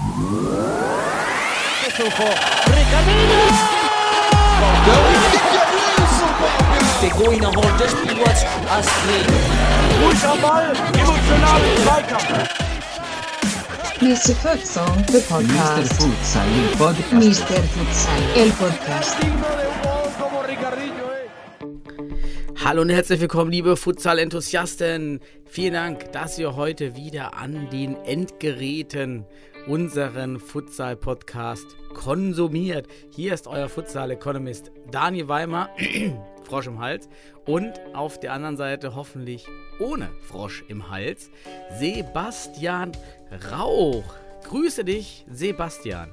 Der Goina holt das Spiel als Ruhig am Ball, emotionalen Zweikampf. Mr. Futsal, the podcast. Mr. Futsal, el podcast. Hallo und herzlich willkommen, liebe Futsal-Enthusiasten. Vielen Dank, dass ihr heute wieder an den Endgeräten unseren Futsal-Podcast konsumiert. Hier ist euer Futsal-Economist Daniel Weimer, Frosch im Hals, und auf der anderen Seite hoffentlich ohne Frosch im Hals, Sebastian Rauch. Grüße dich, Sebastian.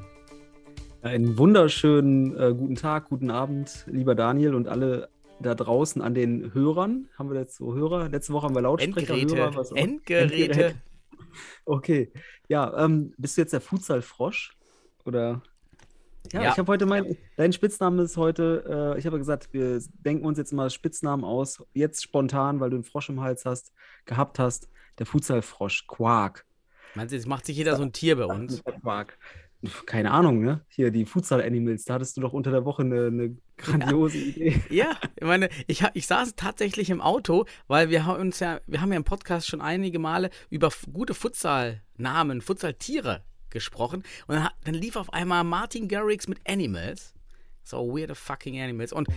Einen wunderschönen guten Tag, guten Abend, lieber Daniel und alle da draußen an den Hörern. Haben wir jetzt so Hörer? Letzte Woche haben wir Lautsprecher. Endgeräte. Okay. Ja, bist du jetzt der Futsal-Frosch? Oder? Ja, ich habe heute dein Spitzname ist heute, ich habe gesagt, wir denken uns jetzt mal Spitznamen aus, jetzt spontan, weil du einen Frosch im Hals gehabt hast, der Futsal-Frosch, Quark. Meinst du, jetzt macht sich jeder so ein Tier bei uns? Quark. Keine Ahnung, ne? Hier, die Futsal-Animals, da hattest du doch unter der Woche eine grandiose Idee. Ja, ich meine, ich saß tatsächlich im Auto, weil wir haben ja im Podcast schon einige Male über gute Futsal-Namen, Futsal-Tiere gesprochen. Und dann lief auf einmal Martin Garrix mit Animals. So weird fucking Animals. Und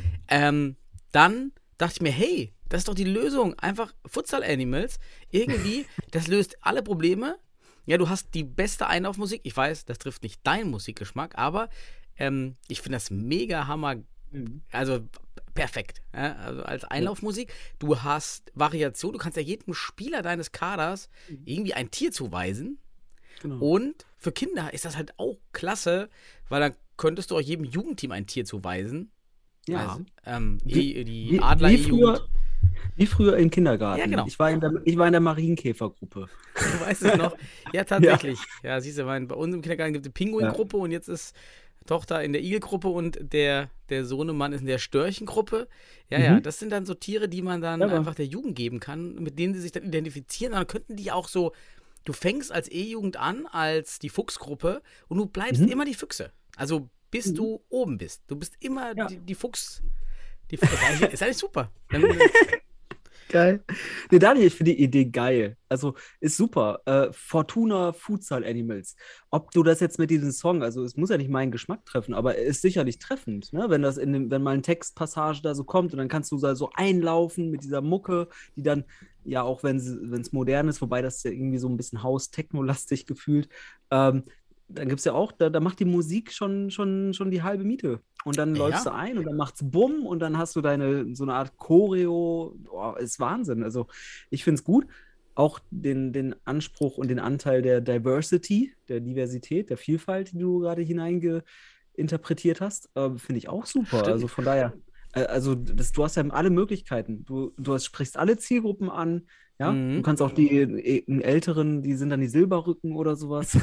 dann dachte ich mir, hey, das ist doch die Lösung. Einfach Futsal-Animals. Irgendwie, das löst alle Probleme. Ja, du hast die beste Einlaufmusik. Ich weiß, das trifft nicht deinen Musikgeschmack, aber ich finde das mega Hammer. Also perfekt. Ja? Also als Einlaufmusik. Du hast Variation. Du kannst ja jedem Spieler deines Kaders irgendwie ein Tier zuweisen. Genau. Und für Kinder ist das halt auch klasse, weil dann könntest du auch jedem Jugendteam ein Tier zuweisen. Ja. Also, die Adler wie früher im Kindergarten. Ja, genau. Ich war in der Marienkäfergruppe. Du weißt es noch? Ja, tatsächlich. Ja, siehst du, bei uns im Kindergarten gibt es die Pinguingruppe und jetzt ist Tochter in der Igelgruppe und der Sohnemann ist in der Störchengruppe. Ja, das sind dann so Tiere, die man dann einfach der Jugend geben kann, mit denen sie sich dann identifizieren. Und dann könnten die auch so, du fängst als E-Jugend an, als die Fuchsgruppe und du bleibst immer die Füchse. Also bis du oben bist. Du bist immer die Fuchs. Ist eigentlich super. Geil. Nee, Daniel, ich finde die Idee geil. Also ist super. Fortuna Futsal Animals. Ob du das jetzt mit diesem Song, also es muss ja nicht meinen Geschmack treffen, aber es ist sicherlich treffend, ne? Wenn wenn mal eine Textpassage da so kommt und dann kannst du da so einlaufen mit dieser Mucke, die dann, ja, auch wenn es modern ist, wobei das ja irgendwie so ein bisschen House-Techno-lastig gefühlt, dann gibt es ja auch, da macht die Musik schon die halbe Miete. Und dann läufst du ein und dann macht's Bumm und dann hast du so eine Art Choreo. Oh, ist Wahnsinn. Also ich finde es gut. Auch den Anspruch und den Anteil der Diversity, der Diversität, der Vielfalt, die du gerade hineininterpretiert hast, finde ich auch super. Stimmt. Also von daher, du hast ja alle Möglichkeiten. Du sprichst alle Zielgruppen an. Ja, du kannst auch die Älteren, die sind dann die Silberrücken oder sowas.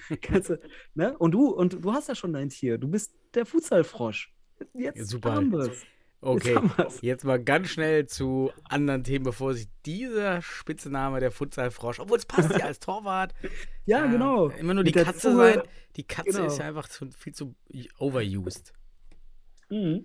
Ne? Und du hast ja schon dein Tier. Du bist der Futsalfrosch. Jetzt super. Haben wir es. Okay, jetzt mal ganz schnell zu anderen Themen, bevor sich dieser Spitzname der Futsalfrosch, obwohl es passt ja als Torwart. Ja, genau. Immer nur die Katze sein. Die Katze ist ja einfach viel zu overused. Mhm.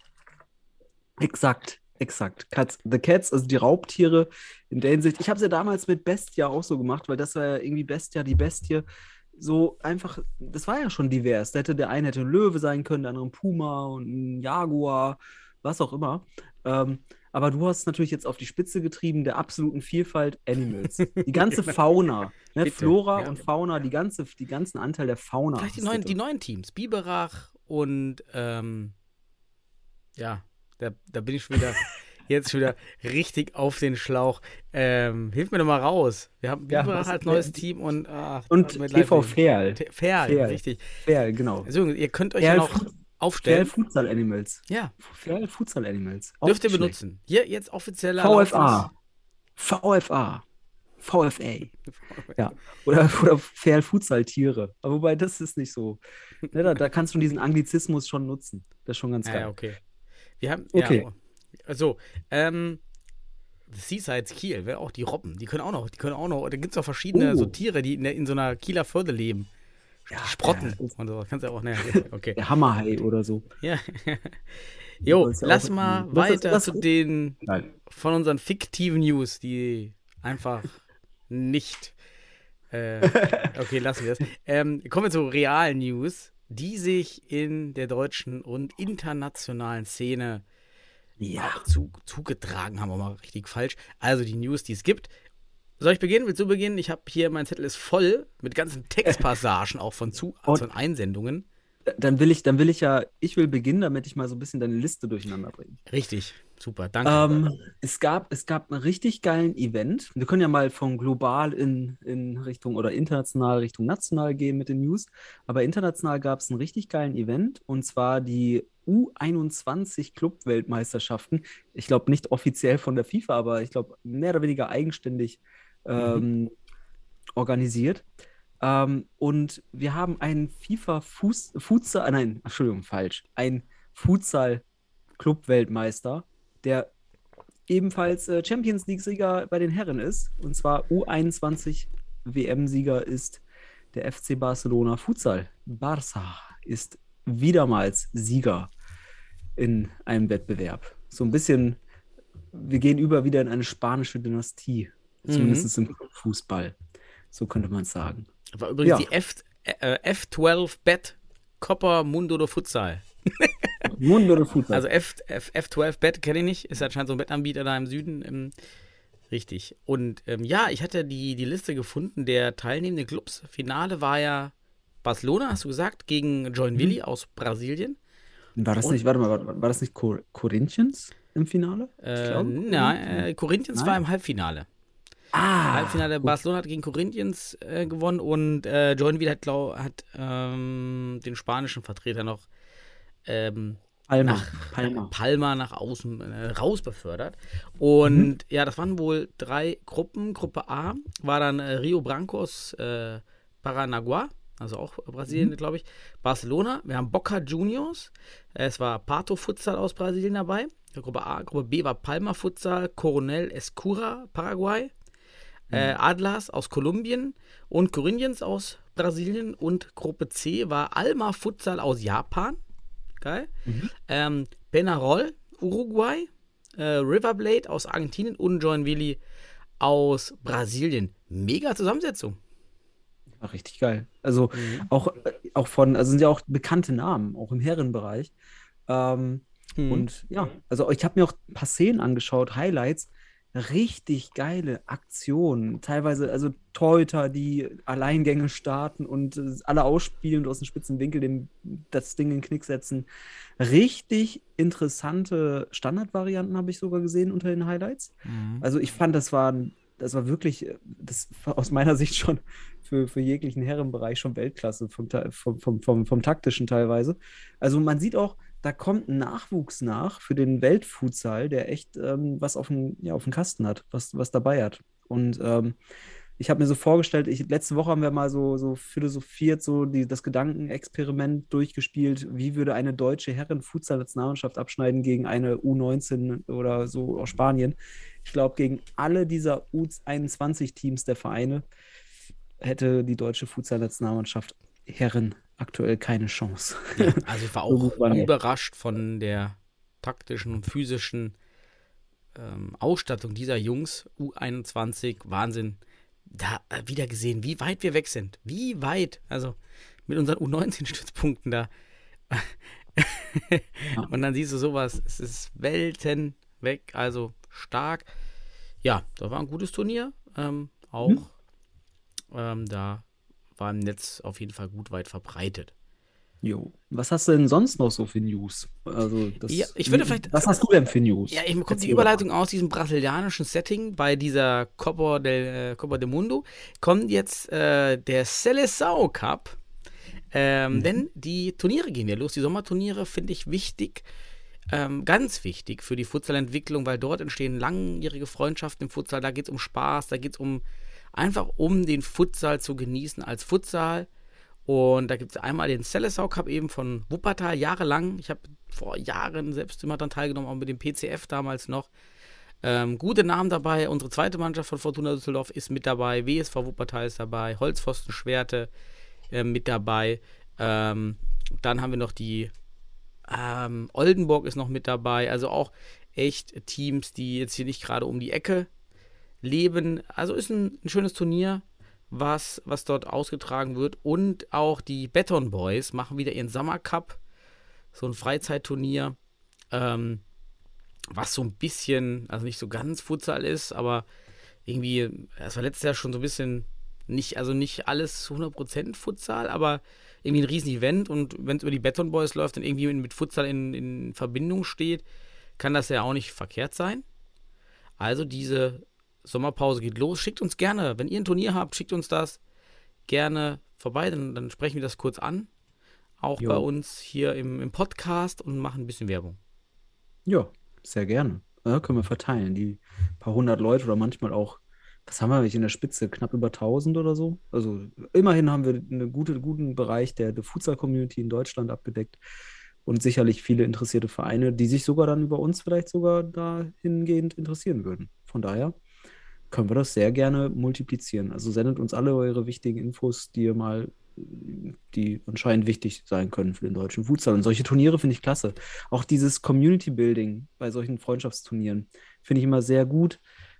Exakt. The Cats, also die Raubtiere in der Hinsicht. Ich habe es ja damals mit Bestia auch so gemacht, weil das war ja irgendwie Bestia, die Bestie. So einfach, das war ja schon divers. Der eine hätte ein Löwe sein können, der andere ein Puma und ein Jaguar, was auch immer. Aber du hast es natürlich jetzt auf die Spitze getrieben, der absoluten Vielfalt Animals. Die ganze Fauna, ne? Flora und Fauna, die ganzen Anteil der Fauna. Vielleicht die neuen Teams, Biberach und da bin ich jetzt schon wieder richtig auf den Schlauch. Hilf mir doch mal raus. Wir haben Biberach als neues Team und TV Ferl. Ferl, richtig. Ferl, genau. Also, ihr könnt euch ja noch aufstellen. Ferl Futsal Animals. Ja. Ferl Futsal Animals. Dürft ihr benutzen. Hier jetzt offizieller VFA. Ja. Oder Ferl Futsal Tiere. Aber wobei, das ist nicht so. Ne, da kannst du diesen Anglizismus schon nutzen. Das ist schon ganz geil. Ja, okay. Wir haben, okay. Also, Seasides Kiel, auch die Robben, die können auch noch, da gibt es auch verschiedene so Tiere, die in so einer Kieler Förde leben. Sprotten und so. Kannst du auch, ne, okay. Der Hammerhai oder so. Ja. Jo, ist ja lass auch- mal das ist- weiter das- zu den Nein. von unseren fiktiven News, die einfach nicht. Okay, lassen wir das. Kommen wir zu realen News, die sich in der deutschen und internationalen Szene zugetragen haben, auch mal richtig falsch. Also die News, die es gibt. Soll ich beginnen? Willst du beginnen? Ich habe hier, mein Zettel ist voll mit ganzen Textpassagen auch von Einsendungen. Dann will ich ja, ich will beginnen, damit ich mal so ein bisschen deine Liste durcheinander bringe. Richtig, super, danke. Es gab einen richtig geilen Event. Wir können ja mal von global in Richtung oder international Richtung national gehen mit den News. Aber international gab es einen richtig geilen Event und zwar die U21 Club-Weltmeisterschaften. Ich glaube nicht offiziell von der FIFA, aber ich glaube mehr oder weniger eigenständig organisiert. Und wir haben einen ein Futsal-Club-Weltmeister, der ebenfalls Champions League-Sieger bei den Herren ist. Und zwar U21 WM-Sieger ist der FC Barcelona Futsal. Barça ist wiedermals Sieger in einem Wettbewerb. So ein bisschen, wir gehen wieder in eine spanische Dynastie. Zumindest im Fußball. So könnte man es sagen. War übrigens die F12 Bet Copa Mundo do Futsal. Mundo do Futsal. Also F12 Bet kenne ich nicht, ist anscheinend so ein Wettanbieter da im Süden. Richtig. Und ich hatte die Liste gefunden der teilnehmenden Clubs. Finale war ja Barcelona, hast du gesagt, gegen Joinville aus Brasilien. War das nicht, war das nicht Corinthians im Finale? Corinthians war im Halbfinale. Halbfinale Barcelona hat gegen Corinthians gewonnen und Joinville hat den spanischen Vertreter noch Palma nach außen raus befördert. Und das waren wohl 3 Gruppen. Gruppe A war dann Rio Brancos Paranaguá, also auch Brasilien, glaube ich. Barcelona, wir haben Boca Juniors, es war Pato Futsal aus Brasilien dabei. Gruppe A, Gruppe B war Palma Futsal, Coronel Escura, Paraguay. Atlas aus Kolumbien und Corinthians aus Brasilien und Gruppe C war Alma Futsal aus Japan. Geil. Peñarol, Uruguay, Riverblade aus Argentinien und Joinville aus Brasilien. Mega Zusammensetzung. Ach, richtig geil. Also auch sind ja auch bekannte Namen, auch im Herrenbereich. Und ja, also ich habe mir auch ein paar Szenen angeschaut, Highlights. Richtig geile Aktionen. Teilweise, also Torhüter, die Alleingänge starten und alle ausspielen und aus dem spitzen Winkel das Ding in den Knick setzen. Richtig interessante Standardvarianten habe ich sogar gesehen unter den Highlights. Also ich fand, das war wirklich, das war aus meiner Sicht schon für jeglichen Herrenbereich schon Weltklasse vom taktischen teilweise. Also man sieht auch, da kommt ein Nachwuchs nach für den Weltfutsal, der echt was auf dem Kasten hat, was dabei hat. Und ich habe mir so vorgestellt, letzte Woche haben wir mal so philosophiert, das Gedankenexperiment durchgespielt, wie würde eine deutsche Herren-Futsal-Nationalmannschaft abschneiden gegen eine U19 oder so aus Spanien. Ich glaube, gegen alle dieser U21-Teams der Vereine hätte die deutsche Futsal-Nationalmannschaft Herren aktuell keine Chance. Ja, also ich war auch überrascht von der taktischen und physischen Ausstattung dieser Jungs. U21, Wahnsinn. Da wieder gesehen, wie weit wir weg sind. Wie weit. Also mit unseren U19-Stützpunkten da. Und dann siehst du sowas. Es ist Welten weg. Also stark. Ja, das war ein gutes Turnier. Da war im Netz auf jeden Fall gut weit verbreitet. Jo. Was hast du denn sonst noch so für News? Also was hast du denn für News? Ja, ich kommt die Überleitung aus diesem brasilianischen Setting bei dieser Copa del Mundo. Kommt jetzt der Seleção Cup. Denn die Turniere gehen ja los. Die Sommerturniere finde ich wichtig. Ganz wichtig für die Futsalentwicklung, weil dort entstehen langjährige Freundschaften im Futsal. Da geht es um Spaß, da geht es einfach um den Futsal zu genießen als Futsal. Und da gibt es einmal den Seleção Cup eben von Wuppertal, jahrelang. Ich habe vor Jahren selbst immer dann teilgenommen, auch mit dem PCF damals noch. Gute Namen dabei. Unsere zweite Mannschaft von Fortuna Düsseldorf ist mit dabei. WSV Wuppertal ist dabei. Holzpfosten Schwerte. mit dabei. Dann haben wir noch die Oldenburg ist noch mit dabei. Also auch echt Teams, die jetzt hier nicht gerade um die Ecke leben. Also ist ein schönes Turnier, was dort ausgetragen wird. Und auch die Beton Boys machen wieder ihren Sommercup, so ein Freizeitturnier, was so ein bisschen, also nicht so ganz Futsal ist, aber irgendwie, es war letztes Jahr schon so ein bisschen, nicht alles 100% Futsal, aber irgendwie ein riesen Event, und wenn es über die Beton Boys läuft und irgendwie mit Futsal in Verbindung steht, kann das ja auch nicht verkehrt sein. Also diese Sommerpause geht los. Schickt uns gerne, wenn ihr ein Turnier habt, schickt uns das gerne vorbei, dann sprechen wir das kurz an. Auch bei uns hier im Podcast und machen ein bisschen Werbung. Ja, sehr gerne. Ja, können wir verteilen. Die paar hundert Leute oder manchmal auch, was haben wir in der Spitze? Knapp über 1000 oder so. Also immerhin haben wir einen guten Bereich der Futsal-Community in Deutschland abgedeckt und sicherlich viele interessierte Vereine, die sich sogar dann über uns vielleicht sogar dahingehend interessieren würden. Von daher können wir das sehr gerne multiplizieren. Also sendet uns alle eure wichtigen Infos, die anscheinend wichtig sein können für den deutschen Futsal. Und solche Turniere finde ich klasse. Auch dieses Community Building bei solchen Freundschaftsturnieren finde ich immer sehr gut.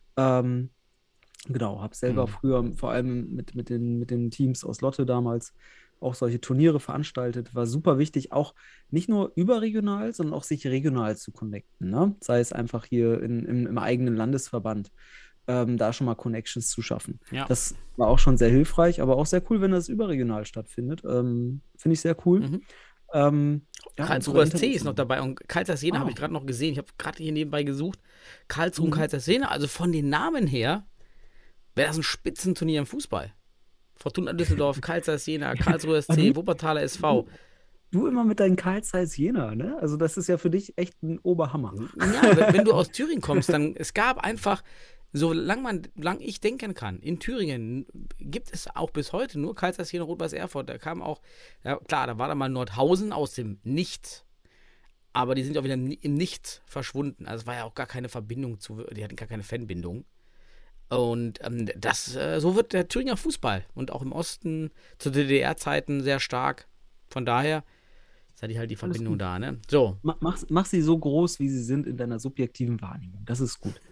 Genau, habe selber früher vor allem mit den Teams aus Lotte damals auch solche Turniere veranstaltet. War super wichtig, auch nicht nur überregional, sondern auch sich regional zu connecten. Ne? Sei es einfach hier im eigenen Landesverband. Da schon mal Connections zu schaffen. Ja. Das war auch schon sehr hilfreich, aber auch sehr cool, wenn das überregional stattfindet. Finde ich sehr cool. Karlsruher SC ist noch dabei und Karlsruher Jena habe ich gerade noch gesehen. Ich habe gerade hier nebenbei gesucht. Karlsruhe und Karlsruher Jena, also von den Namen her wäre das ein Spitzenturnier im Fußball. Fortuna Düsseldorf, Karlsruher Jena, Karlsruher SC, Wuppertaler SV. Du immer mit deinen Karlsruher Jena, ne? Also das ist ja für dich echt ein Oberhammer. Ja, wenn du aus Thüringen kommst, dann, es gab einfach, solange ich denken kann, in Thüringen gibt es auch bis heute nur Karlsruher Jena, Rot-Weiß Erfurt. Da kam auch, ja klar, da war da mal Nordhausen aus dem Nichts. Aber die sind auch wieder im Nichts verschwunden. Also es war ja auch gar keine Verbindung die hatten gar keine Fanbindung. Und so wird der Thüringer Fußball und auch im Osten zu DDR-Zeiten sehr stark. Von daher ist halt die Verbindung da, ne? So. Mach sie so groß, wie sie sind in deiner subjektiven Wahrnehmung. Das ist gut.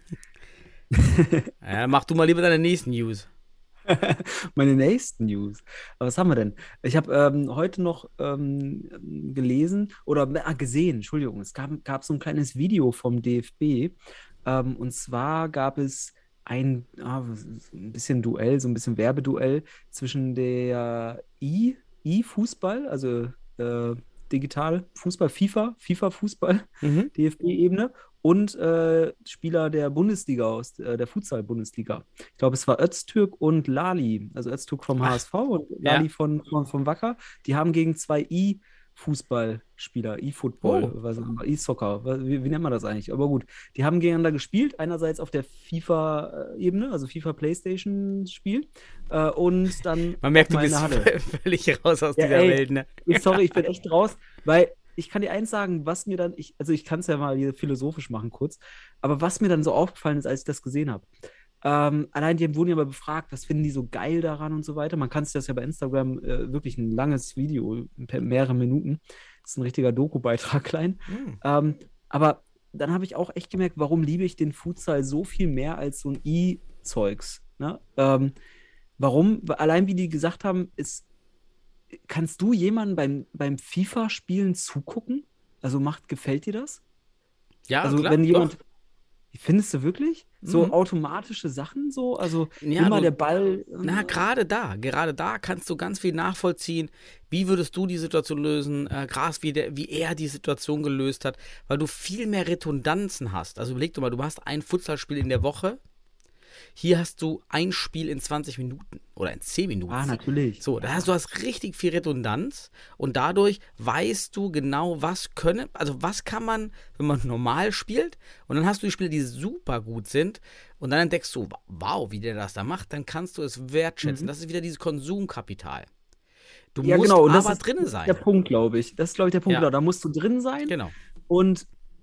Ja, mach du mal lieber deine nächsten News. Meine nächsten News. Was haben wir denn? Ich habe heute noch gelesen oder gesehen, Entschuldigung, es gab so ein kleines Video vom DFB. Und zwar gab es ein bisschen Duell, so ein bisschen Werbeduell zwischen der E-Fußball, also digital Fußball, FIFA-Fußball, DFB-Ebene und Spieler der Bundesliga der Futsal-Bundesliga. Ich glaube, es war Öztürk und Lali, also Öztürk vom HSV und Lali vom Wacker. Die haben gegen zwei E-Fußballspieler, E-Football, E-Soccer, wie nennt man das eigentlich? Aber gut, die haben gegeneinander gespielt, einerseits auf der FIFA-Ebene, also FIFA-Playstation-Spiel und dann man merkt, du bist völlig raus aus dieser Welt, ne? Sorry, ich bin echt raus, weil ich kann dir eins sagen, was mir dann, ich kann es ja mal hier philosophisch machen kurz, aber was mir dann so aufgefallen ist, als ich das gesehen habe, allein die wurden ja mal befragt, was finden die so geil daran und so weiter. Man kann sich das ja bei Instagram wirklich ein langes Video, mehrere Minuten. Das ist ein richtiger Doku-Beitrag, klein. Aber dann habe ich auch echt gemerkt, warum liebe ich den Futsal so viel mehr als so ein E-Zeugs. Ne? Warum? Allein wie die gesagt haben, kannst du jemanden beim FIFA-Spielen zugucken? Also gefällt dir das? Ja, also klar, wenn jemand. Doch. Findest du wirklich? So automatische Sachen so? Also immer der Ball. Na, gerade da kannst du ganz viel nachvollziehen. Wie würdest du die Situation lösen? Wie er die Situation gelöst hat, weil du viel mehr Redundanzen hast. Also überleg doch mal, du hast ein Futsalspiel in der Woche. Hier hast du ein Spiel in 20 Minuten oder in 10 Minuten. Ah, natürlich. So, du hast richtig viel Redundanz und dadurch weißt du genau, was kann man, wenn man normal spielt, und dann hast du die Spiele, die super gut sind und dann entdeckst du, wow, wie der das da macht, dann kannst du es wertschätzen. Das ist wieder dieses Konsumkapital. Du musst aber drin sein. Der Punkt, glaube ich. Das ist, glaube ich, der Punkt. Ja. Da musst du drin sein. Genau. Und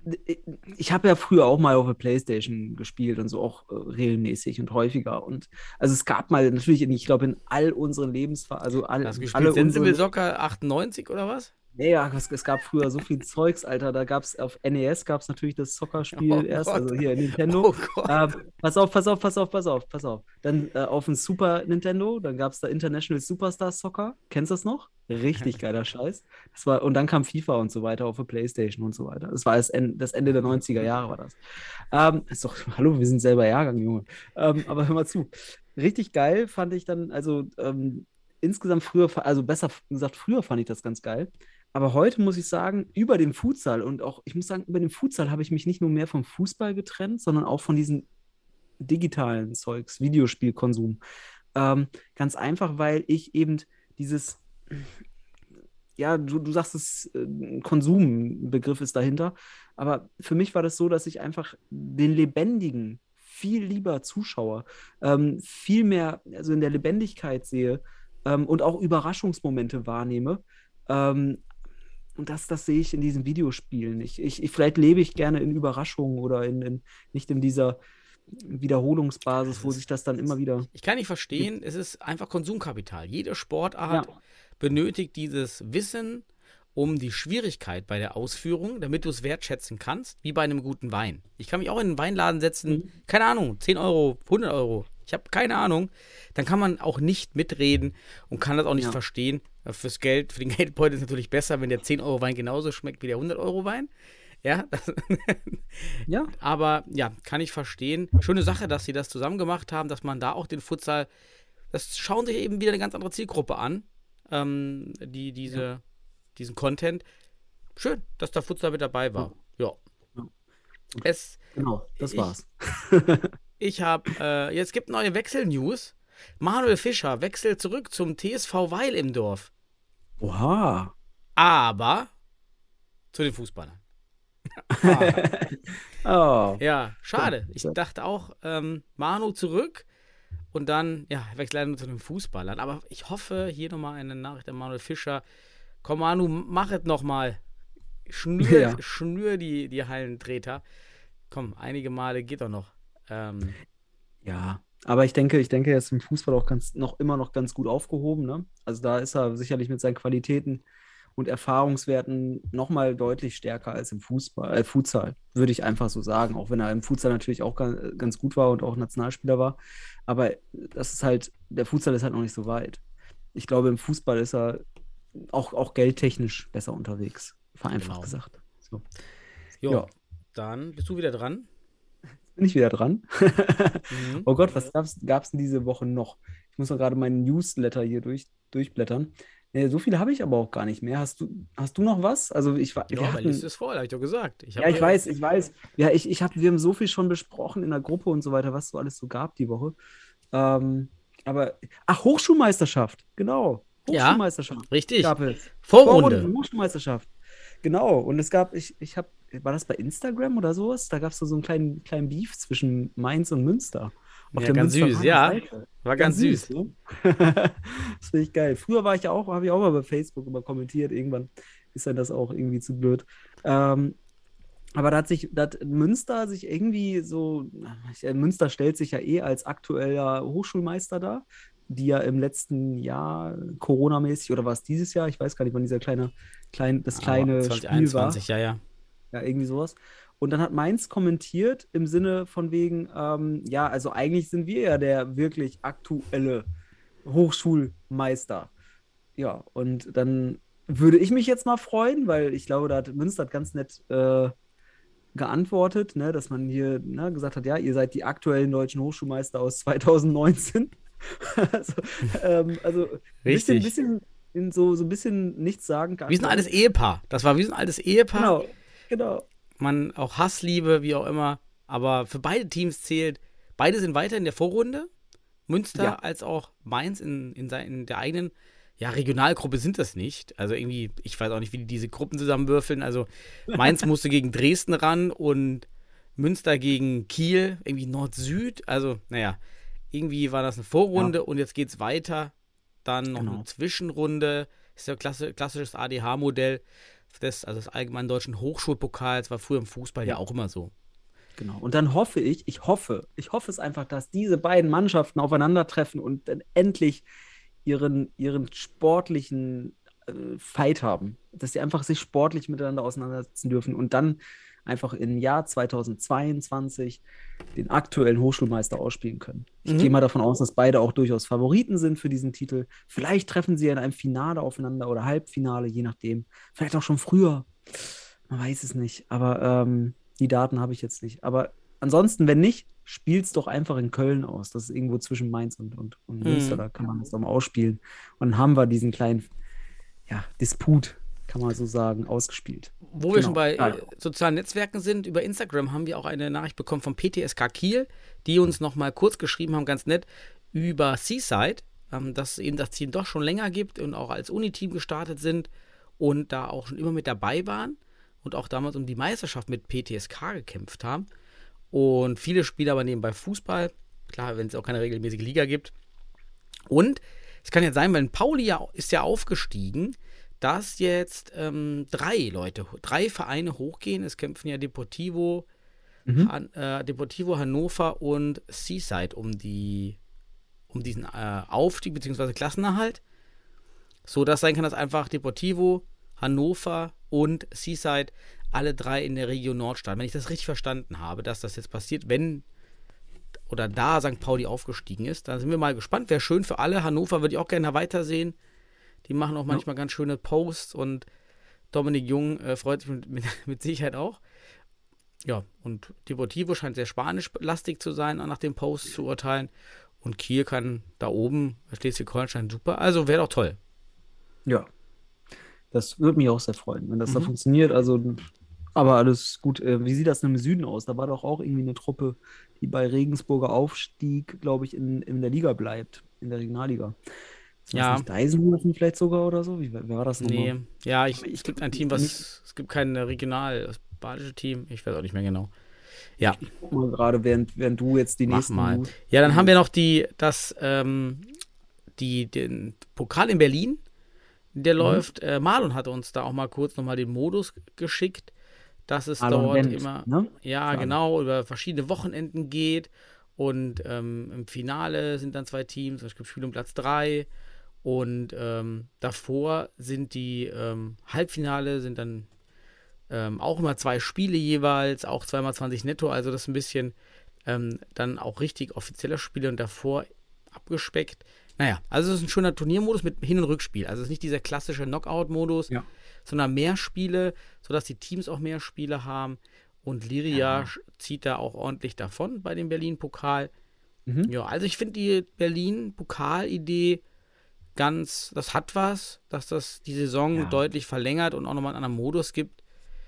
ich habe ja früher auch mal auf der PlayStation gespielt und so auch regelmäßig und häufiger. Und also es gab mal natürlich, ich glaube, in all unseren Lebensphasen, also Hast du alle gespielt Sensible unsere. Soccer 98 oder was? Ja, es gab früher so viel Zeugs, Alter. Da gab es auf NES gab es natürlich das Soccer-Spiel Oh erst, Gott. also hier Nintendo. Oh Gott. Pass auf. Dann auf dem Super Nintendo, dann gab es da International Superstar Soccer. Kennst du das noch? Richtig geiler Scheiß. Und dann kam FIFA und so weiter auf der PlayStation und so weiter. Das war das Ende der 90er Jahre war das. Ist doch, hallo, wir sind selber Jahrgang, Junge. Aber hör mal zu. Richtig geil fand ich dann, also insgesamt früher, also besser gesagt, früher fand ich das ganz geil. Aber heute muss ich sagen, über den Futsal und auch, ich muss sagen, über den Futsal habe ich mich nicht nur mehr vom Fußball getrennt, sondern auch von diesen digitalen Zeugs, Videospielkonsum. Ganz einfach, weil ich eben dieses, ja, du sagst es, Konsumbegriff ist dahinter, aber für mich war das so, dass ich einfach den Lebendigen viel lieber zuschaue, viel mehr, also in der Lebendigkeit sehe und auch Überraschungsmomente wahrnehme. Und das sehe ich in diesen Videospielen. Vielleicht lebe ich gerne in Überraschungen oder nicht in dieser Wiederholungsbasis, wo sich das dann immer wieder. Ich kann nicht verstehen, es ist einfach Konsumkapital. Jede Sportart benötigt dieses Wissen um die Schwierigkeit bei der Ausführung, damit du es wertschätzen kannst, wie bei einem guten Wein. Ich kann mich auch in einen Weinladen setzen, keine Ahnung, 10 Euro, 100 Euro, ich habe keine Ahnung. Dann kann man auch nicht mitreden und kann das auch nicht verstehen. Für den Geldbeutel ist es natürlich besser, wenn der 10 Euro Wein genauso schmeckt wie der 100 Euro Wein. Ja, Ja. aber ja, kann ich verstehen. Schöne Sache, dass sie das zusammen gemacht haben, dass man da auch den Futsal, das schauen sich eben wieder eine ganz andere Zielgruppe an, diesen Content. Schön, dass der Futsal mit dabei war. Ja. Genau, das war's. Ich habe, jetzt gibt neue Wechsel-News. Manuel Fischer wechselt zurück zum TSV Weil im Dorf. Oha. Aber zu den Fußballern. Oh. Ja, schade. Ich dachte auch, Manu zurück und dann, wechselt er nur zu den Fußballern. Aber ich hoffe, hier nochmal eine Nachricht an Manuel Fischer. Komm, Manu, mach es nochmal. Schnür die Hallentreter. Komm, einige Male geht doch noch. Ja, aber ich denke, er ist im Fußball auch immer noch ganz gut aufgehoben, ne? Also da ist er sicherlich mit seinen Qualitäten und Erfahrungswerten nochmal deutlich stärker als im Futsal, würde ich einfach so sagen. Auch wenn er im Futsal natürlich auch ganz gut war und auch Nationalspieler war. Aber das ist halt, der Futsal ist halt noch nicht so weit. Ich glaube, im Fußball ist er auch geldtechnisch besser unterwegs, vereinfacht gesagt. So. Jo, dann bist du wieder dran. Bin ich wieder dran? Oh Gott, was gab's denn diese Woche noch? Ich muss noch gerade meinen Newsletter hier durchblättern. So viele habe ich aber auch gar nicht mehr. Hast du noch was? Also meine Liste ist voll, habe ich doch gesagt. Ich weiß. Ja, wir haben so viel schon besprochen in der Gruppe und so weiter, was so alles so gab die Woche. Hochschulmeisterschaft, genau. Hochschulmeisterschaft. Ja, richtig. Gab es. Vorrunde. Hochschulmeisterschaft. Genau. Und es gab, war das bei Instagram oder sowas? Da gab es so einen kleinen Beef zwischen Mainz und Münster. Auf der ganz süß, Seite. War ganz süß. Ne? Das finde ich geil. Früher habe ich auch mal bei Facebook immer kommentiert. Irgendwann ist dann das auch irgendwie zu blöd. Aber da hat Münster sich irgendwie so, Münster stellt sich ja als aktueller Hochschulmeister dar, die ja im letzten Jahr Corona-mäßig, oder war es dieses Jahr? Ich weiß gar nicht, wann dieser kleine Spiel 2021, war. Ja, irgendwie sowas. Und dann hat Mainz kommentiert im Sinne von wegen, also eigentlich sind wir ja der wirklich aktuelle Hochschulmeister. Ja, und dann würde ich mich jetzt mal freuen, weil ich glaube, da hat Münster ganz nett geantwortet, ne, dass man hier gesagt hat, ja, ihr seid die aktuellen deutschen Hochschulmeister aus 2019. also richtig. Bisschen so ein bisschen nichts sagen kann. Wie so ein altes Ehepaar. Das war wie so ein altes Ehepaar. Genau. Man auch Hassliebe, wie auch immer. Aber für beide Teams zählt, beide sind weiter in der Vorrunde. Münster als auch Mainz in der eigenen Regionalgruppe sind das nicht. Also irgendwie, ich weiß auch nicht, wie die diese Gruppen zusammenwürfeln. Also Mainz musste gegen Dresden ran und Münster gegen Kiel, irgendwie Nord-Süd. Also, irgendwie war das eine Vorrunde und jetzt geht's weiter. Dann noch eine Zwischenrunde. Ist ja klassisches ADH-Modell. also des allgemeinen deutschen Hochschulpokals, war früher im Fußball ja auch immer so. Genau. Und dann hoffe ich hoffe es einfach, dass diese beiden Mannschaften aufeinandertreffen und dann endlich ihren sportlichen Fight haben. Dass sie einfach sich sportlich miteinander auseinandersetzen dürfen und dann einfach im Jahr 2022 den aktuellen Hochschulmeister ausspielen können. Ich gehe mal davon aus, dass beide auch durchaus Favoriten sind für diesen Titel. Vielleicht treffen sie in einem Finale aufeinander oder Halbfinale, je nachdem. Vielleicht auch schon früher. Man weiß es nicht. Aber die Daten habe ich jetzt nicht. Aber ansonsten, wenn nicht, spielt es doch einfach in Köln aus. Das ist irgendwo zwischen Mainz und Münster. Da kann man das doch mal ausspielen. Und dann haben wir diesen kleinen Disput, kann man so sagen, ausgespielt. Wo wir schon bei sozialen Netzwerken sind, über Instagram haben wir auch eine Nachricht bekommen vom PTSK Kiel, die uns nochmal kurz geschrieben haben, ganz nett, über Seaside, dass es eben das Team doch schon länger gibt und auch als Uniteam gestartet sind und da auch schon immer mit dabei waren und auch damals um die Meisterschaft mit PTSK gekämpft haben. Und viele Spieler aber nebenbei Fußball, klar, wenn es auch keine regelmäßige Liga gibt. Und es kann jetzt sein, weil Pauli ist ja aufgestiegen, dass jetzt 3 Vereine hochgehen. Es kämpfen ja Deportivo, Deportivo Hannover und Seaside um diesen Aufstieg bzw. Klassenerhalt. So dass sein kann, dass einfach Deportivo, Hannover und Seaside alle 3 in der Region Nord starten. Wenn ich das richtig verstanden habe, dass das jetzt passiert, wenn oder da St. Pauli aufgestiegen ist, dann sind wir mal gespannt. Wäre schön für alle. Hannover würde ich auch gerne weitersehen. Die machen auch manchmal ganz schöne Posts und Dominik Jung freut sich mit Sicherheit auch. Ja, und Deportivo scheint sehr spanischlastig zu sein, nach den Posts zu urteilen. Und Kiel kann da oben, Schleswig-Holstein, super. Also wäre doch toll. Ja, das würde mich auch sehr freuen, wenn das da funktioniert. Also, aber alles gut. Wie sieht das denn im Süden aus? Da war doch auch irgendwie eine Truppe, die bei Regensburger Aufstieg, glaube ich, in der Liga bleibt, in der Regionalliga. Ja. Nicht Deisenhofen vielleicht sogar oder so? Wer war das nochmal? Nee, ja, es gibt ein Team, es gibt kein das badische Team, ich weiß auch nicht mehr genau. Ja. Gerade während du jetzt die nächsten... Mal. Ja, dann haben wir noch den Pokal in Berlin, der läuft. Marlon hat uns da auch mal kurz nochmal den Modus geschickt, dass es Marlon dort Wendt, immer, ne? Genau, über verschiedene Wochenenden geht und im Finale sind dann 2 Teams, es gibt Spiel um Platz 3 und davor sind die Halbfinale, sind dann auch immer 2 Spiele jeweils, auch 2x20 netto, also das ist ein bisschen dann auch richtig offizielle Spiele und davor abgespeckt. Naja, also es ist ein schöner Turniermodus mit Hin- und Rückspiel. Also es ist nicht dieser klassische Knockout-Modus, sondern mehr Spiele, sodass die Teams auch mehr Spiele haben. Und Liria zieht da auch ordentlich davon bei dem Berlin-Pokal. Ja, also ich finde die Berlin-Pokal-Idee das hat was, dass das die Saison deutlich verlängert und auch nochmal einen anderen Modus gibt.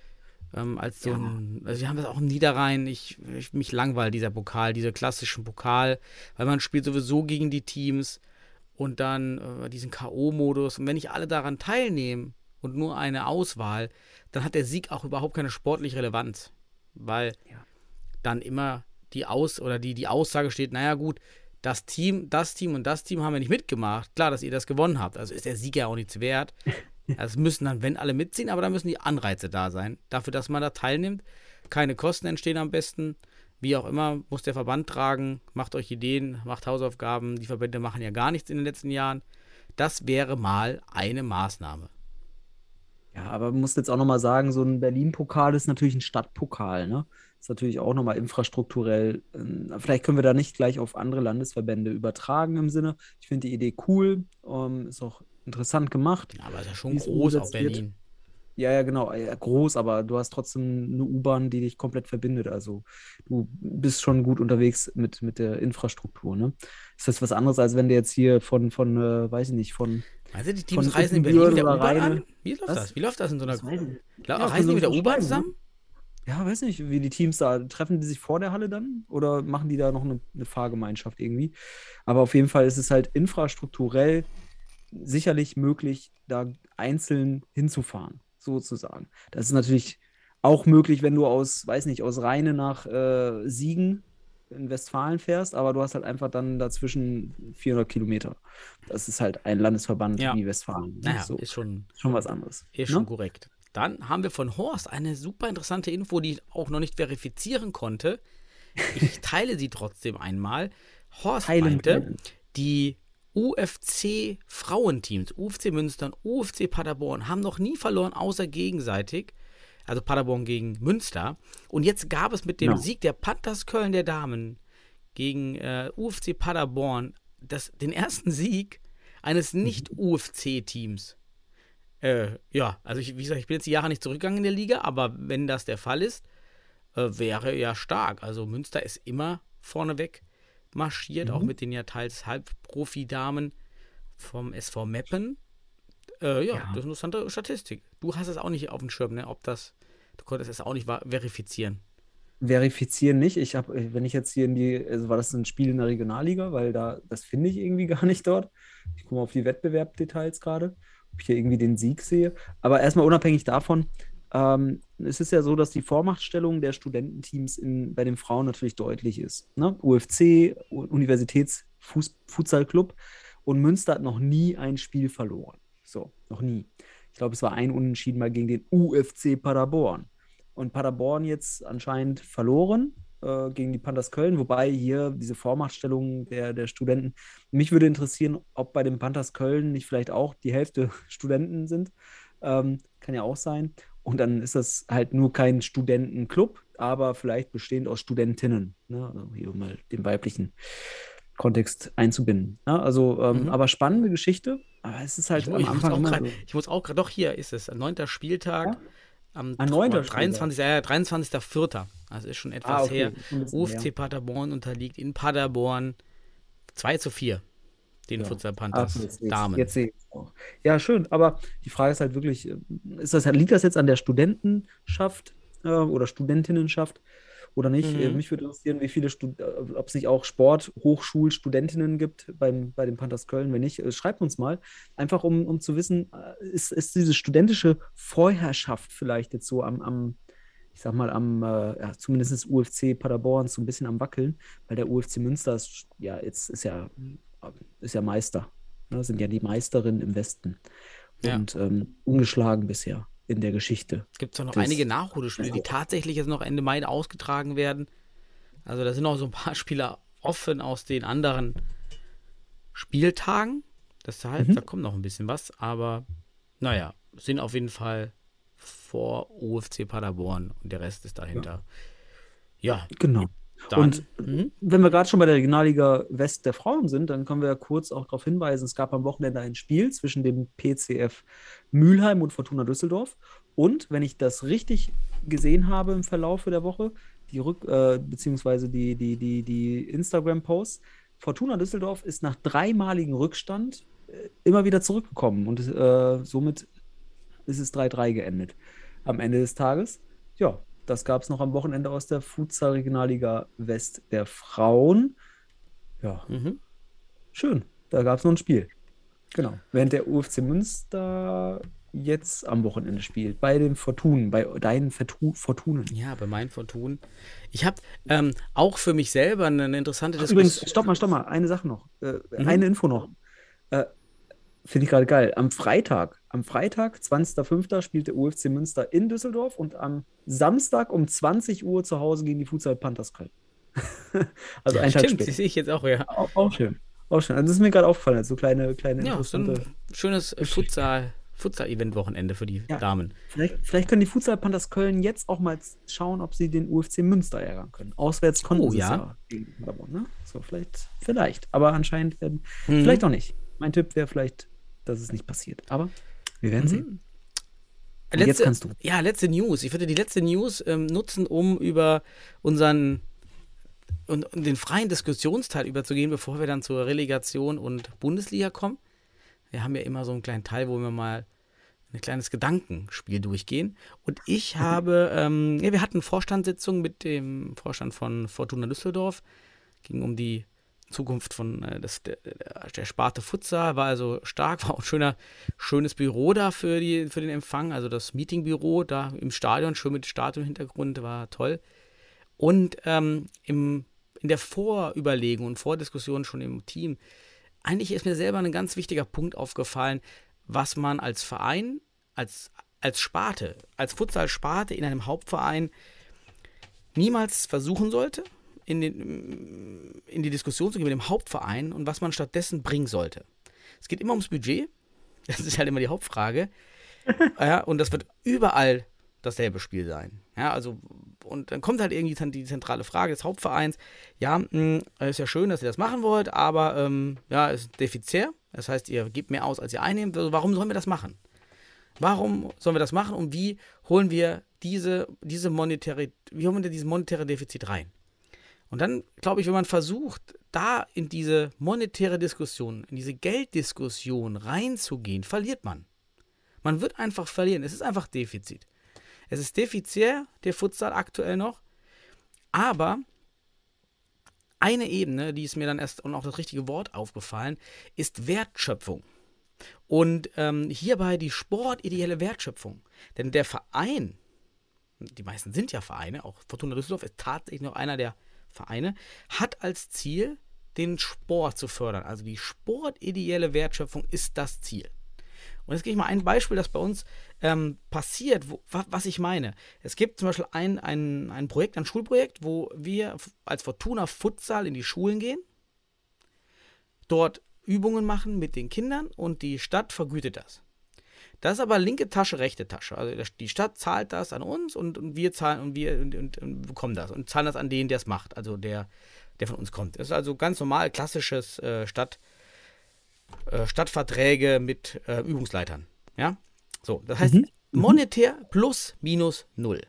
Also wir haben das auch im Niederrhein, mich langweilt dieser Pokal, dieser klassischen Pokal, weil man spielt sowieso gegen die Teams und dann diesen K.O.-Modus und wenn nicht alle daran teilnehmen und nur eine Auswahl, dann hat der Sieg auch überhaupt keine sportliche Relevanz, weil dann immer die Aussage steht, naja gut, das Team und das Team haben wir nicht mitgemacht, klar, dass ihr das gewonnen habt, also ist der Sieg ja auch nichts wert. Also müssen dann, wenn alle mitziehen, aber dann müssen die Anreize da sein. Dafür, dass man da teilnimmt. Keine Kosten entstehen am besten. Wie auch immer, muss der Verband tragen. Macht euch Ideen, macht Hausaufgaben. Die Verbände machen ja gar nichts in den letzten Jahren. Das wäre mal eine Maßnahme. Ja, aber man muss jetzt auch nochmal sagen, so ein Berlin-Pokal ist natürlich ein Stadtpokal, ne? Ist natürlich auch nochmal infrastrukturell. Vielleicht können wir da nicht gleich auf andere Landesverbände übertragen im Sinne. Ich finde die Idee cool. Ist auch interessant gemacht. Ja, aber ist ja schon groß auf Berlin. Ja, genau. Ja, groß, aber du hast trotzdem eine U-Bahn, die dich komplett verbindet. Also du bist schon gut unterwegs mit der Infrastruktur, ne? Ist das was anderes, als wenn du jetzt hier weiß ich nicht, von... Also die Teams reisen in Berlin mit der U-Bahn an? Wie läuft Was? das? Wie läuft das in so einer... Ja, reisen die mit der U-Bahn zusammen? Ja, weiß nicht, wie die Teams da, treffen die sich vor der Halle dann? Oder machen die da noch eine Fahrgemeinschaft irgendwie? Aber auf jeden Fall ist es halt infrastrukturell sicherlich möglich, da einzeln hinzufahren, sozusagen. Das ist natürlich auch möglich, wenn du aus Rheine nach Siegen in Westfalen fährst, aber du hast halt einfach dann dazwischen 400 Kilometer. Das ist halt ein Landesverband wie Westfalen. Naja, so. ist schon was anderes. Ist schon korrekt. Dann haben wir von Horst eine super interessante Info, die ich auch noch nicht verifizieren konnte. Ich teile sie trotzdem einmal. Horst meinte, die UFC-Frauenteams, UFC Münster und UFC Paderborn, haben noch nie verloren, außer gegenseitig. Also Paderborn gegen Münster. Und jetzt gab es mit dem Sieg der Panthers Köln der Damen gegen UFC Paderborn den ersten Sieg eines Nicht-UFC-Teams. Also wie gesagt, ich bin jetzt die Jahre nicht zurückgegangen in der Liga, aber wenn das der Fall ist, wäre ja stark. Also Münster ist immer vorneweg marschiert, auch mit den ja teils Halbprofi-Damen vom SV Meppen. Das ist eine interessante Statistik. Du hast es auch nicht auf dem Schirm, ne? Du konntest es auch nicht verifizieren. Verifizieren nicht. Wenn ich jetzt hier war das ein Spiel in der Regionalliga, weil das finde ich irgendwie gar nicht dort. Ich gucke mal auf die Wettbewerbdetails gerade, ob ich hier irgendwie den Sieg sehe. Aber erstmal unabhängig davon, es ist ja so, dass die Vormachtstellung der Studententeams bei den Frauen natürlich deutlich ist. Ne? UFC, Universitätsfußballclub, und Münster hat noch nie ein Spiel verloren. So, noch nie. Ich glaube, es war ein Unentschieden mal gegen den UFC Paderborn. Und Paderborn jetzt anscheinend verloren gegen die Panthers Köln, wobei hier diese Vormachtstellung der Studenten, mich würde interessieren, ob bei den Panthers Köln nicht vielleicht auch die Hälfte Studenten sind. Kann ja auch sein. Und dann ist das halt nur kein Studentenclub, aber vielleicht bestehend aus Studentinnen. Ne? Also hier um mal den weiblichen Kontext einzubinden. Ja, also, aber spannende Geschichte. Aber es ist halt am Anfang ich muss auch gerade, doch, hier ist es, 9. Spieltag. Ja? Am 23.04. Also ist schon etwas her. UFC Paderborn unterliegt in Paderborn 2:4 den Futsal Panthers Damen. Jetzt sehe ich es auch. Ja, schön. Aber die Frage ist halt wirklich, liegt das jetzt an der Studentenschaft oder Studentinnenschaft oder nicht? Mich würde interessieren, ob es nicht auch Sporthochschulstudentinnen gibt bei den Panthers Köln. Wenn nicht, schreibt uns mal. Einfach um zu wissen, ist diese studentische Vorherrschaft vielleicht jetzt so ich sag mal, zumindest UFC Paderborn so ein bisschen am Wackeln, weil der UFC Münster ist ja Meister. Ne? Sind ja die Meisterinnen im Westen. Und ungeschlagen bisher in der Geschichte. Es gibt zwar noch einige Nachholspiele, die tatsächlich jetzt noch Ende Mai ausgetragen werden. Also da sind auch so ein paar Spieler offen aus den anderen Spieltagen. Deshalb, da kommt noch ein bisschen was. Aber naja, sind auf jeden Fall vor UFC Paderborn und der Rest ist dahinter. Ja. Genau. Und wenn wir gerade schon bei der Regionalliga West der Frauen sind, dann können wir ja kurz auch darauf hinweisen, es gab am Wochenende ein Spiel zwischen dem PCF Mülheim und Fortuna Düsseldorf. Und wenn ich das richtig gesehen habe im Verlauf der Woche, beziehungsweise die Instagram-Posts, Fortuna Düsseldorf ist nach 3-maligen Rückstand immer wieder zurückgekommen und somit ist es 3-3 geendet. Am Ende des Tages, ja, das gab es noch am Wochenende aus der Futsal-Regionalliga West der Frauen. Ja, schön. Da gab es noch ein Spiel. Genau. Während der UFC Münster jetzt am Wochenende spielt. Bei den Fortunen, bei deinen Fortunen. Ja, bei meinen Fortunen. Ich habe auch für mich selber eine interessante Diskussion. Übrigens, stopp mal. Eine Sache noch. Eine Info noch. Finde ich gerade geil. Am Freitag, 20.05. spielt der UFC Münster in Düsseldorf und am Samstag um 20 Uhr zu Hause gegen die Futsal Panthers Köln. Also ja, ein Tag stimmt, später. Die sehe ich jetzt auch, ja. Auch schön. Also das ist mir gerade aufgefallen, so kleine interessante... So ein schönes Futsal-Event-Wochenende für die Damen. Vielleicht können die Futsal Panthers Köln jetzt auch mal schauen, ob sie den UFC Münster ärgern können. Auswärts konnten sie es ja gegen Paderborn, ne? So, vielleicht. Aber anscheinend vielleicht auch nicht. Mein Tipp wäre vielleicht, dass es nicht passiert. Aber wir werden sehen. Jetzt kannst du. Ja, letzte News. Ich würde die letzte News nutzen, um über unseren und den freien Diskussionsteil überzugehen, bevor wir dann zur Relegation und Bundesliga kommen. Wir haben ja immer so einen kleinen Teil, wo wir mal ein kleines Gedankenspiel durchgehen. Und ich habe, wir hatten Vorstandssitzung mit dem Vorstand von Fortuna Düsseldorf. Ging um die Zukunft von der Sparte Futsal, war also stark, war auch ein schönes Büro da für den Empfang, also das Meetingbüro da im Stadion, schön mit Stadionhintergrund, war toll. Und in der Vorüberlegung und Vordiskussion schon im Team, eigentlich ist mir selber ein ganz wichtiger Punkt aufgefallen, was man als Verein, als als Futsal-Sparte in einem Hauptverein niemals versuchen sollte, in die Diskussion zu gehen mit dem Hauptverein und was man stattdessen bringen sollte. Es geht immer ums Budget. Das ist halt immer die Hauptfrage. Ja, und das wird überall dasselbe Spiel sein. Ja, also, und dann kommt halt irgendwie die zentrale Frage des Hauptvereins. Ja, ist ja schön, dass ihr das machen wollt, aber ja, es ist defizitär. Das heißt, ihr gebt mehr aus, als ihr einnehmt. Also, warum sollen wir das machen? Warum sollen wir das machen und wie holen wir dieses monetäre Defizit rein? Und dann, glaube ich, wenn man versucht, da in diese monetäre Diskussion, in diese Gelddiskussion reinzugehen, verliert man. Man wird einfach verlieren. Es ist einfach Defizit. Es ist defizitär, der Futsal aktuell noch. Aber eine Ebene, die ist mir dann erst, und auch das richtige Wort aufgefallen, ist Wertschöpfung. Und hierbei die sportideelle Wertschöpfung. Denn der Verein, die meisten sind ja Vereine, auch Fortuna Düsseldorf ist tatsächlich noch einer der Vereine, hat als Ziel, den Sport zu fördern. Also die sportideelle Wertschöpfung ist das Ziel. Und jetzt gebe ich mal ein Beispiel, das bei uns passiert, was ich meine. Es gibt zum Beispiel ein Projekt, ein Schulprojekt, wo wir als Fortuna Futsal in die Schulen gehen, dort Übungen machen mit den Kindern und die Stadt vergütet das. Das ist aber linke Tasche, rechte Tasche. Also die Stadt zahlt das an uns und wir zahlen und bekommen das und zahlen das an den, der es macht, also der von uns kommt. Das ist also ganz normal, klassisches Stadtverträge mit Übungsleitern. Ja? So, das heißt monetär plus minus null.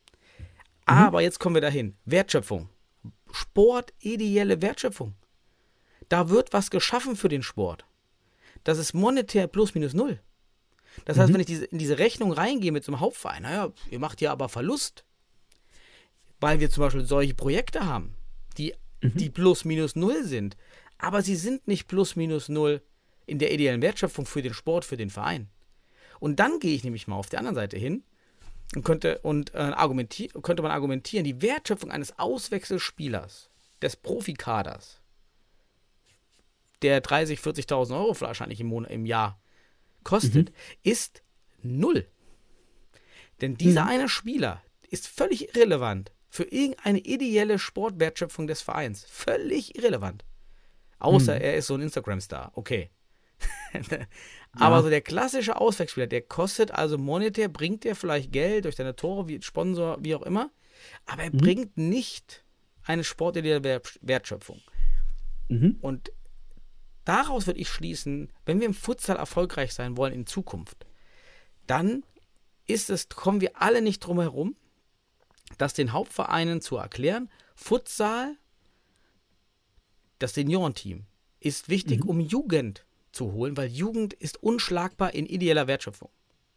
Aber jetzt kommen wir dahin. Wertschöpfung. Sportideelle Wertschöpfung. Da wird was geschaffen für den Sport. Das ist monetär plus minus null. Das heißt, wenn ich in diese Rechnung reingehe mit so einem Hauptverein, naja, ihr macht ja aber Verlust, weil wir zum Beispiel solche Projekte haben, die plus minus null sind, aber sie sind nicht plus minus null in der ideellen Wertschöpfung für den Sport, für den Verein. Und dann gehe ich nämlich mal auf der anderen Seite hin und könnte man argumentieren, die Wertschöpfung eines Auswechselspielers, des Profikaders, der 30.000, 40.000 Euro wahrscheinlich im Jahr kostet, ist null. Denn dieser eine Spieler ist völlig irrelevant für irgendeine ideelle Sportwertschöpfung des Vereins. Völlig irrelevant. Außer er ist so ein Instagram-Star. Okay. Aber so der klassische Auswechselspieler, der kostet also monetär, bringt der vielleicht Geld durch seine Tore, wie Sponsor, wie auch immer, aber er bringt nicht eine sportideelle Wertschöpfung. Und daraus würde ich schließen, wenn wir im Futsal erfolgreich sein wollen in Zukunft, dann kommen wir alle nicht drum herum, das den Hauptvereinen zu erklären. Futsal, das Seniorenteam, ist wichtig, um Jugend zu holen, weil Jugend ist unschlagbar in ideeller Wertschöpfung.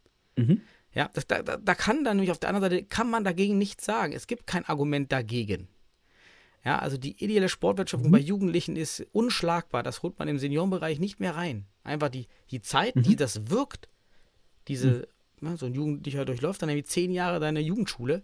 Ja, da kann dann nämlich auf der anderen Seite, kann man dagegen nichts sagen. Es gibt kein Argument dagegen. Ja, also die ideelle Sportwertschöpfung bei Jugendlichen ist unschlagbar. Das holt man im Seniorenbereich nicht mehr rein. Einfach die Zeit, die das wirkt, so ein Jugendlicher durchläuft dann irgendwie 10 Jahre deine Jugendschule,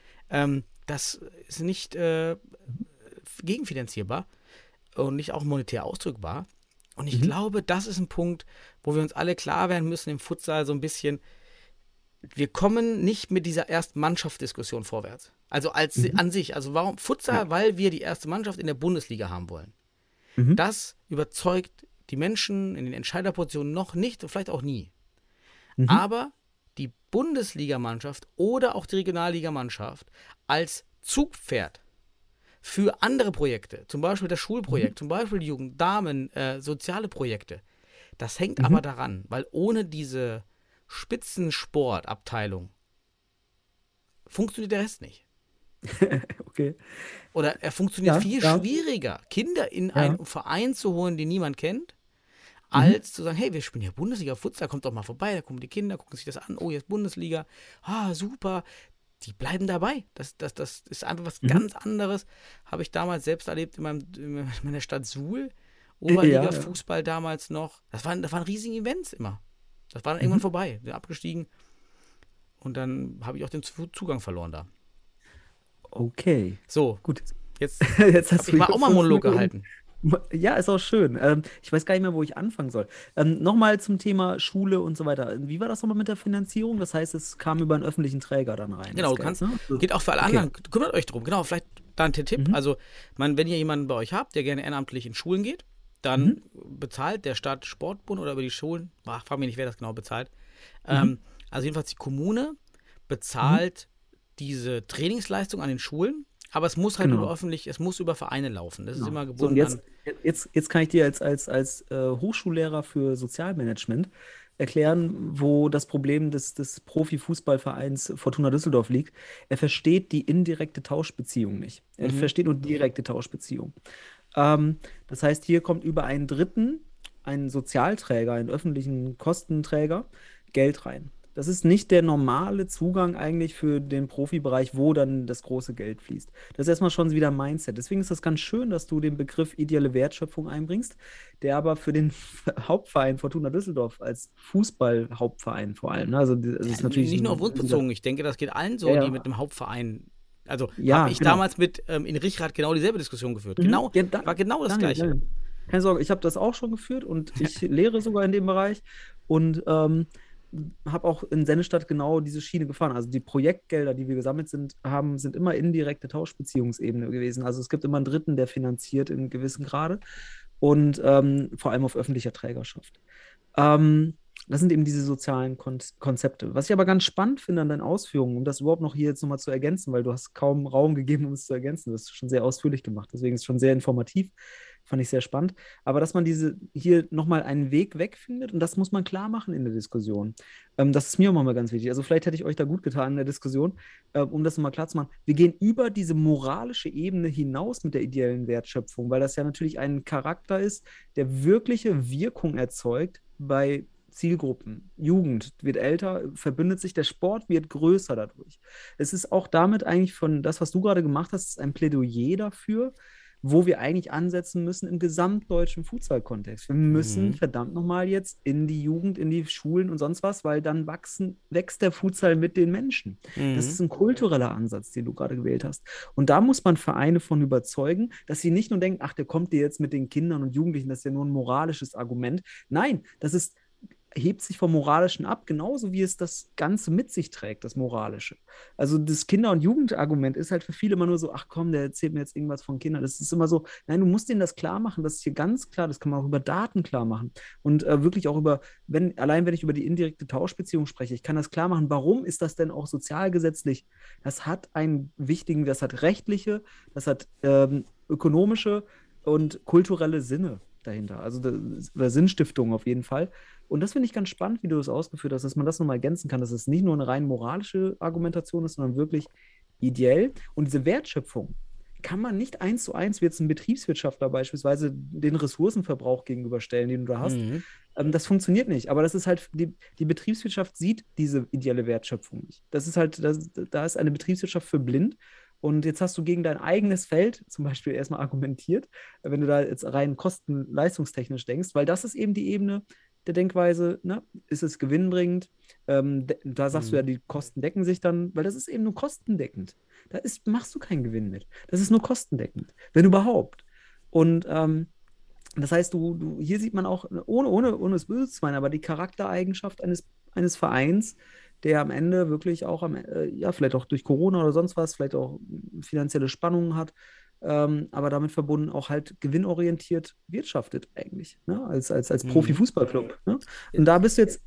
das ist nicht gegenfinanzierbar und nicht auch monetär ausdrückbar. Und ich glaube, das ist ein Punkt, wo wir uns alle klar werden müssen im Futsal so ein bisschen, wir kommen nicht mit dieser ersten Mannschaftsdiskussion vorwärts. Also an sich. Also warum Futsal? Ja. Weil wir die erste Mannschaft in der Bundesliga haben wollen. Das überzeugt die Menschen in den Entscheiderpositionen noch nicht und vielleicht auch nie. Aber die Bundesligamannschaft oder auch die Regionalligamannschaft als Zugpferd für andere Projekte, zum Beispiel das Schulprojekt, zum Beispiel Jugend, Damen, soziale Projekte, das hängt aber daran, weil ohne diese Spitzensportabteilung funktioniert der Rest nicht. Okay. Oder er funktioniert viel schwieriger, Kinder in einen Verein zu holen, den niemand kennt, als zu sagen, hey, wir spielen ja Bundesliga Futsal, kommt doch mal vorbei, da kommen die Kinder, gucken sich das an, oh, jetzt Bundesliga, super, die bleiben dabei. Das ist einfach was ganz anderes. Habe ich damals selbst erlebt in meiner Stadt Suhl, Oberliga-Fußball damals noch. Das waren riesige Events immer. Das war dann irgendwann vorbei, bin abgestiegen und dann habe ich auch den Zugang verloren da. Okay. So, gut. Jetzt hast habe ich auch mal einen Monolog gehalten. Ja, ist auch schön. Ich weiß gar nicht mehr, wo ich anfangen soll. Nochmal zum Thema Schule und so weiter. Wie war das nochmal mit der Finanzierung? Das heißt, es kam über einen öffentlichen Träger dann rein. Genau, das du Geld, kannst, ne? geht auch für alle Okay. anderen, kümmert euch drum. Genau, vielleicht da ein Tipp. Mhm. Also, wenn ihr jemanden bei euch habt, der gerne ehrenamtlich in Schulen geht, dann Mhm. bezahlt der Stadt Sportbund oder über die Schulen, frag mich nicht, wer das genau bezahlt. Mhm. Also jedenfalls die Kommune bezahlt diese Trainingsleistung an den Schulen, aber es muss halt Genau. es muss über Vereine laufen. Das ist Genau. immer So, und gebunden an. jetzt kann ich dir als Hochschullehrer für Sozialmanagement erklären, wo das Problem des Profifußballvereins Fortuna Düsseldorf liegt. Er versteht die indirekte Tauschbeziehung nicht. Er Mhm. versteht nur direkte Tauschbeziehung. Das heißt, hier kommt über einen Dritten, einen Sozialträger, einen öffentlichen Kostenträger, Geld rein. Das ist nicht der normale Zugang eigentlich für den Profibereich, wo dann das große Geld fließt. Das ist erstmal schon wieder ein Mindset. Deswegen ist das ganz schön, dass du den Begriff ideelle Wertschöpfung einbringst, der aber für den Hauptverein Fortuna Düsseldorf als Fußball-Hauptverein vor allem, ne? Also das ist natürlich Nicht nur auf uns wie gesagt, bezogen, ich denke, das geht allen so, ja, die ja, mit einem Hauptverein. Also ja, habe ich genau. damals mit in Richrath genau dieselbe Diskussion geführt. Mhm. Genau, Ja, war genau das Daniel, Gleiche. Daniel. Keine Sorge, ich habe das auch schon geführt und ich lehre sogar in dem Bereich und habe auch in Sennestadt genau diese Schiene gefahren. Also die Projektgelder, die wir gesammelt haben, sind immer indirekte Tauschbeziehungsebene gewesen. Also es gibt immer einen Dritten, der finanziert in gewissem Grade und vor allem auf öffentlicher Trägerschaft. Das sind eben diese sozialen Konzepte. Was ich aber ganz spannend finde an deinen Ausführungen, um das überhaupt noch hier jetzt nochmal zu ergänzen, weil du hast kaum Raum gegeben, um es zu ergänzen. Du hast es schon sehr ausführlich gemacht, deswegen ist es schon sehr informativ. Fand ich sehr spannend. Aber dass man hier nochmal einen Weg wegfindet, und das muss man klar machen in der Diskussion. Das ist mir auch mal ganz wichtig. Also vielleicht hätte ich euch da gut getan in der Diskussion, um das nochmal klar zu machen. Wir gehen über diese moralische Ebene hinaus mit der ideellen Wertschöpfung, weil das ja natürlich ein Charakter ist, der wirkliche Wirkung erzeugt bei Zielgruppen. Jugend wird älter, verbündet sich, der Sport wird größer dadurch. Es ist auch damit eigentlich von das, was du gerade gemacht hast, ist ein Plädoyer dafür, wo wir eigentlich ansetzen müssen im gesamtdeutschen Futsal-Kontext. Wir müssen Mhm. verdammt nochmal jetzt in die Jugend, in die Schulen und sonst was, weil dann wächst der Futsal mit den Menschen. Das Mhm. ist ein kultureller Ansatz, den du gerade gewählt hast. Und da muss man Vereine von überzeugen, dass sie nicht nur denken, ach, der kommt dir jetzt mit den Kindern und Jugendlichen, das ist ja nur ein moralisches Argument. Nein, hebt sich vom Moralischen ab, genauso wie es das Ganze mit sich trägt, das Moralische. Also das Kinder- und Jugendargument ist halt für viele immer nur so, ach komm, der erzählt mir jetzt irgendwas von Kindern. Das ist immer so, nein, du musst denen das klar machen, das ist hier ganz klar, das kann man auch über Daten klar machen. Und wirklich auch allein wenn ich über die indirekte Tauschbeziehung spreche, ich kann das klar machen, warum ist das denn auch sozialgesetzlich? Das hat das hat rechtliche, das hat ökonomische und kulturelle Sinne dahinter. Also oder Sinnstiftung auf jeden Fall. Und das finde ich ganz spannend, wie du das ausgeführt hast, dass man das nochmal ergänzen kann, dass es nicht nur eine rein moralische Argumentation ist, sondern wirklich ideell. Und diese Wertschöpfung kann man nicht 1:1 wie jetzt ein Betriebswirtschaftler beispielsweise den Ressourcenverbrauch gegenüberstellen, den du da hast. Mhm. Das funktioniert nicht. Aber das ist halt, die Betriebswirtschaft sieht diese ideelle Wertschöpfung nicht. Das ist halt, da ist eine Betriebswirtschaft für blind. Und jetzt hast du gegen dein eigenes Feld zum Beispiel erstmal argumentiert, wenn du da jetzt rein kosten-leistungstechnisch denkst, weil das ist eben die Ebene der Denkweise, ne? Ist es gewinnbringend? Da sagst du ja, Mhm. die Kosten decken sich dann, weil das ist eben nur kostendeckend. Machst du keinen Gewinn mit. Das ist nur kostendeckend, wenn überhaupt. Und das heißt, hier sieht man auch, ohne es böse zu meinen, aber die Charaktereigenschaft eines Vereins, der am Ende wirklich auch ja, vielleicht auch durch Corona oder sonst was, vielleicht auch finanzielle Spannungen hat, aber damit verbunden auch halt gewinnorientiert wirtschaftet eigentlich, ne? Als Mhm. Profifußballclub. Ne? Und da bist du jetzt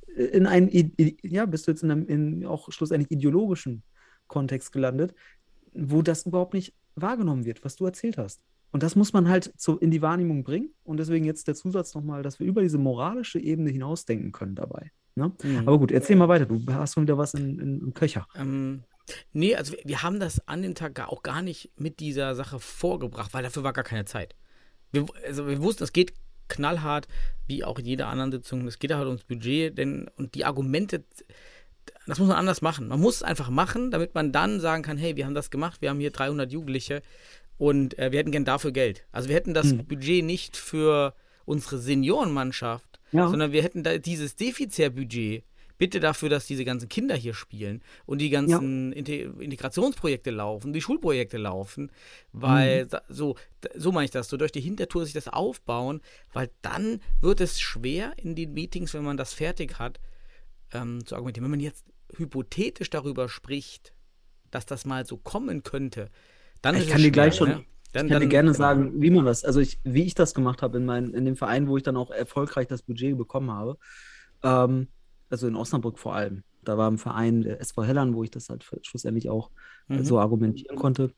in einem auch schlussendlich ideologischen Kontext gelandet, wo das überhaupt nicht wahrgenommen wird, was du erzählt hast. Und das muss man halt in die Wahrnehmung bringen. Und deswegen jetzt der Zusatz nochmal, dass wir über diese moralische Ebene hinausdenken können dabei. Ne? Mhm. Aber gut, erzähl mal weiter. Du hast schon wieder was im Köcher. Nee, also wir haben das an dem Tag auch gar nicht mit dieser Sache vorgebracht, weil dafür war gar keine Zeit. Wir wussten, es geht knallhart, wie auch in jeder anderen Sitzung, es geht halt ums Budget, und die Argumente, das muss man anders machen. Man muss es einfach machen, damit man dann sagen kann, hey, wir haben das gemacht, wir haben hier 300 Jugendliche und wir hätten gern dafür Geld. Also wir hätten das Budget nicht für unsere Seniorenmannschaft, Ja. sondern wir hätten da dieses Defizitbudget bitte dafür, dass diese ganzen Kinder hier spielen und die ganzen Integrationsprojekte laufen, die Schulprojekte laufen, weil so meine ich das, so durch die Hintertür sich das aufbauen, weil dann wird es schwer in den Meetings, wenn man das fertig hat, zu argumentieren. Wenn man jetzt hypothetisch darüber spricht, dass das mal so kommen könnte, dann ist es schwer, ne? Ich kann dir gerne sagen, wie man das, wie ich das gemacht habe in dem Verein, wo ich dann auch erfolgreich das Budget bekommen habe. Also in Osnabrück vor allem. Da war ein Verein, der SV Hellern, wo ich das halt schlussendlich auch so argumentieren konnte.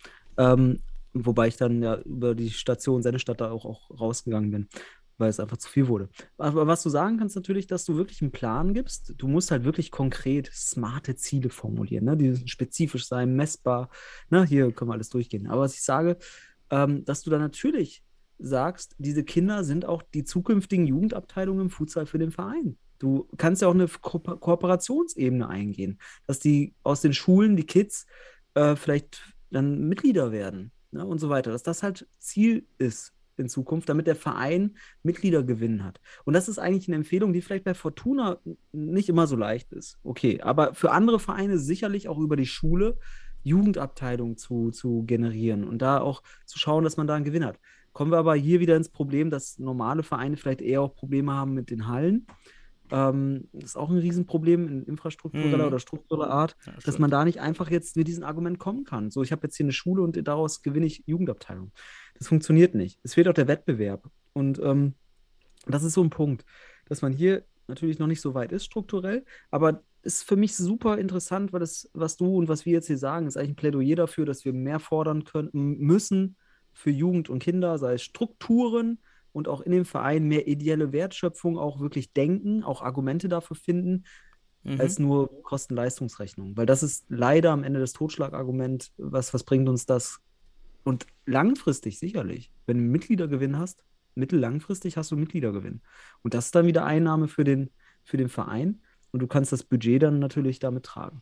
Wobei ich dann ja über die Station Sennestadt da auch rausgegangen bin, weil es einfach zu viel wurde. Aber was du sagen kannst natürlich, dass du wirklich einen Plan gibst. Du musst halt wirklich konkret smarte Ziele formulieren, ne? Die müssen spezifisch sein, messbar. Ne? Hier können wir alles durchgehen. Aber was ich sage, dass du dann natürlich sagst, diese Kinder sind auch die zukünftigen Jugendabteilungen im Futsal für den Verein. Du kannst ja auch eine Kooperationsebene eingehen, dass die aus den Schulen, die Kids, vielleicht dann Mitglieder werden, ne, und so weiter. Dass das halt Ziel ist in Zukunft, damit der Verein Mitgliedergewinn hat. Und das ist eigentlich eine Empfehlung, die vielleicht bei Fortuna nicht immer so leicht ist. Okay, aber für andere Vereine sicherlich auch über die Schule Jugendabteilung zu generieren und da auch zu schauen, dass man da einen Gewinn hat. Kommen wir aber hier wieder ins Problem, dass normale Vereine vielleicht eher auch Probleme haben mit den Hallen. Das ist auch ein Riesenproblem in infrastruktureller oder struktureller Art, dass man da nicht einfach jetzt mit diesem Argument kommen kann. So, ich habe jetzt hier eine Schule und daraus gewinne ich Jugendabteilung. Das funktioniert nicht. Es fehlt auch der Wettbewerb. Und das ist so ein Punkt, dass man hier natürlich noch nicht so weit ist strukturell, aber ist für mich super interessant, weil das, was du und was wir jetzt hier sagen, ist eigentlich ein Plädoyer dafür, dass wir mehr fordern müssen für Jugend und Kinder, sei es Strukturen und auch in dem Verein mehr ideelle Wertschöpfung auch wirklich denken, auch Argumente dafür finden, als nur Kosten-Leistungsrechnung. Weil das ist leider am Ende das Totschlagargument, was bringt uns das? Und langfristig sicherlich, wenn du einen Mitgliedergewinn hast, mittellangfristig hast du einen Mitgliedergewinn. Und das ist dann wieder Einnahme für den Verein. Und du kannst das Budget dann natürlich damit tragen.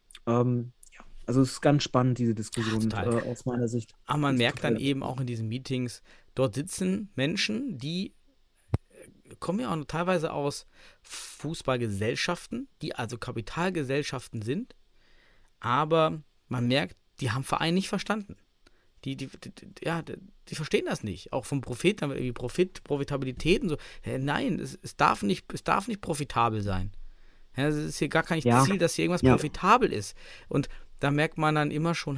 Also es ist ganz spannend, diese Diskussion aus meiner Sicht. Aber man merkt dann eben auch in diesen Meetings, dort sitzen Menschen, die kommen ja auch teilweise aus Fußballgesellschaften, die also Kapitalgesellschaften sind, aber man merkt, die haben Verein nicht verstanden. Die verstehen das nicht. Auch vom Profit, dann irgendwie Profitabilität und so. Nein, es darf nicht profitabel sein. Ja, es ist hier gar kein Ziel, dass hier irgendwas profitabel ist. Und da merkt man dann immer schon,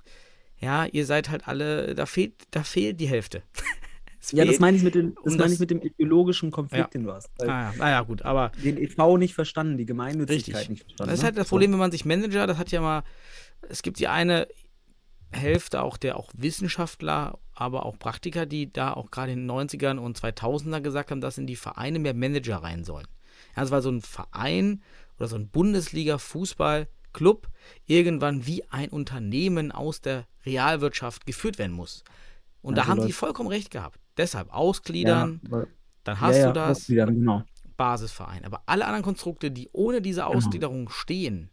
ihr seid halt alle, da fehlt die Hälfte. Das meine ich mit dem ideologischen Konflikt, den du hast. Gut, aber den e.V. nicht verstanden, die Gemeinnützigkeit nicht verstanden. Das ist halt das Problem, wenn man sich Manager, das hat ja mal, es gibt die eine Hälfte auch Wissenschaftler, aber auch Praktiker, die da auch gerade in den 90ern und 2000er gesagt haben, dass in die Vereine mehr Manager rein sollen. Ja, weil so ein Verein oder so ein Bundesliga-Fußballclub irgendwann wie ein Unternehmen aus der Realwirtschaft geführt werden muss. Und da haben die vollkommen recht gehabt. Deshalb ausgliedern, dann hast du das, genau. Basisverein. Aber alle anderen Konstrukte, die ohne diese Ausgliederung stehen,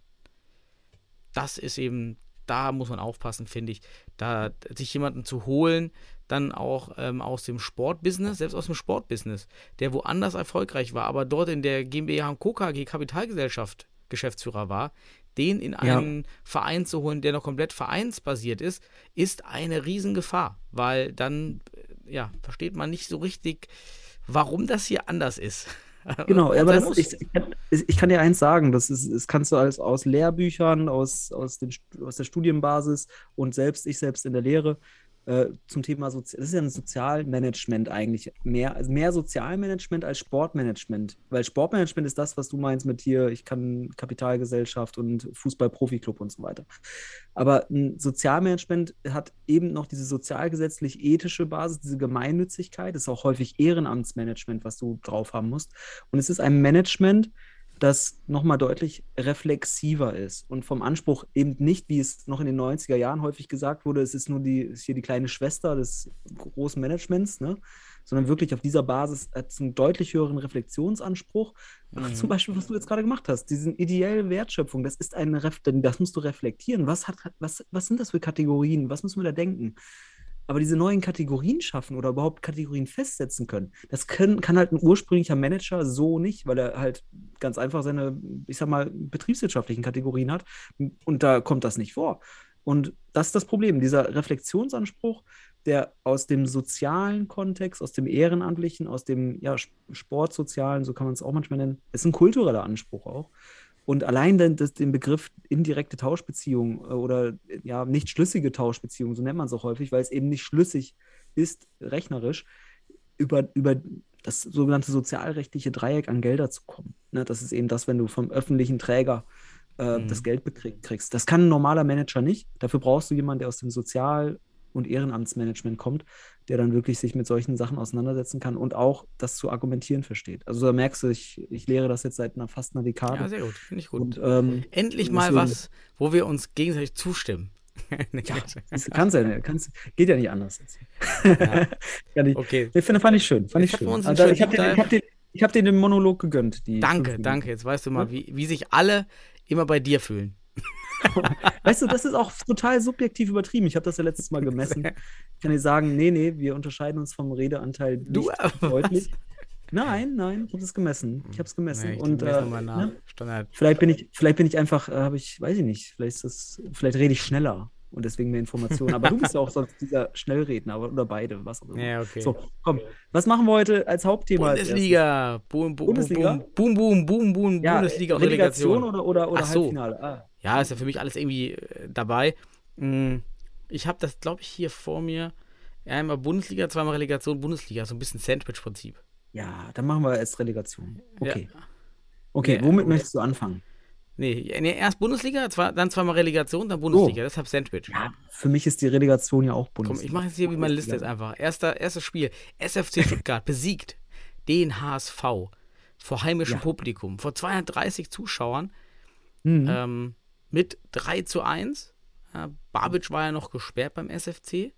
das ist eben, da muss man aufpassen, finde ich, da sich jemanden zu holen, dann auch aus dem Sportbusiness, selbst aus dem Sportbusiness, der woanders erfolgreich war, aber dort in der GmbH & Co. KG Kapitalgesellschaft Geschäftsführer war, den in einen Verein zu holen, der noch komplett vereinsbasiert ist eine Riesengefahr, weil dann versteht man nicht so richtig, warum das hier anders ist. Genau, aber ich kann dir eins sagen, das kannst du alles aus Lehrbüchern, aus der Studienbasis und ich selbst in der Lehre zum Thema, das ist ja ein Sozialmanagement eigentlich, mehr Sozialmanagement als Sportmanagement, weil Sportmanagement ist das, was du meinst mit hier, ich kann Kapitalgesellschaft und Fußball-Profi-Club und so weiter. Aber ein Sozialmanagement hat eben noch diese sozialgesetzlich-ethische Basis, diese Gemeinnützigkeit, das ist auch häufig Ehrenamtsmanagement, was du drauf haben musst. Und es ist ein Management, das nochmal deutlich reflexiver ist und vom Anspruch eben nicht, wie es noch in den 90er Jahren häufig gesagt wurde, es ist hier die kleine Schwester des großen Managements, ne? Sondern wirklich auf dieser Basis hat es einen deutlich höheren Reflexionsanspruch. Zum Beispiel, was du jetzt gerade gemacht hast, diese ideelle Wertschöpfung, das ist das musst du reflektieren. Was sind das für Kategorien? Was müssen wir da denken? Aber diese neuen Kategorien schaffen oder überhaupt Kategorien festsetzen können, das kann halt ein ursprünglicher Manager so nicht, weil er halt ganz einfach seine, ich sag mal, betriebswirtschaftlichen Kategorien hat. Und da kommt das nicht vor. Und das ist das Problem. Dieser Reflexionsanspruch, der aus dem sozialen Kontext, aus dem Ehrenamtlichen, aus dem Sportsozialen, so kann man es auch manchmal nennen, ist ein kultureller Anspruch auch. Und allein den Begriff indirekte Tauschbeziehung oder nicht schlüssige Tauschbeziehung, so nennt man es auch häufig, weil es eben nicht schlüssig ist, rechnerisch, über das sogenannte sozialrechtliche Dreieck an Gelder zu kommen. Ne, das ist eben das, wenn du vom öffentlichen Träger das Geld kriegst. Das kann ein normaler Manager nicht. Dafür brauchst du jemanden, der aus dem Sozial- und Ehrenamtsmanagement kommt, der dann wirklich sich mit solchen Sachen auseinandersetzen kann und auch das zu argumentieren versteht. Also da merkst du, ich lehre das jetzt seit fast einer Dekade. Ja, sehr gut, finde ich gut. Und, endlich mal was, wo wir uns gegenseitig zustimmen. Kannst ja nicht, geht ja nicht anders jetzt. Ja. Okay. Fand ich schön. Ich habe dir den Monolog gegönnt. Danke. Jetzt weißt du mal, wie sich alle immer bei dir fühlen. Weißt du, das ist auch total subjektiv übertrieben. Ich habe das ja letztes Mal gemessen. Ich kann dir sagen, nee, wir unterscheiden uns vom Redeanteil nicht deutlich. Nein, ich habe es gemessen. Nee, und nach. vielleicht bin ich einfach, weiß ich nicht, vielleicht rede ich schneller und deswegen mehr Informationen. Aber du bist ja auch sonst dieser Schnellredner oder beide, was auch immer. Ja, okay. So, komm, was machen wir heute als Hauptthema? Bundesliga. Bundesliga? Boom, Bundesliga und Relegation. Oder so. Halbfinale? Ja, ist ja für mich alles irgendwie dabei. Ich habe das, glaube ich, hier vor mir. Einmal Bundesliga, zweimal Relegation, Bundesliga. So ein bisschen Sandwich-Prinzip. Ja, dann machen wir erst Relegation. Okay. Ja. Okay, womit möchtest du anfangen? Nee, erst Bundesliga, dann zweimal Relegation, dann Bundesliga. Deshalb Sandwich. Ja, für mich ist die Relegation ja auch Bundesliga. Komm, ich mache jetzt hier wie meine Liste jetzt einfach. Erstes Spiel. SFC Stuttgart besiegt den HSV vor heimischem Publikum, vor 230 Zuschauern mit 3:1. Babic war ja noch gesperrt beim SFC.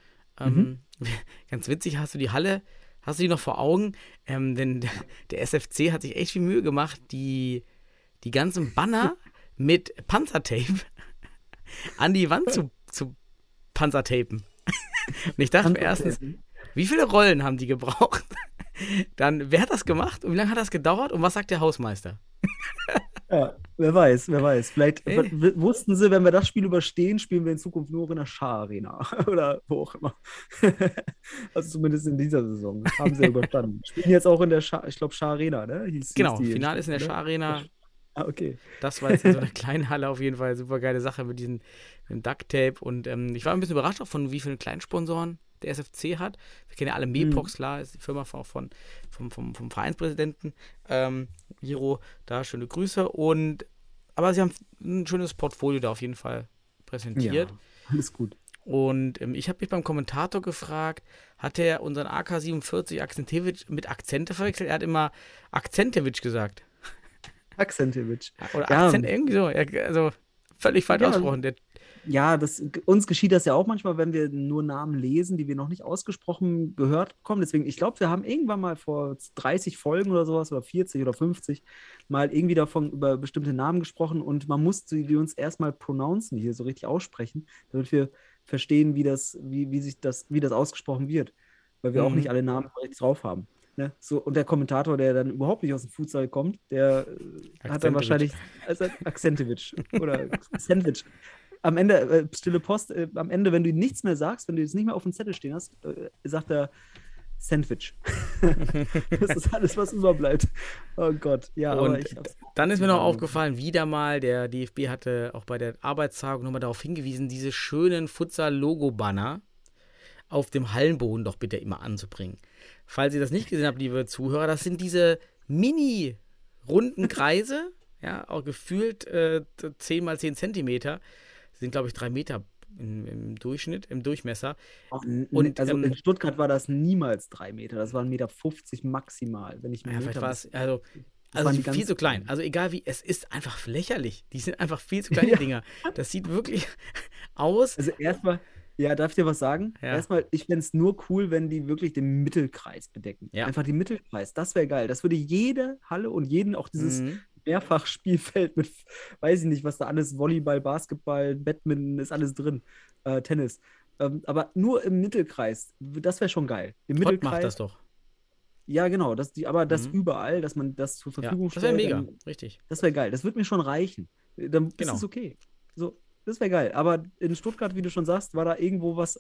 Ganz witzig, hast du die noch vor Augen? Denn der SFC hat sich echt viel Mühe gemacht, die ganzen Banner mit Panzertape an die Wand zu panzertapen. Und ich dachte mir erstens, wie viele Rollen haben die gebraucht? Dann, wer hat das gemacht und wie lange hat das gedauert und was sagt der Hausmeister? Ja, wer weiß. Vielleicht wussten sie, wenn wir das Spiel überstehen, spielen wir in Zukunft nur in der Schar-Arena oder wo auch immer. Also zumindest in dieser Saison. Das haben sie ja überstanden. Spielen jetzt auch in der Schar-Arena, ne? Genau, Finale ist in der Schar-Arena. Ah, okay. Das war jetzt in so einer kleinen Halle auf jeden Fall. Super geile Sache mit dem Duct-Tape. Und ich war ein bisschen überrascht auch von wie vielen Kleinsponsoren der SFC hat. Wir kennen ja alle Mepox, klar, ist die Firma vom Vereinspräsidenten. Hiro, da schöne Grüße. Aber sie haben ein schönes Portfolio da auf jeden Fall präsentiert. Ja, alles gut. Und ich habe mich beim Kommentator gefragt, hat er unseren AK-47 Akzentewitsch mit Akzente verwechselt? Er hat immer Akzentewitsch gesagt. Akzentewitsch. Oder Akzent, irgendwie so. Also völlig falsch ausgesprochen. Uns geschieht das ja auch manchmal, wenn wir nur Namen lesen, die wir noch nicht ausgesprochen gehört bekommen. Deswegen, ich glaube, wir haben irgendwann mal vor 30 Folgen oder sowas oder 40 oder 50 mal irgendwie davon über bestimmte Namen gesprochen und man musste die uns erstmal pronouncen, hier so richtig aussprechen, damit wir verstehen, wie das ausgesprochen wird. Weil wir auch nicht alle Namen richtig drauf haben. Ne? So, und der Kommentator, der dann überhaupt nicht aus dem Futsal kommt, der hat dann wahrscheinlich Akzentewitsch oder Sandwich. Am Ende, stille Post, am Ende, wenn du nichts mehr sagst, wenn du jetzt nicht mehr auf dem Zettel stehen hast, sagt er Sandwich. Das ist alles, was überbleibt. Oh Gott. Ja, und dann ist mir noch aufgefallen, wieder mal, der DFB hatte auch bei der Arbeitstagung nochmal darauf hingewiesen, diese schönen Futsal-Logo-Banner auf dem Hallenboden doch bitte immer anzubringen. Falls ihr das nicht gesehen habt, liebe Zuhörer, das sind diese mini-runden Kreise, ja, auch gefühlt 10 mal 10 Zentimeter, sind, glaube ich, 3 Meter im Durchschnitt, im Durchmesser. Und also in Stuttgart war das niemals 3 Meter, das waren 1,50 Meter maximal, wenn ich mir vielleicht war es, also viel zu klein. Also egal wie, es ist einfach lächerlich. Die sind einfach viel zu kleine Dinger. Das sieht wirklich aus. Also erstmal, ja, darf ich dir was sagen? Ja. Erstmal, ich fände es nur cool, wenn die wirklich den Mittelkreis bedecken. Ja. Einfach den Mittelkreis, das wäre geil. Das würde jede Halle und jeden auch dieses Mehrfachspielfeld mit, weiß ich nicht, was da alles, Volleyball, Basketball, Badminton, ist alles drin, Tennis. Aber nur im Mittelkreis, das wäre schon geil. Im Pott Mittelkreis. macht das doch. Ja, genau, aber das Mhm. überall, dass man das zur Ja, Verfügung das wäre stellt, mega, dann, richtig. das wäre geil. Das würde mir schon reichen. Dann ist Genau. es okay. So, das wäre geil. Aber in Stuttgart, wie du schon sagst, war da irgendwo was,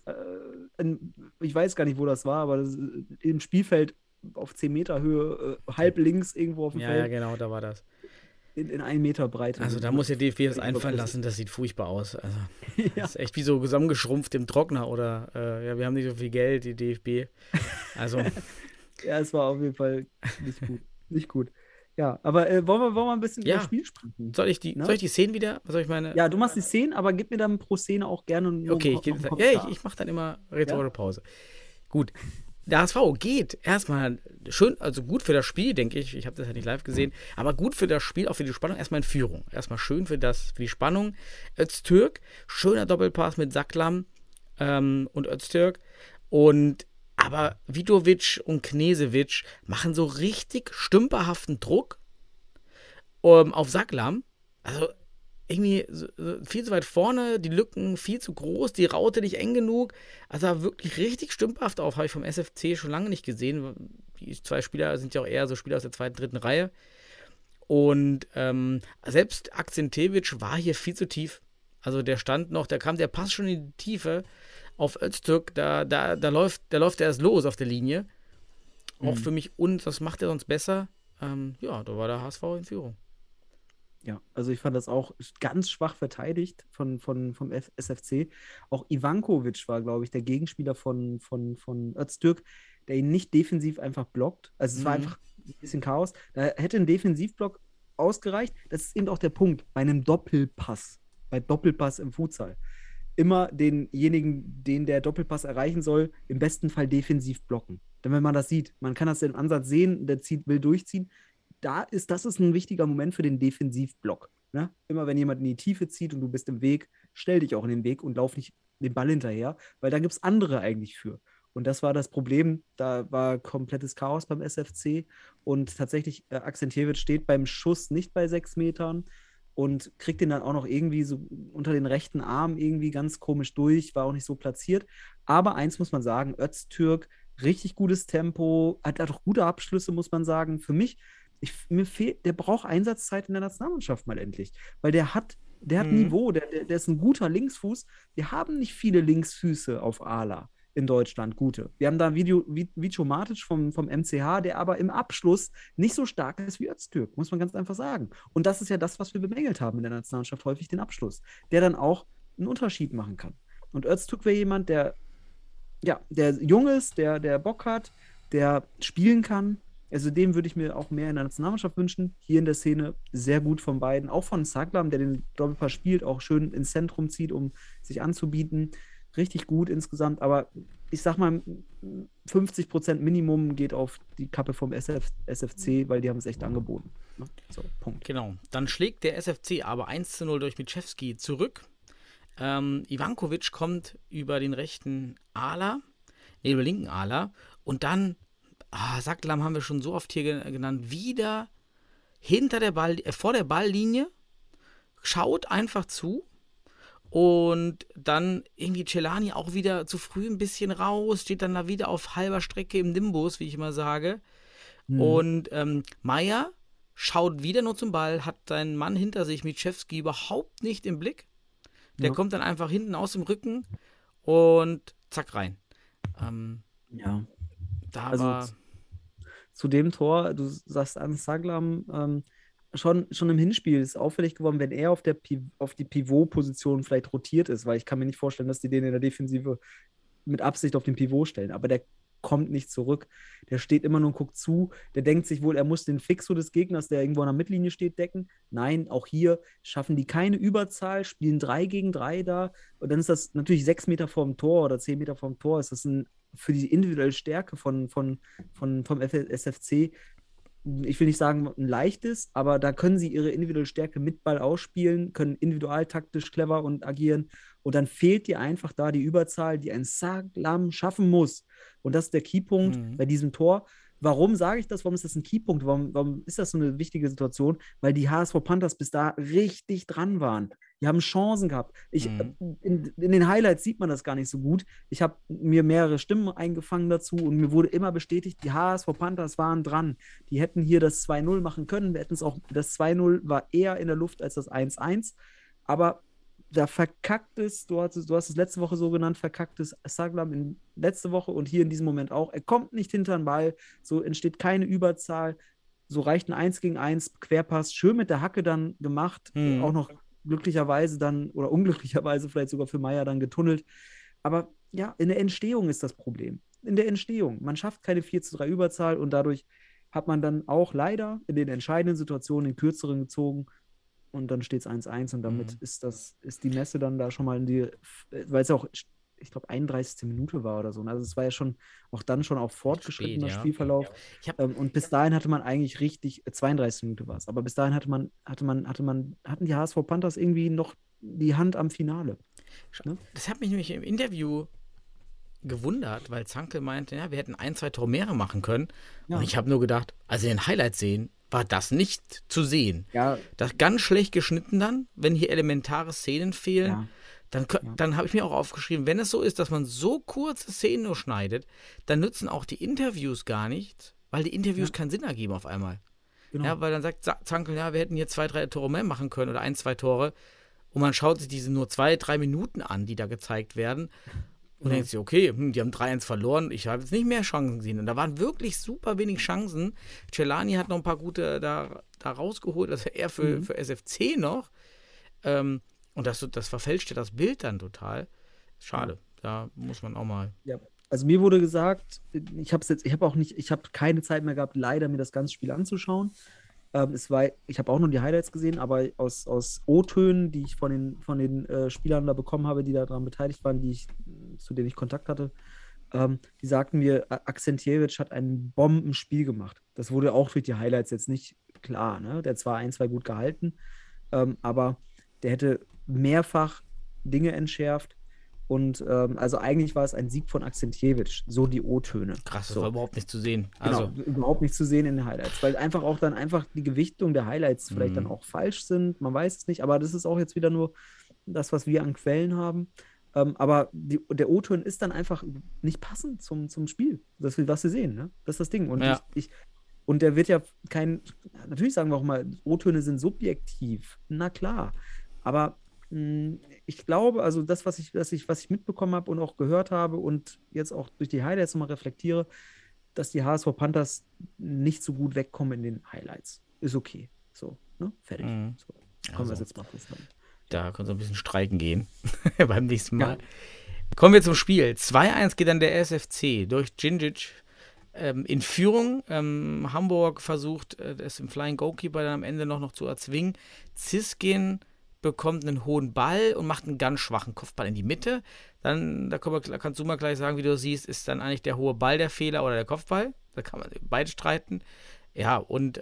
ich weiß gar nicht, wo das war, aber im Spielfeld auf 10 Meter Höhe, halb links irgendwo auf dem Ja, Feld, genau, da war das. in 1 Meter Breite. Also da muss der DFB das Ja, einfallen das- lassen, das sieht furchtbar aus. Also, Ja. das ist echt wie so zusammengeschrumpft im Trockner oder ja, wir haben nicht so viel Geld, die DFB. Also, Ja, es war auf jeden Fall nicht gut. Nicht gut. Ja, aber wollen wir ein bisschen Ja. über das Spiel sprechen? soll ich die Szenen wieder? Was soll ich meine? Ja, du machst die Szenen, aber gib mir dann pro Szene auch gerne nur Okay, noch einen ich Kommentar. mache dann immer rhetorische Pause. Gut. Der HSV geht erstmal schön, also gut für das Spiel, denke ich. Ich habe das ja nicht live gesehen, aber gut für das Spiel, auch für die Spannung. Erstmal in Führung. Erstmal schön für die Spannung. Öztürk, schöner Doppelpass mit Saklam und Öztürk. Aber Vidovic und Knežević machen so richtig stümperhaften Druck auf Saklam. Also irgendwie viel zu weit vorne, die Lücken viel zu groß, die Raute nicht eng genug. Also wirklich richtig stümperhaft auf, habe ich vom SFC schon lange nicht gesehen. Die zwei Spieler sind ja auch eher so Spieler aus der zweiten, dritten Reihe. Und selbst Akcentevic war hier viel zu tief. Also der stand noch, der Pass schon in die Tiefe auf Öztürk, da läuft der erst los auf der Linie. Auch für mich, und das macht er sonst besser. Da war der HSV in Führung. Ja, also ich fand das auch ganz schwach verteidigt vom SFC. Auch Ivankovic war, glaube ich, der Gegenspieler von Öztürk, der ihn nicht defensiv einfach blockt. Also es war einfach ein bisschen Chaos. Da hätte ein Defensivblock ausgereicht. Das ist eben auch der Punkt bei einem Doppelpass. Bei Doppelpass im Futsal. Immer denjenigen, den der Doppelpass erreichen soll, im besten Fall defensiv blocken. Denn wenn man das sieht, man kann das im Ansatz sehen, der will durchziehen. Das ist ein wichtiger Moment für den Defensivblock. Ne? Immer wenn jemand in die Tiefe zieht und du bist im Weg, stell dich auch in den Weg und lauf nicht den Ball hinterher, weil da gibt es andere eigentlich für. Und das war das Problem. Da war komplettes Chaos beim SFC und tatsächlich Akcentevic steht beim Schuss nicht bei 6 Metern und kriegt den dann auch noch irgendwie so unter den rechten Arm irgendwie ganz komisch durch, war auch nicht so platziert. Aber eins muss man sagen, Öztürk, richtig gutes Tempo, hat auch gute Abschlüsse, muss man sagen. Für mich, der braucht Einsatzzeit in der Nationalmannschaft mal endlich, weil der hat Niveau, der ist ein guter Linksfuß. Wir haben nicht viele Linksfüße auf Ala in Deutschland, gute. Wir haben da Vico Matic vom MCH, der aber im Abschluss nicht so stark ist wie Öztürk, muss man ganz einfach sagen. Und das ist ja das, was wir bemängelt haben in der Nationalmannschaft, häufig den Abschluss, der dann auch einen Unterschied machen kann. Und Öztürk wäre jemand, der jung ist, der Bock hat, der spielen kann. Also dem würde ich mir auch mehr in der Nationalmannschaft wünschen. Hier in der Szene sehr gut von beiden. Auch von Saklam, der den Doppelpass spielt, auch schön ins Zentrum zieht, um sich anzubieten. Richtig gut insgesamt. Aber ich sag mal, 50% Minimum geht auf die Kappe vom SFC, weil die haben es echt angeboten. Ne? So, Punkt. Genau. Dann schlägt der SFC aber 1:0 durch Mitschewski zurück. Ivankovic kommt über den linken Ala. Und dann Saklam haben wir schon so oft hier genannt, wieder vor der Balllinie, schaut einfach zu und dann irgendwie Celani auch wieder zu früh ein bisschen raus, steht dann da wieder auf halber Strecke im Nimbus, wie ich immer sage. Und Meier schaut wieder nur zum Ball, hat seinen Mann hinter sich, Mitschewski, überhaupt nicht im Blick. Der kommt dann einfach hinten aus dem Rücken und zack rein. Zu dem Tor, du sagst an Saklam, schon im Hinspiel ist auffällig geworden, wenn er auf die Pivot-Position vielleicht rotiert ist, weil ich kann mir nicht vorstellen, dass die den in der Defensive mit Absicht auf den Pivot stellen, aber der kommt nicht zurück, der steht immer nur und guckt zu, der denkt sich wohl, er muss den Fixo des Gegners, der irgendwo an der Mittellinie steht, decken. Nein, auch hier schaffen die keine Überzahl, spielen 3 gegen 3 da und dann ist das natürlich 6 Meter vorm Tor oder 10 Meter vorm Tor, ist das für die individuelle Stärke vom SFC, ich will nicht sagen ein leichtes, aber da können sie ihre individuelle Stärke mit Ball ausspielen, können individual taktisch clever und agieren und dann fehlt dir einfach da die Überzahl, die ein Saklam schaffen muss. Und das ist der Keypunkt bei diesem Tor, warum sage ich das? Warum ist das ein Keypunkt? Warum ist das so eine wichtige Situation? Weil die HSV Panthers bis da richtig dran waren. Die haben Chancen gehabt. In den Highlights sieht man das gar nicht so gut. Ich habe mir mehrere Stimmen eingefangen dazu und mir wurde immer bestätigt, die HSV Panthers waren dran. Die hätten hier das 2-0 machen können. Wir hätten es auch, das 2-0 war eher in der Luft als das 1-1. Aber da verkackt es, du hast es letzte Woche so genannt, verkackt es Saglam letzte Woche und hier in diesem Moment auch. Er kommt nicht hinter den Ball, so entsteht keine Überzahl, so reicht ein 1 gegen 1, Querpass, schön mit der Hacke dann gemacht, auch noch glücklicherweise dann oder unglücklicherweise vielleicht sogar für Meier dann getunnelt. Aber ja, in der Entstehung ist das Problem. In der Entstehung. Man schafft keine 4:3 Überzahl und dadurch hat man dann auch leider in den entscheidenden Situationen den kürzeren gezogen. Und dann steht es 1-1 und damit ist die Messe dann da schon mal in die, weil es ja auch, ich glaube, 31. Minute war oder so. Also es war ja schon auch fortgeschrittener Spielverlauf. Und bis dahin hatte man eigentlich 32 Minuten war es, aber bis dahin hatten die HSV Panthers irgendwie noch die Hand am Finale. Ne? Das hat mich nämlich im Interview gewundert, weil Zankl meinte, ja, wir hätten 1-2 Tore mehr machen können. Ja. Und ich habe nur gedacht, also in den Highlights sehen, war das nicht zu sehen. Ja. Das ganz schlecht geschnitten dann, wenn hier elementare Szenen fehlen. Ja. Dann habe ich mir auch aufgeschrieben, wenn es so ist, dass man so kurze Szenen nur schneidet, dann nützen auch die Interviews gar nichts, weil die Interviews keinen Sinn ergeben auf einmal. Genau. Ja, weil dann sagt Zankl, ja, wir hätten hier 2-3 Tore mehr machen können oder 1-2 Tore und man schaut sich diese nur 2-3 Minuten an, die da gezeigt werden. Und denkt sich, okay, die haben 3-1 verloren, ich habe jetzt nicht mehr Chancen gesehen. Und da waren wirklich super wenig Chancen. Celani hat noch ein paar gute da rausgeholt, also eher für SFC noch. Und das verfälscht ja das Bild dann total. Schade, da muss man auch mal. Ja, also mir wurde gesagt, ich habe keine Zeit mehr gehabt, leider mir das ganze Spiel anzuschauen. Ich habe auch nur die Highlights gesehen, aber aus O-Tönen, die ich von den Spielern da bekommen habe, die daran beteiligt waren, zu denen ich Kontakt hatte, die sagten mir, Akcentijevic hat ein Bombenspiel gemacht. Das wurde auch durch die Highlights jetzt nicht klar, ne? Der hat zwar 1-2 gut gehalten, aber der hätte mehrfach Dinge entschärft. Und also eigentlich war es ein Sieg von Akcentijevic, so die O-Töne. Krass, das war überhaupt nicht zu sehen. Genau, überhaupt nicht zu sehen in den Highlights, weil einfach die Gewichtung der Highlights vielleicht dann auch falsch sind, man weiß es nicht, aber das ist auch jetzt wieder nur das, was wir an Quellen haben. Aber der O-Ton ist dann einfach nicht passend zum Spiel, was wir sehen, ne? Das ist das Ding. Und und der wird ja natürlich sagen wir auch mal, O-Töne sind subjektiv, na klar, aber ich glaube, also das, was ich mitbekommen habe und auch gehört habe und jetzt auch durch die Highlights nochmal reflektiere, dass die HSV Panthers nicht so gut wegkommen in den Highlights. Ist okay. So, ne? Fertig. So, können wir es jetzt mal festhalten. Da können wir ein bisschen streiken gehen beim nächsten Mal. Ja. Kommen wir zum Spiel. 2-1 geht dann der SFC durch Djindjic in Führung. Hamburg versucht, es im Flying Goalkeeper dann am Ende noch zu erzwingen. Ziskin bekommt einen hohen Ball und macht einen ganz schwachen Kopfball in die Mitte. Dann, kannst du mal gleich sagen, wie du siehst, ist dann eigentlich der hohe Ball der Fehler oder der Kopfball. Da kann man beide streiten. Ja, und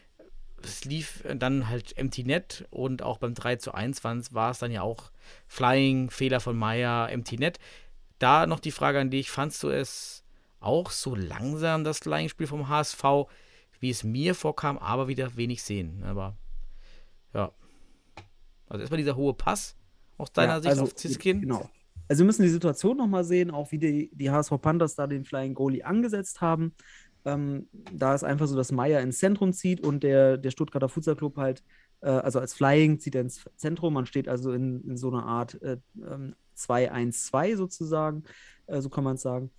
es lief dann halt Empty Net und auch beim 3-1 war es dann ja auch Flying, Fehler von Meier, Empty Net. Da noch die Frage an dich, fandst du es auch so langsam, das Flying-Spiel vom HSV, wie es mir vorkam, aber wieder wenig sehen. Aber ja. Also erstmal dieser hohe Pass aus deiner Sicht auf Ziskin. Genau. Also wir müssen die Situation nochmal sehen, auch wie die HSV Panthers da den Flying Goalie angesetzt haben. Da ist einfach so, dass Meier ins Zentrum zieht und der Stuttgarter Futsal Club halt, also als Flying zieht er ins Zentrum. Man steht also in so einer Art 2-1-2 sozusagen, so kann man es sagen.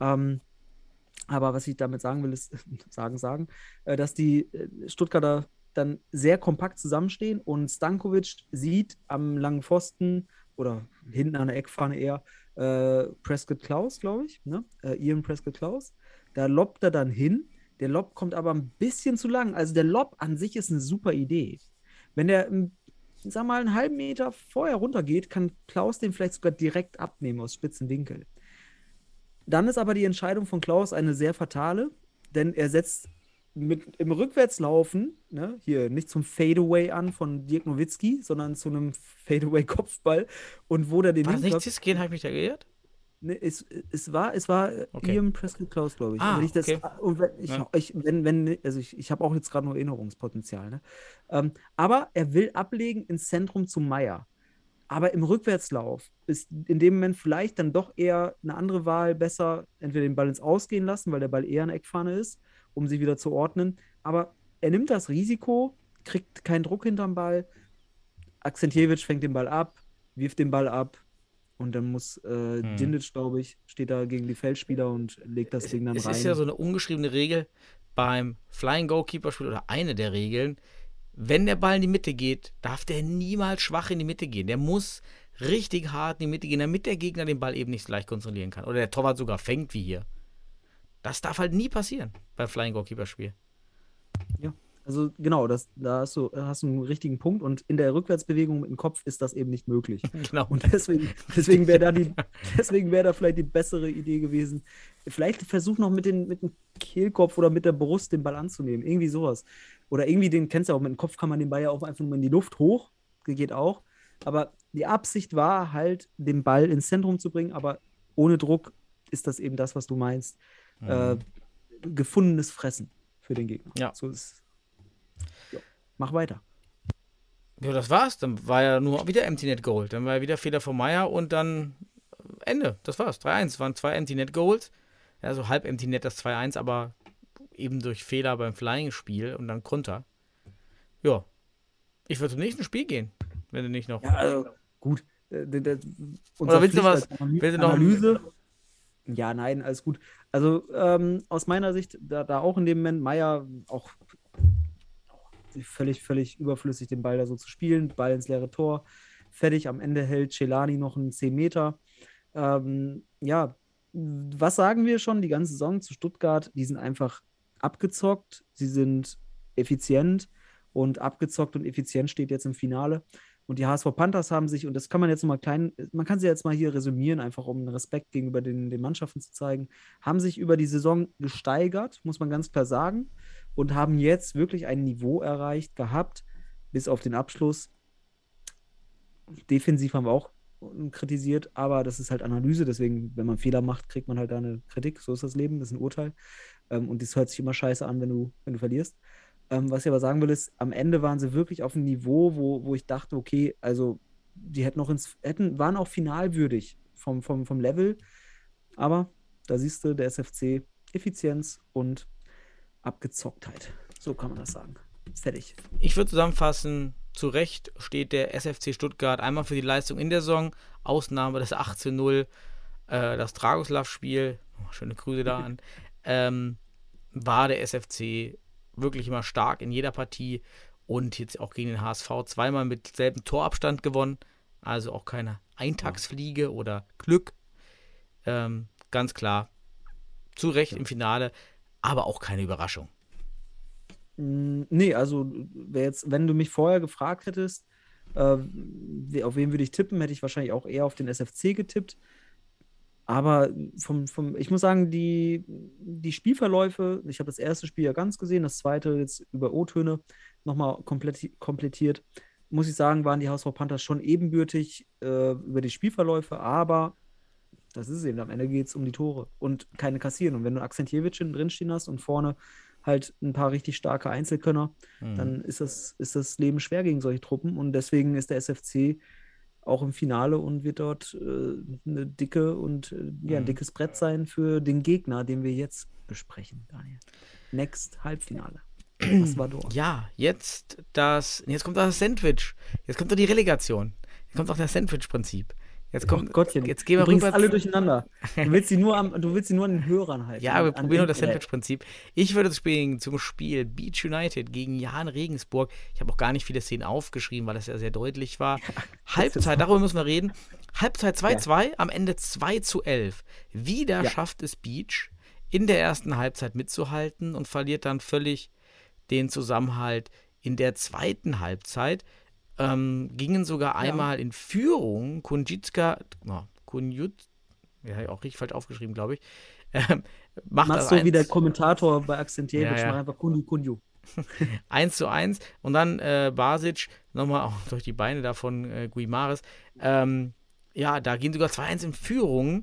Aber was ich damit sagen will, ist, dass die Stuttgarter dann sehr kompakt zusammenstehen und Stankovic sieht am langen Pfosten oder hinten an der Eckfahne eher Prescott Klaus, glaube ich, ne? Ian Prescott Klaus. Da lobt er dann hin. Der Lob kommt aber ein bisschen zu lang. Also der Lob an sich ist eine super Idee. Wenn der, sag mal, einen halben Meter vorher runtergeht, kann Klaus den vielleicht sogar direkt abnehmen aus spitzen Winkel. Dann ist aber die Entscheidung von Klaus eine sehr fatale, denn er setzt im Rückwärtslaufen, ne, hier nicht zum Fadeaway an von Dirk Nowitzki, sondern zu einem Fadeaway-Kopfball und wo der den War das nicht Ziskin, habe ich mich da geirrt? Ne, es war Okay. Ian Prescott Klaus, glaube ich. Ah, Wenn ich das, okay. und ich habe auch jetzt gerade nur Erinnerungspotenzial, ne? Aber er will ablegen ins Zentrum zu Meier. Aber im Rückwärtslauf ist in dem Moment vielleicht dann doch eher eine andere Wahl besser, entweder den Ball ins Ausgehen lassen, weil der Ball eher eine Eckfahne ist, um sich wieder zu ordnen. Aber er nimmt das Risiko, kriegt keinen Druck hinterm Ball. Akzentjewitsch fängt den Ball ab, wirft den Ball ab und dann muss Djindjic, glaube ich, steht da gegen die Feldspieler und legt das Ding dann Es rein. ist ja so eine ungeschriebene Regel beim Flying Goalkeeper-Spiel oder eine der Regeln. Wenn der Ball in die Mitte geht, darf der niemals schwach in die Mitte gehen. Der muss richtig hart in die Mitte gehen, damit der Gegner den Ball eben nicht so leicht kontrollieren kann. Oder der Torwart sogar fängt wie hier. Das darf halt nie passieren beim Flying Goalkeeper-Spiel. Ja, also genau, da hast du einen richtigen Punkt und in der Rückwärtsbewegung mit dem Kopf ist das eben nicht möglich. Genau. Und deswegen wäre da vielleicht die bessere Idee gewesen. Vielleicht versuch noch mit dem Kehlkopf oder mit der Brust den Ball anzunehmen. Irgendwie sowas. Oder irgendwie, den kennst du auch, mit dem Kopf kann man den Ball ja auch einfach nur in die Luft hoch. Geht auch. Aber die Absicht war halt, den Ball ins Zentrum zu bringen, aber ohne Druck ist das eben das, was du meinst. Gefundenes Fressen für den Gegner. Ja. So ist. Ja. Mach weiter. Ja, das war's. Dann war ja nur wieder Empty Net Goal. Dann war ja wieder Fehler von Meier und dann Ende. Das war's. 3-1. Waren 2 Empty Net Goals. Also halb Empty Net das 2-1, aber eben durch Fehler beim Flying-Spiel und dann Konter. Ja. Ich würde zum nächsten Spiel gehen, wenn du nicht noch. Ja, also gut. Oder willst du was? Willst du noch Analyse? Ja, nein, alles gut. Also aus meiner Sicht, da auch in dem Moment Meier auch völlig überflüssig, den Ball da so zu spielen, Ball ins leere Tor, fertig, am Ende hält Celani noch einen 10 Meter. Ja, was sagen wir schon die ganze Saison zu Stuttgart? Die sind einfach abgezockt, sie sind effizient und abgezockt und effizient steht jetzt im Finale. Und die HSV Panthers haben sich, und das kann man jetzt nochmal man kann sie jetzt mal hier resümieren, einfach um einen Respekt gegenüber den Mannschaften zu zeigen, haben sich über die Saison gesteigert, muss man ganz klar sagen, und haben jetzt wirklich ein Niveau erreicht gehabt, bis auf den Abschluss. Defensiv haben wir auch kritisiert, aber das ist halt Analyse, deswegen, wenn man Fehler macht, kriegt man halt da eine Kritik, so ist das Leben, das ist ein Urteil. Und das hört sich immer scheiße an, wenn du verlierst. Was ich aber sagen will, ist, am Ende waren sie wirklich auf einem Niveau, wo ich dachte, okay, also die waren auch finalwürdig vom Level, aber da siehst du, der SFC, Effizienz und Abgezocktheit. So kann man das sagen. Fertig. Ich würde zusammenfassen, zu Recht steht der SFC Stuttgart einmal für die Leistung in der Saison, Ausnahme das 18-0, das Dragoslav-Spiel, schöne Grüße da an, war der SFC wirklich immer stark in jeder Partie und jetzt auch gegen den HSV zweimal mit selben Torabstand gewonnen, also auch keine Eintagsfliege oder Glück, ganz klar, zu Recht im Finale, aber auch keine Überraschung. Nee, also wenn du mich vorher gefragt hättest, auf wen würde ich tippen, hätte ich wahrscheinlich auch eher auf den SFC getippt. Aber ich muss sagen, die Spielverläufe, ich habe das erste Spiel ja ganz gesehen, das zweite jetzt über O-Töne nochmal komplettiert, muss ich sagen, waren die HSV Panthers schon ebenbürtig über die Spielverläufe, aber das ist es eben, am Ende geht es um die Tore und keine kassieren. Und wenn du Akzentjewitsch hinten drin stehen hast und vorne halt ein paar richtig starke Einzelkönner, dann ist das Leben schwer gegen solche Truppen und deswegen ist der SFC auch im Finale und wird dort eine dicke und ein dickes Brett sein für den Gegner, den wir jetzt besprechen, Daniel. Next Halbfinale. Was war dort? Ja, jetzt kommt das Sandwich. Jetzt kommt doch die Relegation. Jetzt kommt doch das Sandwich-Prinzip. Jetzt gehen wir rüber. Alle durcheinander. Du willst sie nur an den Hörern halten. Ja, wir probieren nur das Sandwich-Prinzip. Ich würde zum Spiel Beach United gegen Jahn Regensburg. Ich habe auch gar nicht viele Szenen aufgeschrieben, weil das ja sehr deutlich war. Halbzeit, darüber müssen wir reden. Halbzeit 2-2, am Ende 2-11. Wieder schafft es Beach, in der ersten Halbzeit mitzuhalten und verliert dann völlig den Zusammenhalt in der zweiten Halbzeit. Gingen sogar einmal in Führung. Kunjutska, ja, auch richtig falsch aufgeschrieben, glaube ich. Machst so wie der Kommentator bei Akzentjewitsch, mach einfach Kunju. 1-1 und dann Basic nochmal auch durch die Beine davon Guimares. Da gehen sogar 2-1 in Führung.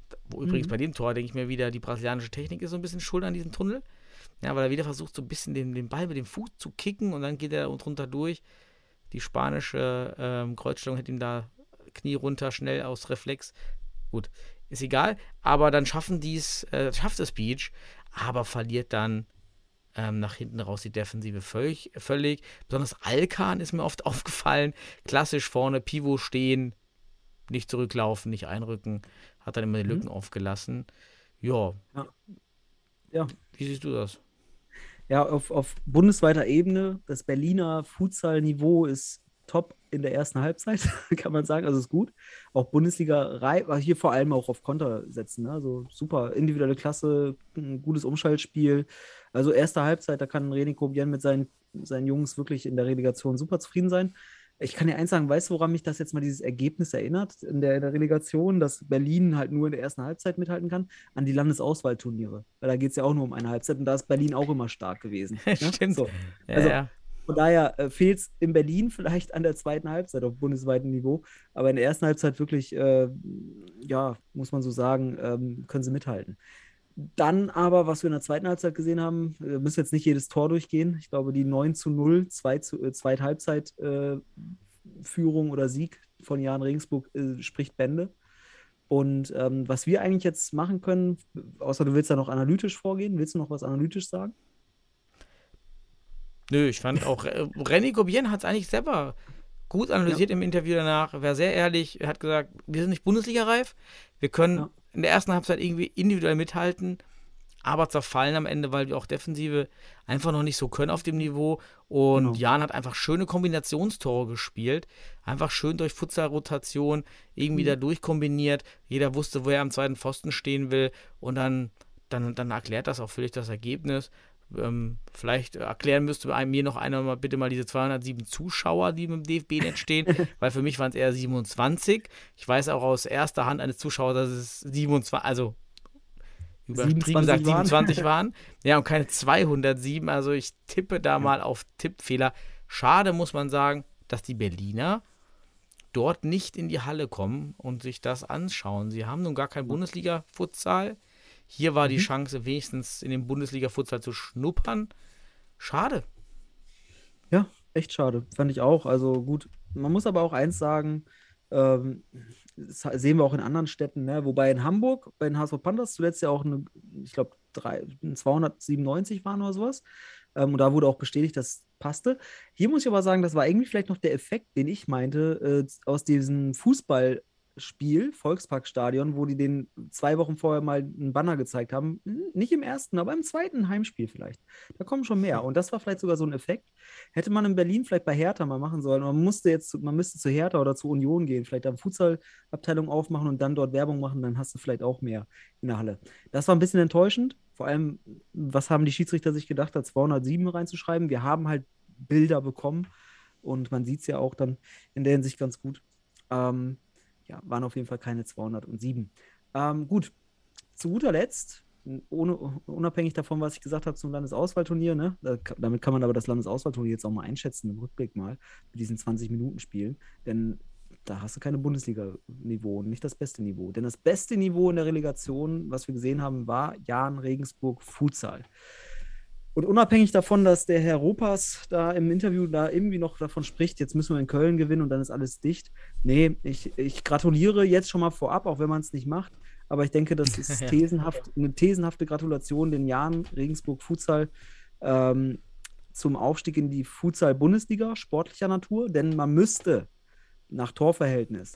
Wo übrigens bei dem Tor, denke ich mir wieder, die brasilianische Technik ist so ein bisschen schuld an diesem Tunnel. Ja, weil er wieder versucht, so ein bisschen den Ball mit dem Fuß zu kicken und dann geht er drunter durch. Die spanische Kreuzstellung hätte ihm da Knie runter, schnell aus Reflex. Gut, ist egal. Aber dann schafft es Beach, aber verliert dann nach hinten raus die Defensive völlig. Besonders Alkan ist mir oft aufgefallen. Klassisch vorne, Pivot stehen, nicht zurücklaufen, nicht einrücken. Hat dann immer die Lücken aufgelassen. Ja. Wie siehst du das? Ja, auf bundesweiter Ebene, das Berliner Futsal-Niveau ist top in der ersten Halbzeit, kann man sagen. Also ist gut. Auch Bundesliga, hier vor allem auch auf Konter setzen. Ne? Also super, individuelle Klasse, ein gutes Umschaltspiel. Also erste Halbzeit, da kann René Cobian mit seinen Jungs wirklich in der Relegation super zufrieden sein. Ich kann dir eins sagen, weißt du, woran mich das jetzt mal dieses Ergebnis erinnert in der Relegation, dass Berlin halt nur in der ersten Halbzeit mithalten kann? An die Landesauswahlturniere. Weil da geht es ja auch nur um eine Halbzeit und da ist Berlin auch immer stark gewesen. Ne? Stimmt. So. Ja, also, ja. Von daher fehlt es in Berlin vielleicht an der zweiten Halbzeit auf bundesweitem Niveau, aber in der ersten Halbzeit wirklich, muss man so sagen, können sie mithalten. Dann aber, was wir in der zweiten Halbzeit gesehen haben, wir müssen jetzt nicht jedes Tor durchgehen. Ich glaube, die 9:0, zweite Halbzeit Führung oder Sieg von Jahn Regensburg spricht Bände. Und was wir eigentlich jetzt machen können, außer du willst da noch analytisch vorgehen, willst du noch was analytisch sagen? Nö, ich fand auch, René Cobian hat es eigentlich selber gut analysiert im Interview danach. Er war sehr ehrlich, er hat gesagt, wir sind nicht Bundesliga-reif, wir können in der ersten Halbzeit irgendwie individuell mithalten, aber zerfallen am Ende, weil wir auch Defensive einfach noch nicht so können auf dem Niveau. Und Jan hat einfach schöne Kombinationstore gespielt, einfach schön durch Futsal-Rotation irgendwie da durchkombiniert. Jeder wusste, wo er am zweiten Pfosten stehen will und dann erklärt das auch völlig das Ergebnis. Vielleicht erklären müsste mir noch einer mal bitte mal diese 207 Zuschauer, die im DFB-Netz stehen, weil für mich waren es eher 27. Ich weiß auch aus erster Hand eines Zuschauers, dass es 27, also übertrieben gesagt 27 waren. Ja, und keine 207, also ich tippe da mal auf Tippfehler. Schade, muss man sagen, dass die Berliner dort nicht in die Halle kommen und sich das anschauen. Sie haben nun gar kein Bundesliga-Futsal. Hier war die Chance, wenigstens in den Bundesliga-Futsal zu schnuppern. Schade. Ja, echt schade. Fand ich auch. Also gut, man muss aber auch eins sagen, das sehen wir auch in anderen Städten, ne? Wobei in Hamburg, bei den HSV Panthers zuletzt ja auch ich glaube, 297 waren oder sowas. Und da wurde auch bestätigt, das passte. Hier muss ich aber sagen, das war irgendwie vielleicht noch der Effekt, den ich meinte, aus diesem Fußballspiel, Volksparkstadion, wo die den 2 Wochen vorher mal einen Banner gezeigt haben. Nicht im ersten, aber im zweiten Heimspiel vielleicht. Da kommen schon mehr. Und das war vielleicht sogar so ein Effekt. Hätte man in Berlin vielleicht bei Hertha mal machen sollen. Man müsste zu Hertha oder zu Union gehen, vielleicht eine Futsalabteilung aufmachen und dann dort Werbung machen, dann hast du vielleicht auch mehr in der Halle. Das war ein bisschen enttäuschend. Vor allem, was haben die Schiedsrichter sich gedacht, da 207 reinzuschreiben? Wir haben halt Bilder bekommen und man sieht es ja auch dann in der Hinsicht ganz gut. Waren auf jeden Fall keine 207. Gut, zu guter Letzt, unabhängig davon, was ich gesagt habe zum Landesauswahlturnier, ne? Damit kann man aber das Landesauswahlturnier jetzt auch mal einschätzen, im Rückblick mal, mit diesen 20-Minuten-Spielen, denn da hast du keine Bundesliga-Niveau, nicht das beste Niveau. Denn das beste Niveau in der Relegation, was wir gesehen haben, war Jahn Regensburg Futsal. Und unabhängig davon, dass der Herr Ropas da im Interview da irgendwie noch davon spricht, jetzt müssen wir in Köln gewinnen und dann ist alles dicht. Nee, ich gratuliere jetzt schon mal vorab, auch wenn man es nicht macht. Aber ich denke, das ist eine thesenhafte Gratulation den Jahn Regensburg Futsal zum Aufstieg in die Futsal-Bundesliga sportlicher Natur. Denn man müsste nach Torverhältnis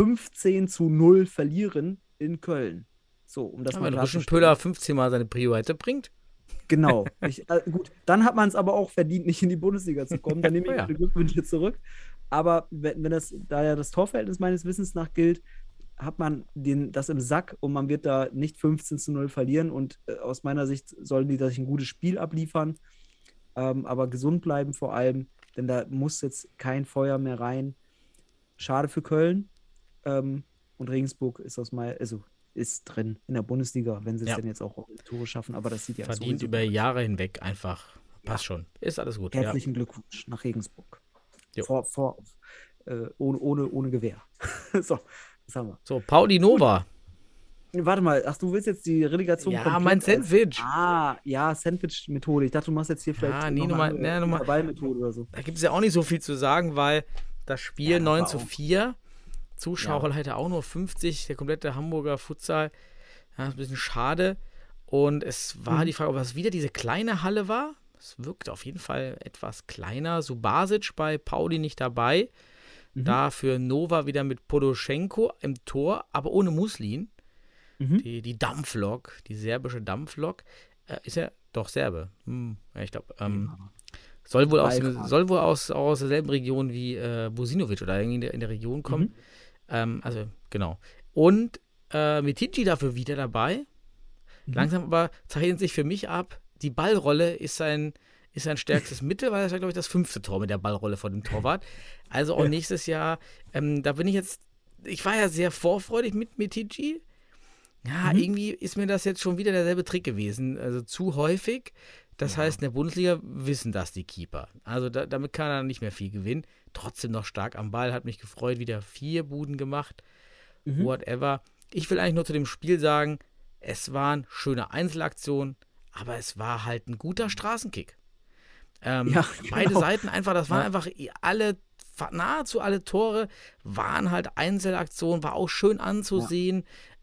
15:0 verlieren in Köln. So, um das mal klarzustellen. Wenn Pöhler 15 Mal seine Prio hätte bringt. Genau. Gut, dann hat man es aber auch verdient, nicht in die Bundesliga zu kommen. Dann nehme ich meine Glückwünsche zurück. Aber da ja das Torverhältnis meines Wissens nach gilt, hat man das im Sack und man wird da nicht 15:0 verlieren. Und aus meiner Sicht sollen die sich ein gutes Spiel abliefern, aber gesund bleiben vor allem, denn da muss jetzt kein Feuer mehr rein. Schade für Köln. Und Regensburg ist drin in der Bundesliga, wenn sie es denn jetzt auch Tore schaffen, aber das sieht ja verdient über Jahre hinweg einfach. Passt schon. Ist alles gut. Herzlichen Glückwunsch nach Regensburg. Ohne Gewehr. So, was haben wir? So, Pauli Nova. Warte mal, ach, du willst jetzt die Relegation Ja, mein Sandwich. Ja, Sandwich-Methode. Ich dachte, du machst jetzt hier vielleicht nochmal. Ballmethode oder so. Da gibt es ja auch nicht so viel zu sagen, weil das Spiel 9:4, Zuschauer leider auch nur 50, der komplette Hamburger Futsal, ja, ist ein bisschen schade. Und es war die Frage, ob das wieder diese kleine Halle war. Es wirkt auf jeden Fall etwas kleiner. Subasic bei Pauli nicht dabei. Dafür Nova wieder mit Podoschenko im Tor, aber ohne Muslin. Die Dampflok, die serbische Dampflok. Ist ja doch Serbe. Ja, ich glaube, soll wohl aus derselben Region wie Bosinovic oder irgendwie in der Region kommen. Also, genau. Und Metici dafür wieder dabei. Langsam aber zeichnet sich für mich ab, die Ballrolle ist sein stärkstes Mittel, weil das war, glaube ich, das 5. Tor mit der Ballrolle vor dem Torwart. Also auch nächstes Jahr, da bin ich war ja sehr vorfreudig mit Metici. Ja, irgendwie ist mir das jetzt schon wieder derselbe Trick gewesen. Also zu häufig. Das heißt, in der Bundesliga wissen das die Keeper. Also damit kann er nicht mehr viel gewinnen. Trotzdem noch stark am Ball, hat mich gefreut, wieder 4 Buden gemacht. Whatever. Ich will eigentlich nur zu dem Spiel sagen, es waren schöne Einzelaktionen, aber es war halt ein guter Straßenkick. Beide Seiten einfach, das waren einfach nahezu alle Tore waren halt Einzelaktionen, war auch schön anzusehen.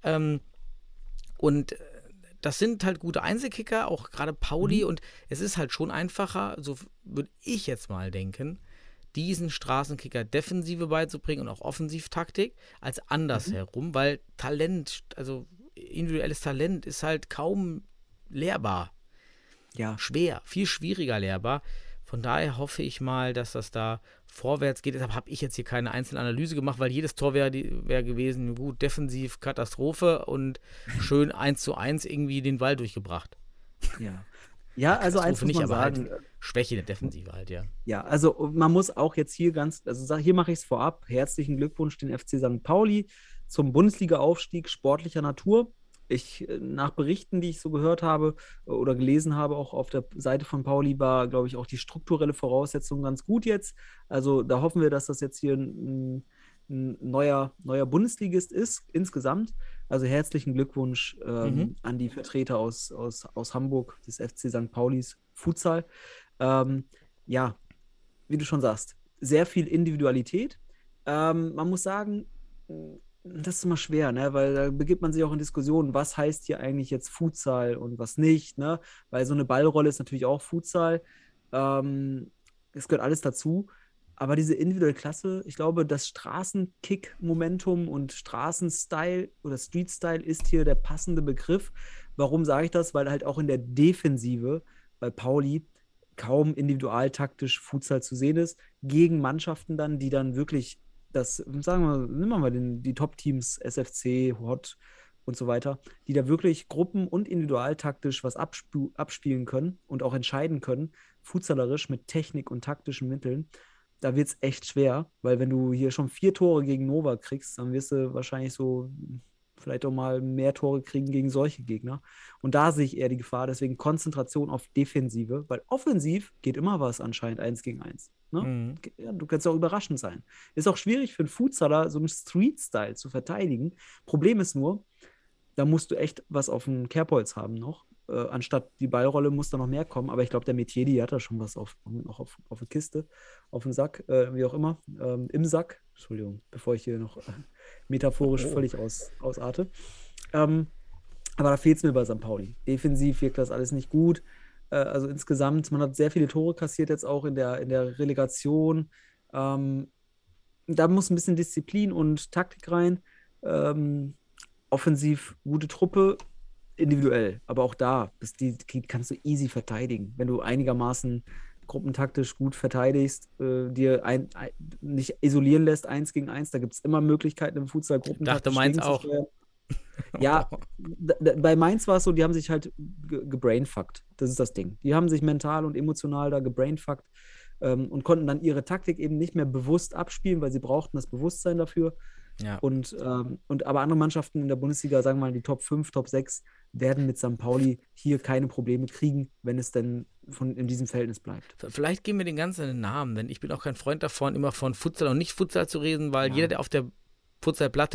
Und das sind halt gute Einzelkicker, auch gerade Pauli. Und es ist halt schon einfacher, so würde ich jetzt mal denken, diesen Straßenkicker Defensive beizubringen und auch Offensivtaktik, als andersherum, weil Talent, also individuelles Talent ist halt kaum lehrbar. Ja. Schwer, viel schwieriger lehrbar. Von daher hoffe ich mal, dass das da vorwärts geht. Deshalb habe ich jetzt hier keine einzelne Analyse gemacht, weil jedes Tor wäre gewesen, gut, defensiv, Katastrophe und schön 1:1 irgendwie den Ball durchgebracht. Ja, also eins muss man sagen. Halt Schwäche der Defensive halt, ja. Ja, also man muss auch jetzt hier hier mache ich es vorab. Herzlichen Glückwunsch den FC St. Pauli zum Bundesliga-Aufstieg sportlicher Natur. Nach Berichten, die ich so gehört habe oder gelesen habe, auch auf der Seite von Pauli, war, glaube ich, auch die strukturelle Voraussetzung ganz gut jetzt. Also da hoffen wir, dass das jetzt hier ein neuer Bundesligist ist, insgesamt. Also herzlichen Glückwunsch an die Vertreter aus Hamburg, des FC St. Paulis Futsal. Ja, wie du schon sagst, sehr viel Individualität. Man muss sagen, das ist immer schwer, ne? Weil da begibt man sich auch in Diskussionen, was heißt hier eigentlich jetzt Futsal und was nicht, ne? Weil so eine Ballrolle ist natürlich auch Futsal. Es gehört alles dazu. Aber diese individuelle Klasse, ich glaube, das Straßenkick-Momentum und Straßenstyle oder Street-Style ist hier der passende Begriff. Warum sage ich das? Weil halt auch in der Defensive bei Pauli kaum individualtaktisch Futsal zu sehen ist, gegen Mannschaften dann, die dann wirklich nehmen wir mal die Top-Teams, SFC, HOT und so weiter, die da wirklich gruppen- und individualtaktisch was abspielen können und auch entscheiden können, futsalerisch mit Technik und taktischen Mitteln. Da wird es echt schwer, weil wenn du hier schon 4 Tore gegen Nova kriegst, dann wirst du wahrscheinlich so vielleicht auch mal mehr Tore kriegen gegen solche Gegner. Und da sehe ich eher die Gefahr, deswegen Konzentration auf Defensive, weil offensiv geht immer was anscheinend 1 gegen 1. Ne? Ja, du kannst auch überraschend sein. Ist auch schwierig für einen Futsaler, so einen Street-Style zu verteidigen. Problem ist nur, da musst du echt was auf dem Kerbholz haben noch. Anstatt die Ballrolle muss da noch mehr kommen. Aber ich glaube, der Metier, die hat da schon was auf der Kiste, auf dem Sack, wie auch immer. Im Sack. Entschuldigung, bevor ich hier noch metaphorisch völlig ausarte. Aber da fehlt es mir bei St. Pauli. Defensiv wirkt das alles nicht gut. Also insgesamt, man hat sehr viele Tore kassiert jetzt auch in der Relegation. Da muss ein bisschen Disziplin und Taktik rein. Offensiv gute Truppe, individuell. Aber auch da, die kannst du easy verteidigen. Wenn du einigermaßen gruppentaktisch gut verteidigst, dir nicht isolieren lässt, 1 gegen 1, da gibt es immer Möglichkeiten im Futsal gruppentaktisch. Ich dachte, Mainz auch. Ja, bei Mainz war es so, die haben sich halt gebrainfuckt. Das ist das Ding. Die haben sich mental und emotional da gebrainfuckt und konnten dann ihre Taktik eben nicht mehr bewusst abspielen, weil sie brauchten das Bewusstsein dafür. Ja. Aber andere Mannschaften in der Bundesliga, sagen wir mal die Top 5, Top 6, werden mit St. Pauli hier keine Probleme kriegen, wenn es denn in diesem Verhältnis bleibt. Vielleicht geben wir den Ganzen einen Namen, denn ich bin auch kein Freund davon, immer von Futsal und Nicht-Futsal zu reden, weil jeder, der auf der Futsalplatte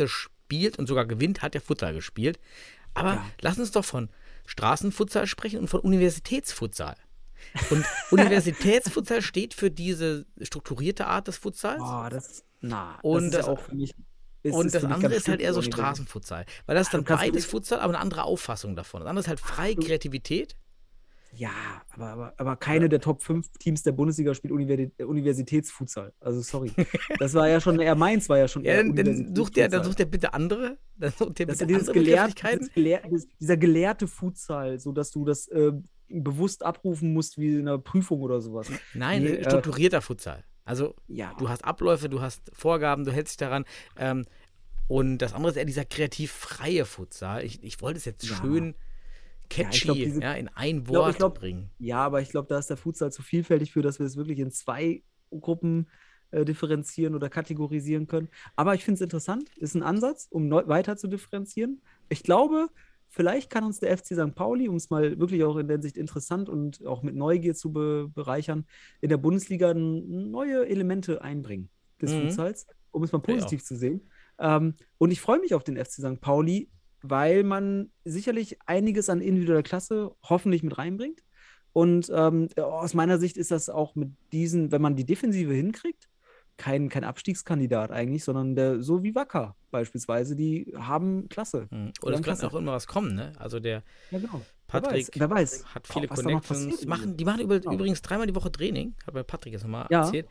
spielt und sogar gewinnt, hat der Futsal gespielt. Aber lass uns doch von Straßenfutsal sprechen und von Universitätsfutsal. Und Universitätsfutsal steht für diese strukturierte Art des Futsals. Das Und ist ja auch für mich. Und das andere ist halt eher so Straßen. Straßenfutsal. Weil das ist dann beides Futsal, aber eine andere Auffassung davon. Das andere ist halt freie Kreativität. Ja, aber keine der Top 5 Teams der Bundesliga spielt Universitätsfutsal. Also sorry. Das war ja schon eher Mainz, war ja schon eher Dann sucht der bitte andere. Dann sucht der das bitte ist ja dieser gelehrte Futsal, so dass du das bewusst abrufen musst wie in einer Prüfung oder sowas. Nein, strukturierter Futsal. Also du hast Abläufe, du hast Vorgaben, du hältst dich daran. Und das andere ist eher dieser kreativ freie Futsal. Ich wollte es jetzt schön catchy in ein Wort bringen. Ja, aber ich glaube, da ist der Futsal zu vielfältig für, dass wir es wirklich in 2 Gruppen differenzieren oder kategorisieren können. Aber ich finde es interessant, ist ein Ansatz, um weiter zu differenzieren. Ich glaube, vielleicht kann uns der FC St. Pauli, um es mal wirklich auch in der Hinsicht interessant und auch mit Neugier zu bereichern, in der Bundesliga neue Elemente einbringen des Futsals, um es mal positiv zu sehen. Und ich freue mich auf den FC St. Pauli, weil man sicherlich einiges an individueller Klasse hoffentlich mit reinbringt. Und aus meiner Sicht ist das auch mit diesen, wenn man die Defensive hinkriegt, kein Abstiegskandidat eigentlich, sondern so wie Wacker beispielsweise, die haben Klasse. Oder es kann auch immer was kommen, ne? Also der Patrick wer weiß. hat viele Connections. Die machen übrigens 3-mal die Woche Training, hat mir Patrick jetzt nochmal erzählt.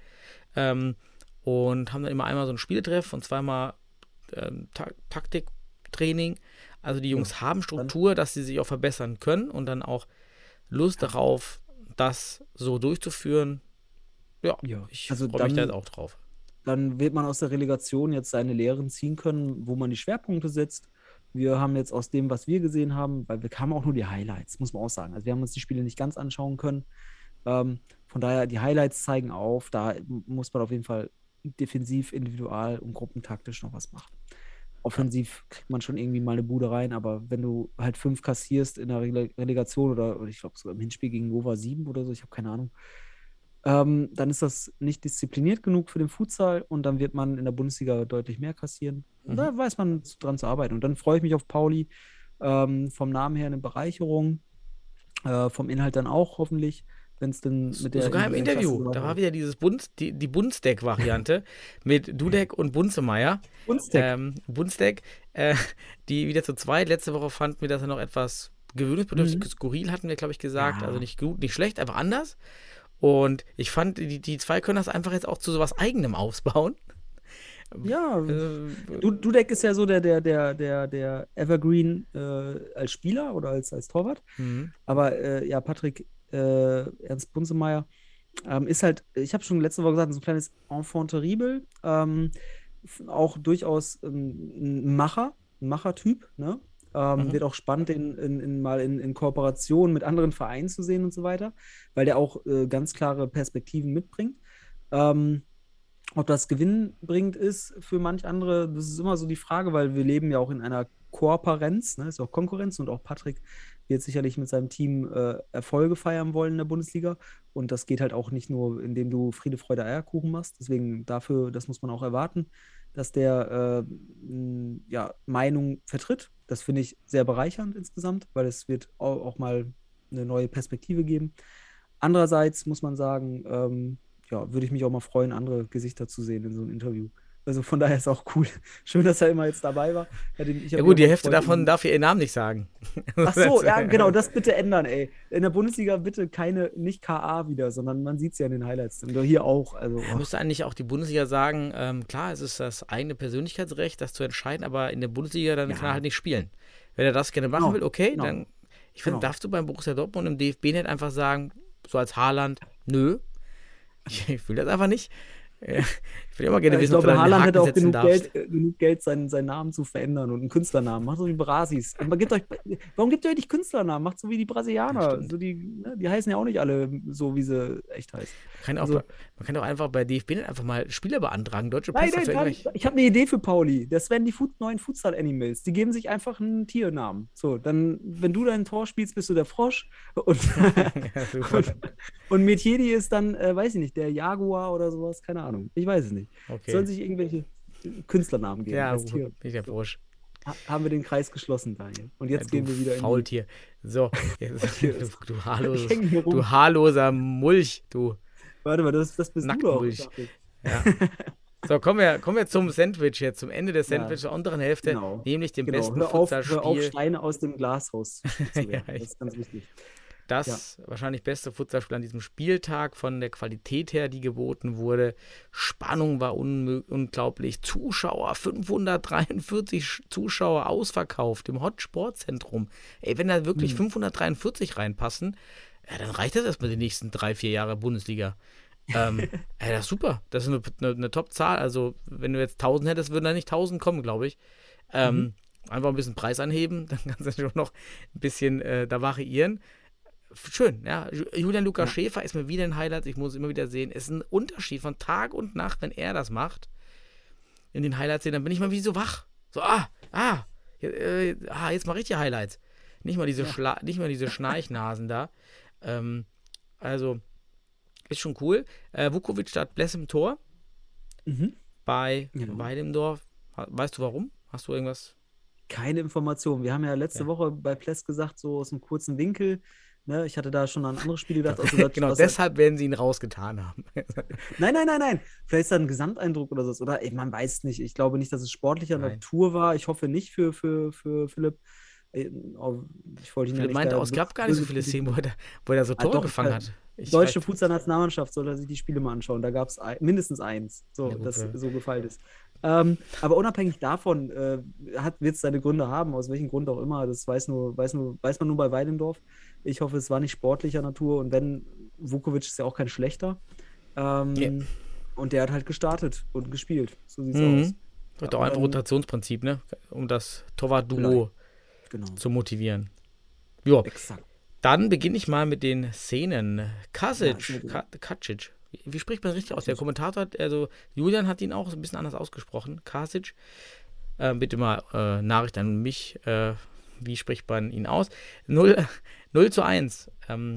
Und haben dann immer einmal so ein Spieletreff und 2-mal Taktiktraining. Also die Jungs haben Struktur, dass sie sich auch verbessern können und dann auch Lust darauf, das so durchzuführen. Ich freue mich da jetzt auch drauf. Dann wird man aus der Relegation jetzt seine Lehren ziehen können, wo man die Schwerpunkte setzt. Wir haben jetzt aus dem, was wir gesehen haben, weil wir kamen auch nur die Highlights, muss man auch sagen. Also wir haben uns die Spiele nicht ganz anschauen können. Von daher, die Highlights zeigen auf, da muss man auf jeden Fall defensiv, individual und gruppentaktisch noch was machen. Offensiv kriegt man schon irgendwie mal eine Bude rein, aber wenn du halt 5 kassierst in der Relegation oder ich glaube sogar im Hinspiel gegen Nova 7 oder so, ich habe keine Ahnung, dann ist das nicht diszipliniert genug für den Futsal und dann wird man in der Bundesliga deutlich mehr kassieren. Und da weiß man dran zu arbeiten. Und dann freue ich mich auf Pauli. Vom Namen her eine Bereicherung, vom Inhalt dann auch hoffentlich, wenn es dann mit der. Sogar im Interview, da war wieder dieses die Bunsteck-Variante mit Dudek und Bunzemeyer. Bunsteck, die wieder zu zweit. Letzte Woche fanden wir das ja noch etwas gewöhnungsbedürftig, skurril, hatten wir, glaube ich, gesagt. Also nicht gut, nicht schlecht, einfach anders. Und ich fand, die 2 können das einfach jetzt auch zu sowas Eigenem ausbauen. Ja, Dudek ist ja so der Evergreen als Spieler oder als Torwart. Aber Patrick Ernst Bunzemeyer ist halt, ich habe schon letzte Woche gesagt, so ein kleines Enfant terrible. Auch durchaus ein Machertyp, ne? Wird auch spannend, in Kooperation mit anderen Vereinen zu sehen und so weiter, weil der auch ganz klare Perspektiven mitbringt. Ob das gewinnbringend ist für manch andere, das ist immer so die Frage, weil wir leben ja auch in einer Kooperenz, ne? Ist ja auch Konkurrenz und auch Patrick wird sicherlich mit seinem Team Erfolge feiern wollen in der Bundesliga und das geht halt auch nicht nur, indem du Friede, Freude, Eierkuchen machst, deswegen das muss man auch erwarten, dass der Meinung vertritt. Das finde ich sehr bereichernd insgesamt, weil es wird auch mal eine neue Perspektive geben. Andererseits muss man sagen, würde ich mich auch mal freuen, andere Gesichter zu sehen in so einem Interview. Also von daher ist auch cool. Schön, dass er immer jetzt dabei war. Die Hälfte davon darf ihr Namen nicht sagen. Ach so, ja, genau, das bitte ändern, ey. In der Bundesliga bitte nicht KA wieder, sondern man sieht es ja in den Highlights. Und hier auch. Also, müsste eigentlich auch die Bundesliga sagen, klar, es ist das eigene Persönlichkeitsrecht, das zu entscheiden, aber in der Bundesliga dann kann er halt nicht spielen. Wenn er das gerne machen will, okay, dann, ich finde, darfst du beim Borussia Dortmund im DFB nicht einfach sagen, so als Haaland, nö, ich will das einfach nicht. Ich will immer gerne wissen, ob du Haaland hätte auch genug Geld seinen Namen zu verändern und einen Künstlernamen. Macht so wie Brasis. Warum gibt ihr euch nicht Künstlernamen? Macht so wie die Brasilianer. So die heißen ja auch nicht alle so, wie sie echt heißen. Man kann auch einfach bei DFB einfach mal Spieler beantragen. Deutsche Nein, ich habe eine Idee für Pauli. Das werden die neuen Futsal-Animals. Die geben sich einfach einen Tiernamen. So, dann, wenn du dein Tor spielst, bist du der Frosch. Und Metieri ist dann, weiß ich nicht, der Jaguar oder sowas. Keine Ahnung. Ich weiß es nicht. Okay. Sollen sich irgendwelche Künstlernamen geben? Ja, nicht der Frosch. haben wir den Kreis geschlossen, Daniel. Und jetzt gehen wir wieder in Faultier. So, du rum. haarloser Mulch, du Warte mal, das bist du doch. Nacktmulch. dachte ich. Ja. So, kommen wir zum Sandwich jetzt, zum Ende des Sandwich der unteren Hälfte, Genau. nämlich dem Genau, besten hör auf, Futsalspiel. Steine aus dem Glashaus zu werden. Ja, Das ist ganz wichtig. Das wahrscheinlich beste Futsalspiel an diesem Spieltag von der Qualität her, die geboten wurde. Spannung war unglaublich. Zuschauer, 543 Zuschauer ausverkauft im Hot Sportzentrum. Ey, wenn da wirklich 543 reinpassen, ja, dann reicht das erstmal die nächsten 3-4 Jahre Bundesliga. Ey, das ist super. Das ist eine Top-Zahl. Also, wenn du jetzt 1000 hättest, würden da nicht 1000 kommen, glaube ich. Einfach ein bisschen Preis anheben, dann kannst du schon noch ein bisschen da variieren. Schön, ja. Julian Lukas Schäfer ist mir wieder ein Highlight. Ich muss es immer wieder sehen. Es ist ein Unterschied von Tag und Nacht, wenn er das macht. In den Highlights sehen, dann bin ich mal wie so wach. So, jetzt mache ich die Highlights. Nicht mal diese Schnarchnasen da. Also, ist schon cool. Vukovic statt Bless im Tor. Bei Weidemdorf. Weißt du warum? Hast du irgendwas? Keine Information. Wir haben ja letzte Woche bei Pless gesagt, so aus einem kurzen Winkel. Ne? Ich hatte da schon an andere Spiele gedacht. Genau, deshalb werden sie ihn rausgetan haben. Nein. Vielleicht ist da ein Gesamteindruck oder so. Oder man weiß nicht. Ich glaube nicht, dass es sportlicher Natur war. Ich hoffe nicht für Philipp. Ich wollte ihn Philipp meinte auch, es gab gar nicht so viele Szenen, wo er so Tore gefangen hat. Deutsche Futsal-Nationalmannschaft soll er sich die Spiele mal anschauen. Da gab es mindestens eins, das so gefallen ist. Aber unabhängig davon wird es seine Gründe haben, aus welchem Grund auch immer. Das weiß man nur bei Weidendorf. Ich hoffe, es war nicht sportlicher Natur. Und wenn, Vukovic ist ja auch kein schlechter. Und der hat halt gestartet und gespielt. So sieht es aus. Wird auch einfach Rotationsprinzip, ne? Um das Torwart-Duo zu motivieren. Ja. Exakt. Dann beginne ich mal mit den Szenen. Kacic. Wie spricht man richtig aus? Der Kommentator Julian hat ihn auch ein bisschen anders ausgesprochen. Kacic. Bitte mal Nachricht an mich. Wie spricht man ihn aus? 0:1.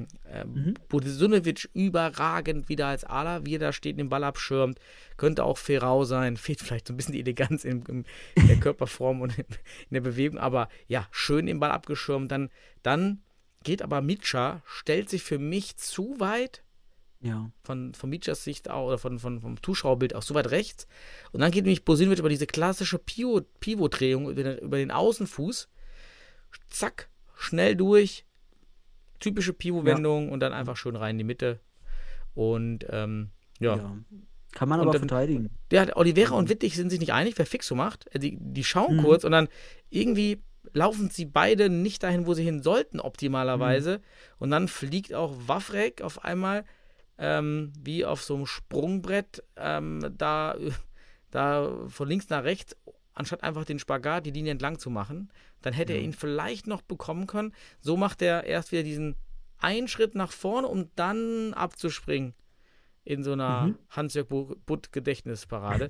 Bosinovic überragend wieder als Ala, wie er da steht, den Ball abschirmt. Könnte auch Ferrau sein. Fehlt vielleicht so ein bisschen die Eleganz in der Körperform und in der Bewegung. Aber ja, schön den Ball abgeschirmt. Dann geht aber Mitscha, stellt sich für mich zu weit, von Mitschas Sicht auch, oder vom Zuschauerbild auch zu weit rechts. Und dann geht nämlich Bosinovic über diese klassische Pivot-Drehung über den Außenfuß. Zack, schnell durch. Typische Pivot-Wendung und dann einfach schön rein in die Mitte. Und Kann man aber verteidigen. Oliveira und Wittig sind sich nicht einig, wer Fixo macht. Die schauen kurz und dann irgendwie laufen sie beide nicht dahin, wo sie hin sollten, optimalerweise. Und dann fliegt auch Wawrek auf einmal wie auf so einem Sprungbrett da von links nach rechts, anstatt einfach den Spagat, die Linie entlang zu machen. Dann hätte er ihn vielleicht noch bekommen können. So macht er erst wieder diesen einen Schritt nach vorne, um dann abzuspringen in so einer Hans-Jörg Butt-Gedächtnisparade.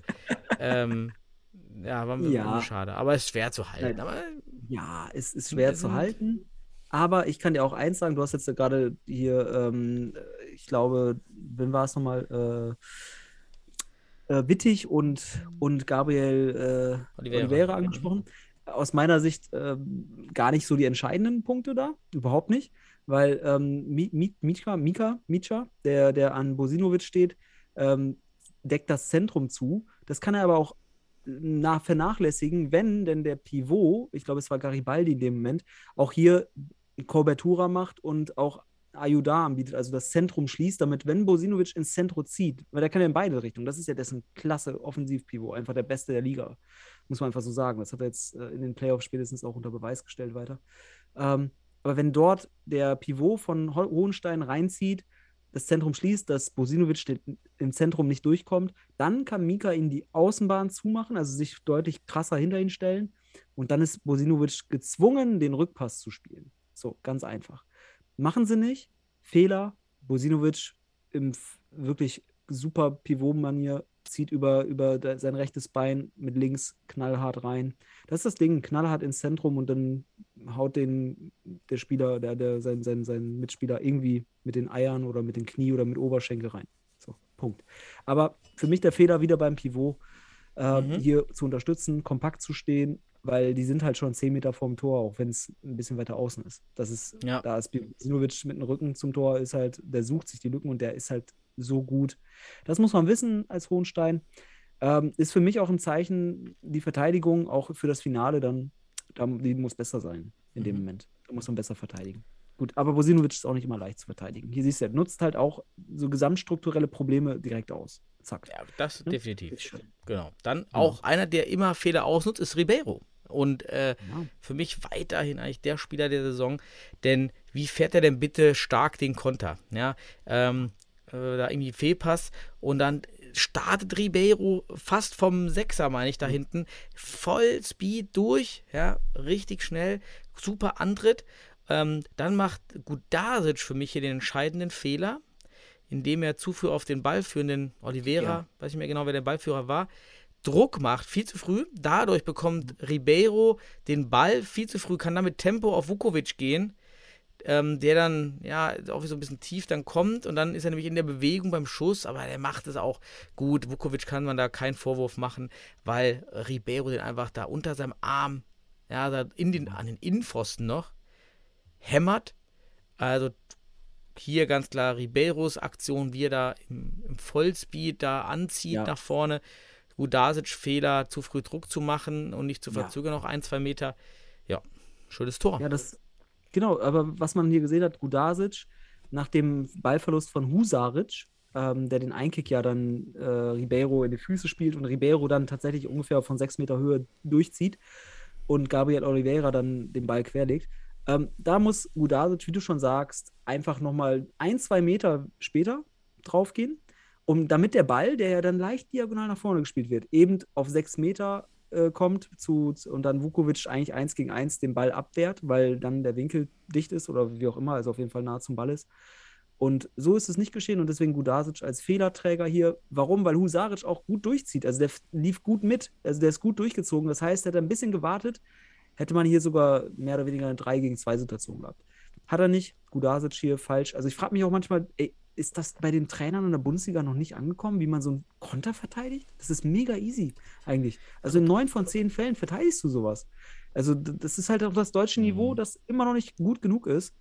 War mir schade. Aber es ist schwer zu halten. Es ist schwer zu halten. Aber ich kann dir auch eins sagen, du hast jetzt gerade hier, ich glaube, wen war es nochmal? Wittig und Gabriel Oliveira angesprochen. Aus meiner Sicht gar nicht so die entscheidenden Punkte da. Überhaupt nicht. Weil Mitscha, der an Bosinovic steht, deckt das Zentrum zu. Das kann er aber auch vernachlässigen, wenn denn der Pivot, ich glaube, es war Garibaldi in dem Moment, auch hier Kobertura macht und auch Ayuda anbietet, also das Zentrum schließt, damit, wenn Bosinovic ins Zentrum zieht, weil der kann ja in beide Richtungen, das ist ja dessen klasse Offensivpivot, einfach der Beste der Liga, muss man einfach so sagen. Das hat er jetzt in den Playoffs spätestens auch unter Beweis gestellt weiter. Aber wenn dort der Pivot von Hohenstein reinzieht, das Zentrum schließt, dass Bosinovic im Zentrum nicht durchkommt, dann kann Mika ihn die Außenbahn zumachen, also sich deutlich krasser hinter ihn stellen, und dann ist Bosinovic gezwungen, den Rückpass zu spielen. So, ganz einfach. Machen sie nicht. Fehler. Bosinovic im wirklich super Pivot-Manier zieht über sein rechtes Bein mit links knallhart rein. Das ist das Ding, knallhart ins Zentrum, und dann haut der Spieler, sein Mitspieler irgendwie mit den Eiern oder mit den Knie oder mit Oberschenkel rein. So, Punkt. Aber für mich der Fehler wieder beim Pivot, hier zu unterstützen, kompakt zu stehen, weil die sind halt schon 10 Meter vorm Tor, auch wenn es ein bisschen weiter außen ist. Ja. Da ist Bosinovic mit dem Rücken zum Tor, ist halt, der sucht sich die Lücken und der ist halt so gut. Das muss man wissen als Hohenstein. Ist für mich auch ein Zeichen, die Verteidigung auch für das Finale dann, die muss besser sein in dem Moment. Da muss man besser verteidigen. Gut, aber Bosinovic ist auch nicht immer leicht zu verteidigen. Hier siehst du, er nutzt halt auch so gesamtstrukturelle Probleme direkt aus. Zack. Ja, das definitiv. Ja. Genau. Dann auch einer, der immer Fehler ausnutzt, ist Ribeiro. Und für mich weiterhin eigentlich der Spieler der Saison. Denn wie fährt er denn bitte stark den Konter? Ja, da irgendwie Fehlpass und dann startet Ribeiro fast vom Sechser, meine ich, da hinten. Voll Speed durch, ja, richtig schnell, super Antritt. Dann macht Gudasic für mich hier den entscheidenden Fehler, indem er zu früh auf den ballführenden Oliveira, weiß nicht mehr genau, wer der Ballführer war, Druck macht, viel zu früh. Dadurch bekommt Ribeiro den Ball viel zu früh, kann dann mit Tempo auf Vukovic gehen, der dann, ja, auch so ein bisschen tief dann kommt und dann ist er nämlich in der Bewegung beim Schuss, aber er macht es auch gut. Vukovic kann man da keinen Vorwurf machen, weil Ribeiro den einfach da unter seinem Arm, ja, da an den Innenpfosten noch hämmert. Also hier ganz klar Ribeiros Aktion, wie er da im Vollspeed da anzieht nach vorne. Gudasic Fehler, zu früh Druck zu machen und nicht zu verzögern, noch 1-2 Meter. Ja, schönes Tor. Ja, genau, aber was man hier gesehen hat, Gudasic nach dem Ballverlust von Husaric, der den Einkick ja dann Ribeiro in die Füße spielt und Ribeiro dann tatsächlich ungefähr von 6 Meter Höhe durchzieht und Gabriel Oliveira dann den Ball querlegt. Da muss Gudasic, wie du schon sagst, einfach nochmal 1-2 Meter später draufgehen, damit der Ball, der ja dann leicht diagonal nach vorne gespielt wird, eben auf 6 Meter kommt und dann Vukovic eigentlich 1 gegen 1 den Ball abwehrt, weil dann der Winkel dicht ist oder wie auch immer, also auf jeden Fall nah zum Ball ist. Und so ist es nicht geschehen und deswegen Gudasic als Fehlerträger hier. Warum? Weil Husaric auch gut durchzieht. Also der lief gut mit, also der ist gut durchgezogen. Das heißt, er hat ein bisschen gewartet, hätte man hier sogar mehr oder weniger eine 3 gegen 2 Situation gehabt. Hat er nicht. Gudasic hier falsch. Also ich frage mich auch manchmal, ist das bei den Trainern in der Bundesliga noch nicht angekommen, wie man so einen Konter verteidigt? Das ist mega easy eigentlich. Also in 9 von 10 Fällen verteidigst du sowas. Also das ist halt auch das deutsche Niveau, das immer noch nicht gut genug ist.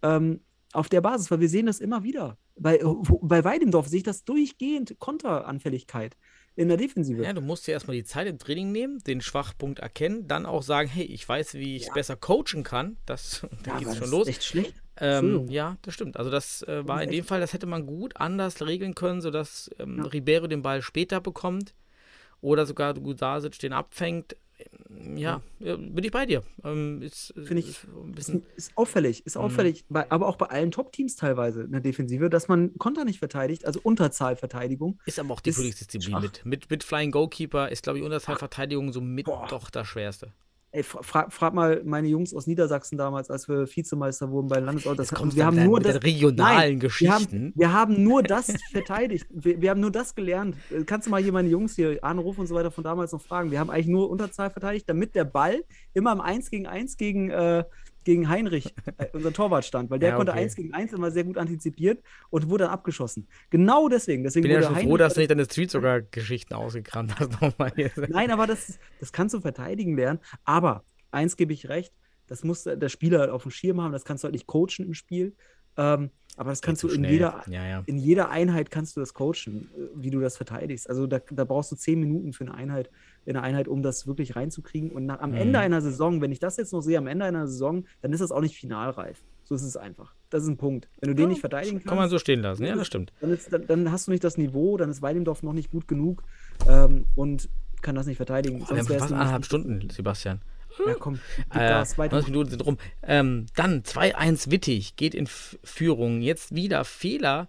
Auf der Basis, weil wir sehen das immer wieder. Bei Weidendorf sehe ich das durchgehend, Konteranfälligkeit in der Defensive. Ja, du musst dir erstmal die Zeit im Training nehmen, den Schwachpunkt erkennen, dann auch sagen, hey, ich weiß, wie ich es besser coachen kann. Da geht es schon los. Das ist echt schlecht. Ja, das stimmt. Also das war in dem Fall, das hätte man gut anders regeln können, sodass Ribeiro den Ball später bekommt oder sogar Gudasic den abfängt. Ja, bin ich bei dir. Finde ich, ist auffällig. Aber auch bei allen Top-Teams teilweise in der Defensive, dass man Konter nicht verteidigt, also Unterzahlverteidigung. Ist aber auch die Königsdisziplin mit Flying Goalkeeper ist, glaube ich, Unterzahlverteidigung somit doch das Schwerste. Ey, frag mal meine Jungs aus Niedersachsen damals, als wir Vizemeister wurden bei Landesauto. Wir haben nur das regionalen Geschichten. Wir haben nur das verteidigt. Wir haben nur das gelernt. Kannst du mal hier meine Jungs hier, Arne Ruf und so weiter von damals noch fragen. Wir haben eigentlich nur Unterzahl verteidigt, damit der Ball immer im 1 gegen 1 gegen Heinrich, unser Torwart, stand, weil der konnte 1 gegen 1 immer sehr gut antizipiert und wurde dann abgeschossen. Genau deswegen. Ich bin ja schon froh, dass du nicht deine Street-Sogar-Geschichten ausgekramt hast. Nein, aber das kannst du verteidigen lernen. Aber eins gebe ich recht, das muss der Spieler halt auf dem Schirm haben, das kannst du halt nicht coachen im Spiel. Aber das kannst du in jeder Einheit kannst du das coachen, wie du das verteidigst. Also da brauchst du 10 Minuten für eine Einheit, um das wirklich reinzukriegen. Und am Ende einer Saison, wenn ich das jetzt noch sehe, am Ende einer Saison, dann ist das auch nicht finalreif. So ist es einfach. Das ist ein Punkt. Wenn du den nicht verteidigen kannst. Kann man so stehen lassen, ja, das stimmt. Dann hast du nicht das Niveau, dann ist Weidendorf noch nicht gut genug und kann das nicht verteidigen. Wir haben fast 1,5 Stunden, Sebastian. Ja, komm, 90 Minuten sind rum. Dann 2-1 Wittig, geht in Führung. Jetzt wieder Fehler.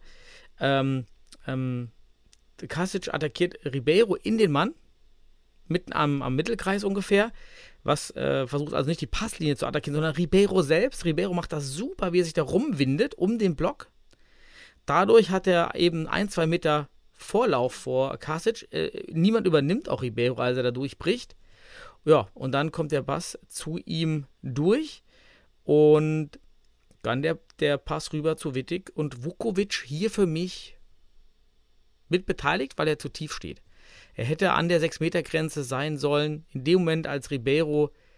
Kasic attackiert Ribeiro in den Mann, mitten am Mittelkreis ungefähr. Versucht also nicht die Passlinie zu attackieren, sondern Ribeiro selbst. Ribeiro macht das super, wie er sich da rumwindet um den Block. Dadurch hat er eben 1-2 Meter Vorlauf vor Kasic. Niemand übernimmt auch Ribeiro, als er da durchbricht. Ja, und dann kommt der Pass zu ihm durch und dann der Pass rüber zu Wittig und Vukovic hier für mich mit beteiligt, weil er zu tief steht. Er hätte an der 6-Meter-Grenze sein sollen, in dem Moment, als Ribeiro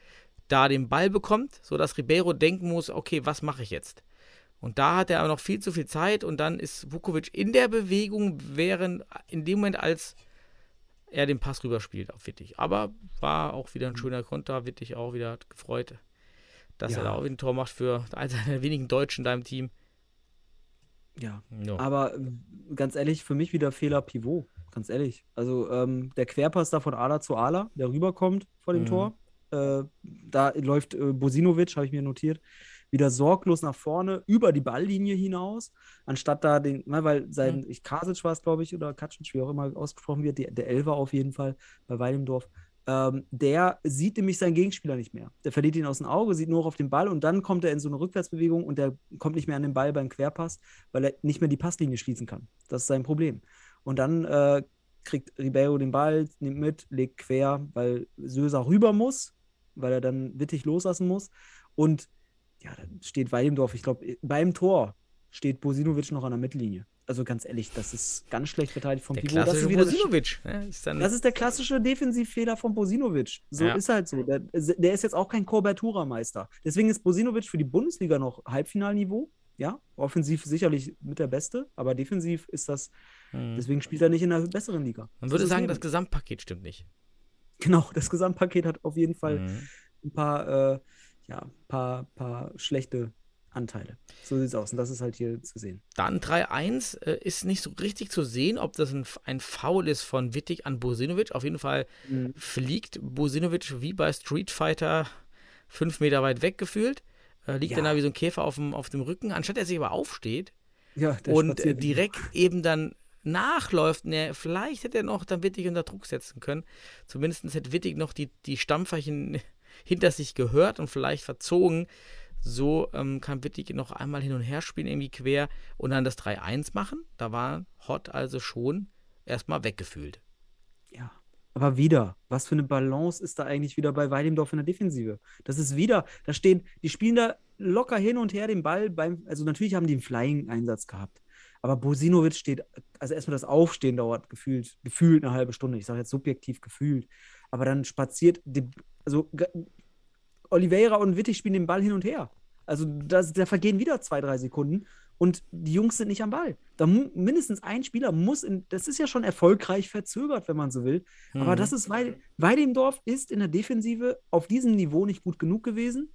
da den Ball bekommt, sodass Ribeiro denken muss, okay, was mache ich jetzt? Und da hat er aber noch viel zu viel Zeit und dann ist Vukovic in der Bewegung, während in dem Moment, als er den Pass rüberspielt auf Wittig. Aber war auch wieder ein schöner Konter. Wittig auch wieder gefreut, dass er da auch wieder ein Tor macht für einen der wenigen Deutschen in deinem Team. Ja, No. aber ganz ehrlich, für mich wieder Fehler Pivot. Ganz ehrlich. Also der Querpass da von Ala zu Ala, der rüberkommt vor dem Tor. Da läuft Bosinovic, habe ich mir notiert, wieder sorglos nach vorne, über die Balllinie hinaus, anstatt da weil Kasic war es, glaube ich, oder Kacic, wie auch immer ausgesprochen wird, der Elfer auf jeden Fall bei Weidemdorf, der sieht nämlich seinen Gegenspieler nicht mehr. Der verliert ihn aus dem Auge, sieht nur noch auf den Ball und dann kommt er in so eine Rückwärtsbewegung und der kommt nicht mehr an den Ball beim Querpass, weil er nicht mehr die Passlinie schließen kann. Das ist sein Problem. Und dann kriegt Ribeiro den Ball, nimmt mit, legt quer, weil Söser rüber muss, weil er dann Wittig loslassen muss. Und ja, dann steht Weidemdorf, ich glaube, beim Tor steht Bosinovic noch an der Mittellinie. Also ganz ehrlich, das ist ganz schlecht verteidigt vom Der Pivot. klassische Bosinovic. Das ist der klassische Defensivfehler von Bosinovic. So ist halt so. Der ist jetzt auch kein Kobertura-Meister. Deswegen ist Bosinovic für die Bundesliga noch Halbfinalniveau. Ja, offensiv sicherlich mit der Beste, aber defensiv ist das, deswegen spielt er nicht in einer besseren Liga. Man würde sagen, das Gesamtpaket stimmt nicht. Genau, das Gesamtpaket hat auf jeden Fall ein paar schlechte Anteile. So sieht es aus und das ist halt hier zu sehen. Dann 3-1 ist nicht so richtig zu sehen, ob das ein Foul ist von Wittig an Bosinovic. Auf jeden Fall fliegt Bosinovic wie bei Street Fighter 5 Meter weit weg gefühlt. Liegt dann da wie so ein Käfer auf dem Rücken, anstatt er sich aber aufsteht und direkt eben dann nachläuft. Vielleicht hätte er noch dann Wittig unter Druck setzen können. Zumindest hätte Wittig noch die Stampferchen hinter sich gehört und vielleicht verzogen. So kann Wittig noch einmal hin und her spielen, irgendwie quer und dann das 3-1 machen. Da war Hott also schon erstmal weggefühlt. Ja. Aber wieder, was für eine Balance ist da eigentlich wieder bei Weidemdorf in der Defensive? Das ist wieder, die spielen da locker hin und her den Ball also natürlich haben die einen Flying-Einsatz gehabt. Aber Bosinovic steht, also erstmal das Aufstehen dauert gefühlt eine halbe Stunde. Ich sage jetzt subjektiv gefühlt. Aber dann spaziert, Oliveira und Wittig spielen den Ball hin und her. Also da vergehen wieder 2-3 Sekunden und die Jungs sind nicht am Ball. Da mindestens ein Spieler das ist ja schon erfolgreich verzögert, wenn man so will. Aber das ist, Weidemdorf ist in der Defensive auf diesem Niveau nicht gut genug gewesen.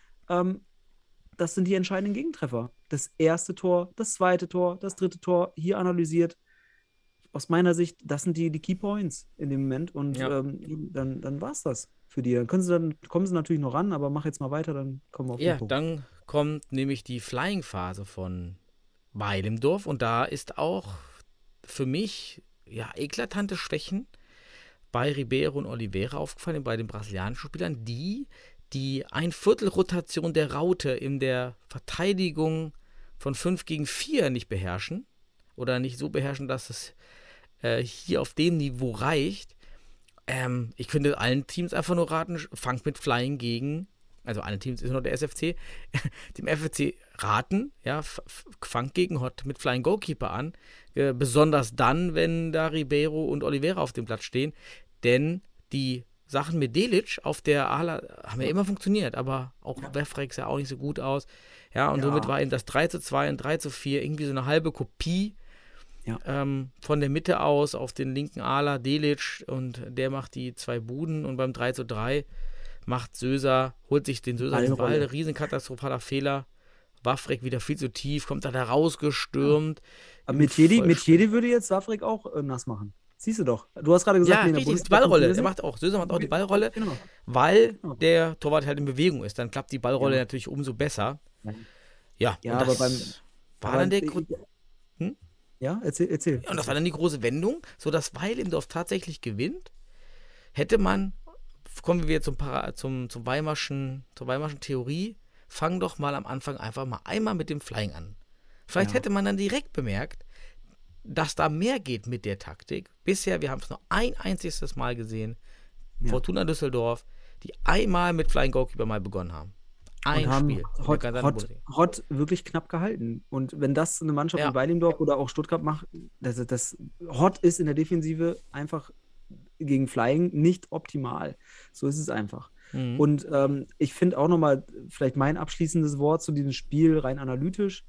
Das sind die entscheidenden Gegentreffer. Das erste Tor, das zweite Tor, das dritte Tor, hier analysiert. Aus meiner Sicht, das sind die Key Points in dem Moment und dann war es das für die. Dann kommen sie natürlich noch ran, aber mach jetzt mal weiter, dann kommen wir auf den Punkt. Ja, dann kommt nämlich die Flying-Phase von Weidemdorf und da ist auch für mich eklatante Schwächen bei Ribeiro und Oliveira aufgefallen, bei den brasilianischen Spielern, die ein Viertelrotation der Raute in der Verteidigung von 5 gegen 4 nicht beherrschen oder nicht so beherrschen, dass es hier auf dem Niveau reicht. Ich könnte allen Teams einfach nur raten, fangt mit Flying gegen, also allen Teams ist nur der SFC, dem FFC raten, fangt gegen Hott mit Flying Goalkeeper an, besonders dann, wenn da Ribeiro und Oliveira auf dem Platz stehen, denn die Sachen mit Delic auf der Ala haben ja immer funktioniert, aber auch Wefrex sah auch nicht so gut aus. Ja, und somit war eben das 3-2 und 3-4 irgendwie so eine halbe Kopie von der Mitte aus auf den linken Ala, Delic, und der macht die 2 Buden und beim 3-3 holt sich den Söser den Ball, riesenkatastrophaler Fehler. Wafrek wieder viel zu tief, kommt da rausgestürmt. Aber Metjedi würde jetzt Wafrek auch nass machen. Siehst du doch. Du hast gerade gesagt, richtig, die Ballrolle. Söser macht auch die Ballrolle, weil der Torwart halt in Bewegung ist. Dann klappt die Ballrolle natürlich umso besser. Ja, aber war dann der Grund. Ja, erzähl. Und das war dann die große Wendung, sodass Weidemdorf tatsächlich gewinnt. Hätte man, kommen wir zur Weimarschen Theorie, fang doch mal am Anfang einfach mal einmal mit dem Flying an. Vielleicht hätte man dann direkt bemerkt, dass da mehr geht mit der Taktik. Bisher, wir haben es nur ein einziges Mal gesehen, Fortuna Düsseldorf, die einmal mit Flying Goalkeeper mal begonnen haben. Spiel. Hott wirklich knapp gehalten. Und wenn das eine Mannschaft wie Weidemdorf oder auch Stuttgart macht, Hott ist in der Defensive einfach gegen Flying nicht optimal. So ist es einfach. Und ich finde auch nochmal, vielleicht mein abschließendes Wort zu diesem Spiel, rein analytisch,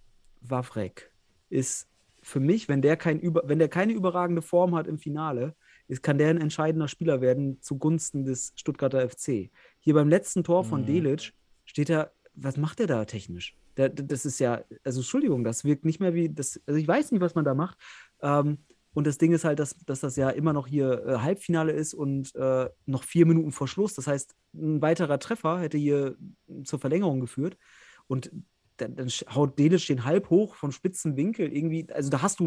Wawrek ist für mich, wenn der keine überragende Form hat im Finale, kann der ein entscheidender Spieler werden zugunsten des Stuttgarter FC. Hier beim letzten Tor von Delic steht er, was macht der da technisch? Das ist ja, also Entschuldigung, das wirkt nicht mehr wie, also ich weiß nicht, was man da macht. Und das Ding ist halt, dass das ja immer noch hier Halbfinale ist und noch 4 Minuten vor Schluss. Das heißt, ein weiterer Treffer hätte hier zur Verlängerung geführt. Und dann haut Delic den halb hoch von spitzen Winkel irgendwie. Also da hast du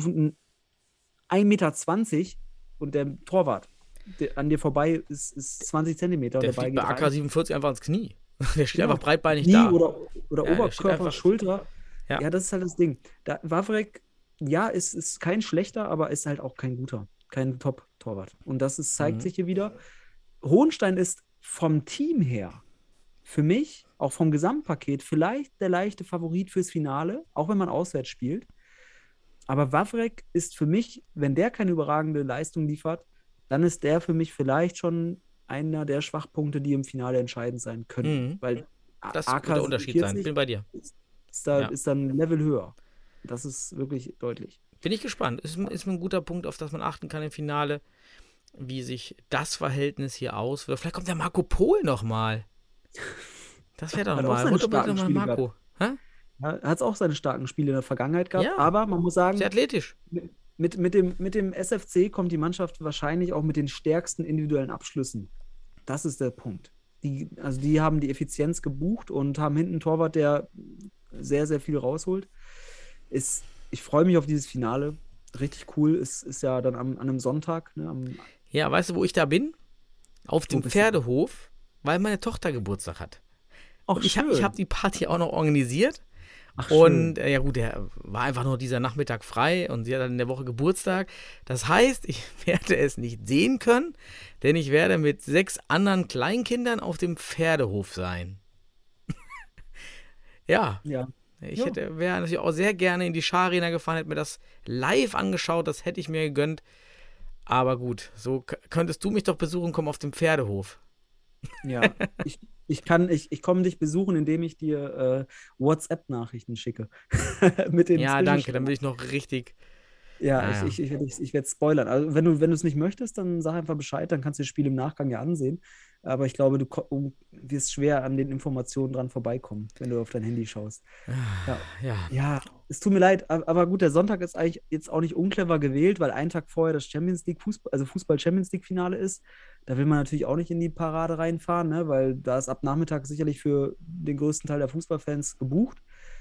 1,20 Meter und der Torwart an dir vorbei ist 20 Zentimeter. Der und fliegt bei AK 47 einfach ins Knie. Der steht einfach breitbeinig Knie da. Oder Oberkörper, Schulter. Ja. Das ist halt das Ding. Wawrek, ja, ist kein schlechter, aber ist halt auch kein guter. Kein Top-Torwart. Und das zeigt sich hier wieder. Hohenstein ist vom Team her für mich, auch vom Gesamtpaket, vielleicht der leichte Favorit fürs Finale, auch wenn man auswärts spielt. Aber Wawrek ist für mich, wenn der keine überragende Leistung liefert, dann ist der für mich vielleicht schon einer der Schwachpunkte, die im Finale entscheidend sein können. Weil das wird der Unterschied sein. Bin bei dir. Ist dann ein Level höher. Das ist wirklich deutlich. Bin ich gespannt. Ist ein guter Punkt, auf das man achten kann im Finale, wie sich das Verhältnis hier auswirkt. Vielleicht kommt der Marco Pohl nochmal. Das wäre doch mal. Wo doch mal Marco? Ja, er hat auch seine starken Spiele in der Vergangenheit gehabt, aber man muss sagen, sehr athletisch. Mit dem SFC kommt die Mannschaft wahrscheinlich auch mit den stärksten individuellen Abschlüssen. Das ist der Punkt. Die haben die Effizienz gebucht und haben hinten einen Torwart, der sehr, sehr viel rausholt. Ich freue mich auf dieses Finale. Richtig cool. Ist ja dann an einem Sonntag. Ne, ja, weißt du, wo ich da bin? Auf dem Pferdehof, weil meine Tochter Geburtstag hat. Ach, ich habe die Party auch noch organisiert. Ach, und ja gut, der war einfach nur dieser Nachmittag frei und sie hat dann in der Woche Geburtstag. Das heißt, ich werde es nicht sehen können, denn ich werde mit 6 anderen Kleinkindern auf dem Pferdehof sein. Ja. Ich wäre natürlich auch sehr gerne in die Schar-Arena gefahren, hätte mir das live angeschaut, das hätte ich mir gegönnt. Aber gut, so könntest du mich doch besuchen, komm auf dem Pferdehof. Ja, ich komme dich besuchen, indem ich dir WhatsApp-Nachrichten schicke. Mit den danke, dann will ich noch richtig. Ja, ich werde spoilern. Also wenn du es nicht möchtest, dann sag einfach Bescheid, dann kannst du das Spiel im Nachgang ja ansehen. Aber ich glaube, du wirst schwer an den Informationen dran vorbeikommen, wenn du auf dein Handy schaust. Ja, es tut mir leid, aber gut, der Sonntag ist eigentlich jetzt auch nicht unclever gewählt, weil einen Tag vorher das Fußball-Champions-League-Finale ist. Da will man natürlich auch nicht in die Parade reinfahren, ne? Weil da ist ab Nachmittag sicherlich für den größten Teil der Fußballfans gebucht.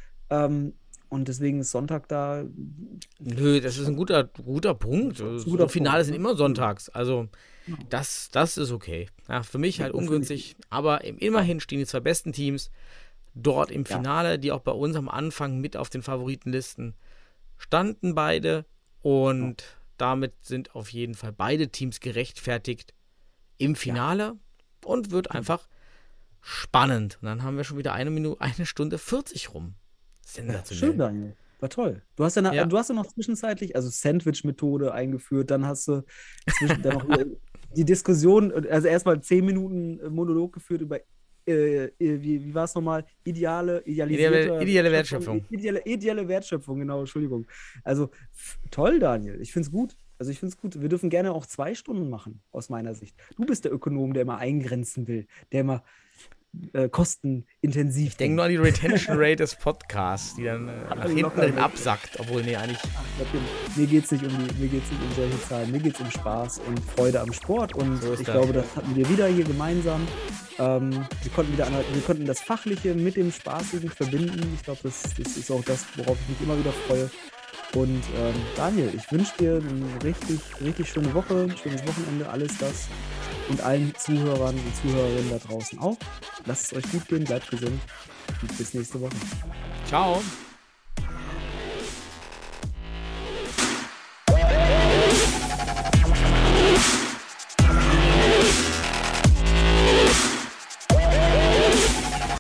Und deswegen ist Sonntag da. Nö, das ist ein guter Punkt. Finale sind immer sonntags. Also das ist okay. Ja, für mich halt ungünstig. Aber immerhin stehen die 2 besten Teams dort im Finale, die auch bei uns am Anfang mit auf den Favoritenlisten standen beide. Und damit sind auf jeden Fall beide Teams gerechtfertigt im Finale und wird einfach spannend. Und dann haben wir schon wieder 1 Stunde 40 rum. Sensationell. Schön, Daniel. War toll. Du hast ja noch zwischenzeitlich, also Sandwich-Methode eingeführt, dann hast du dann noch die Diskussion, also erstmal 10 Minuten Monolog geführt über wie war es nochmal? Ideale Wertschöpfung. Ideale Wertschöpfung, genau, Entschuldigung. Also toll, Daniel. Ich finde es gut. Wir dürfen gerne auch 2 Stunden machen, aus meiner Sicht. Du bist der Ökonom, der immer eingrenzen will, der immer kostenintensiv. Ich denke nur an die Retention Rate des Podcasts, die dann nach hinten drin absackt. Obwohl, eigentlich. Mir geht es nicht um solche Zahlen. Mir geht es um Spaß und Freude am Sport. Und so ich glaube, das hatten wir wieder hier gemeinsam. Wir konnten das Fachliche mit dem Spaßigen verbinden. Ich glaube, das ist auch das, worauf ich mich immer wieder freue. Und Daniel, ich wünsche dir eine richtig, richtig schöne Woche, ein schönes Wochenende, alles das. Und allen Zuhörern und Zuhörerinnen da draußen auch. Lasst es euch gut gehen, bleibt gesund und bis nächste Woche. Ciao.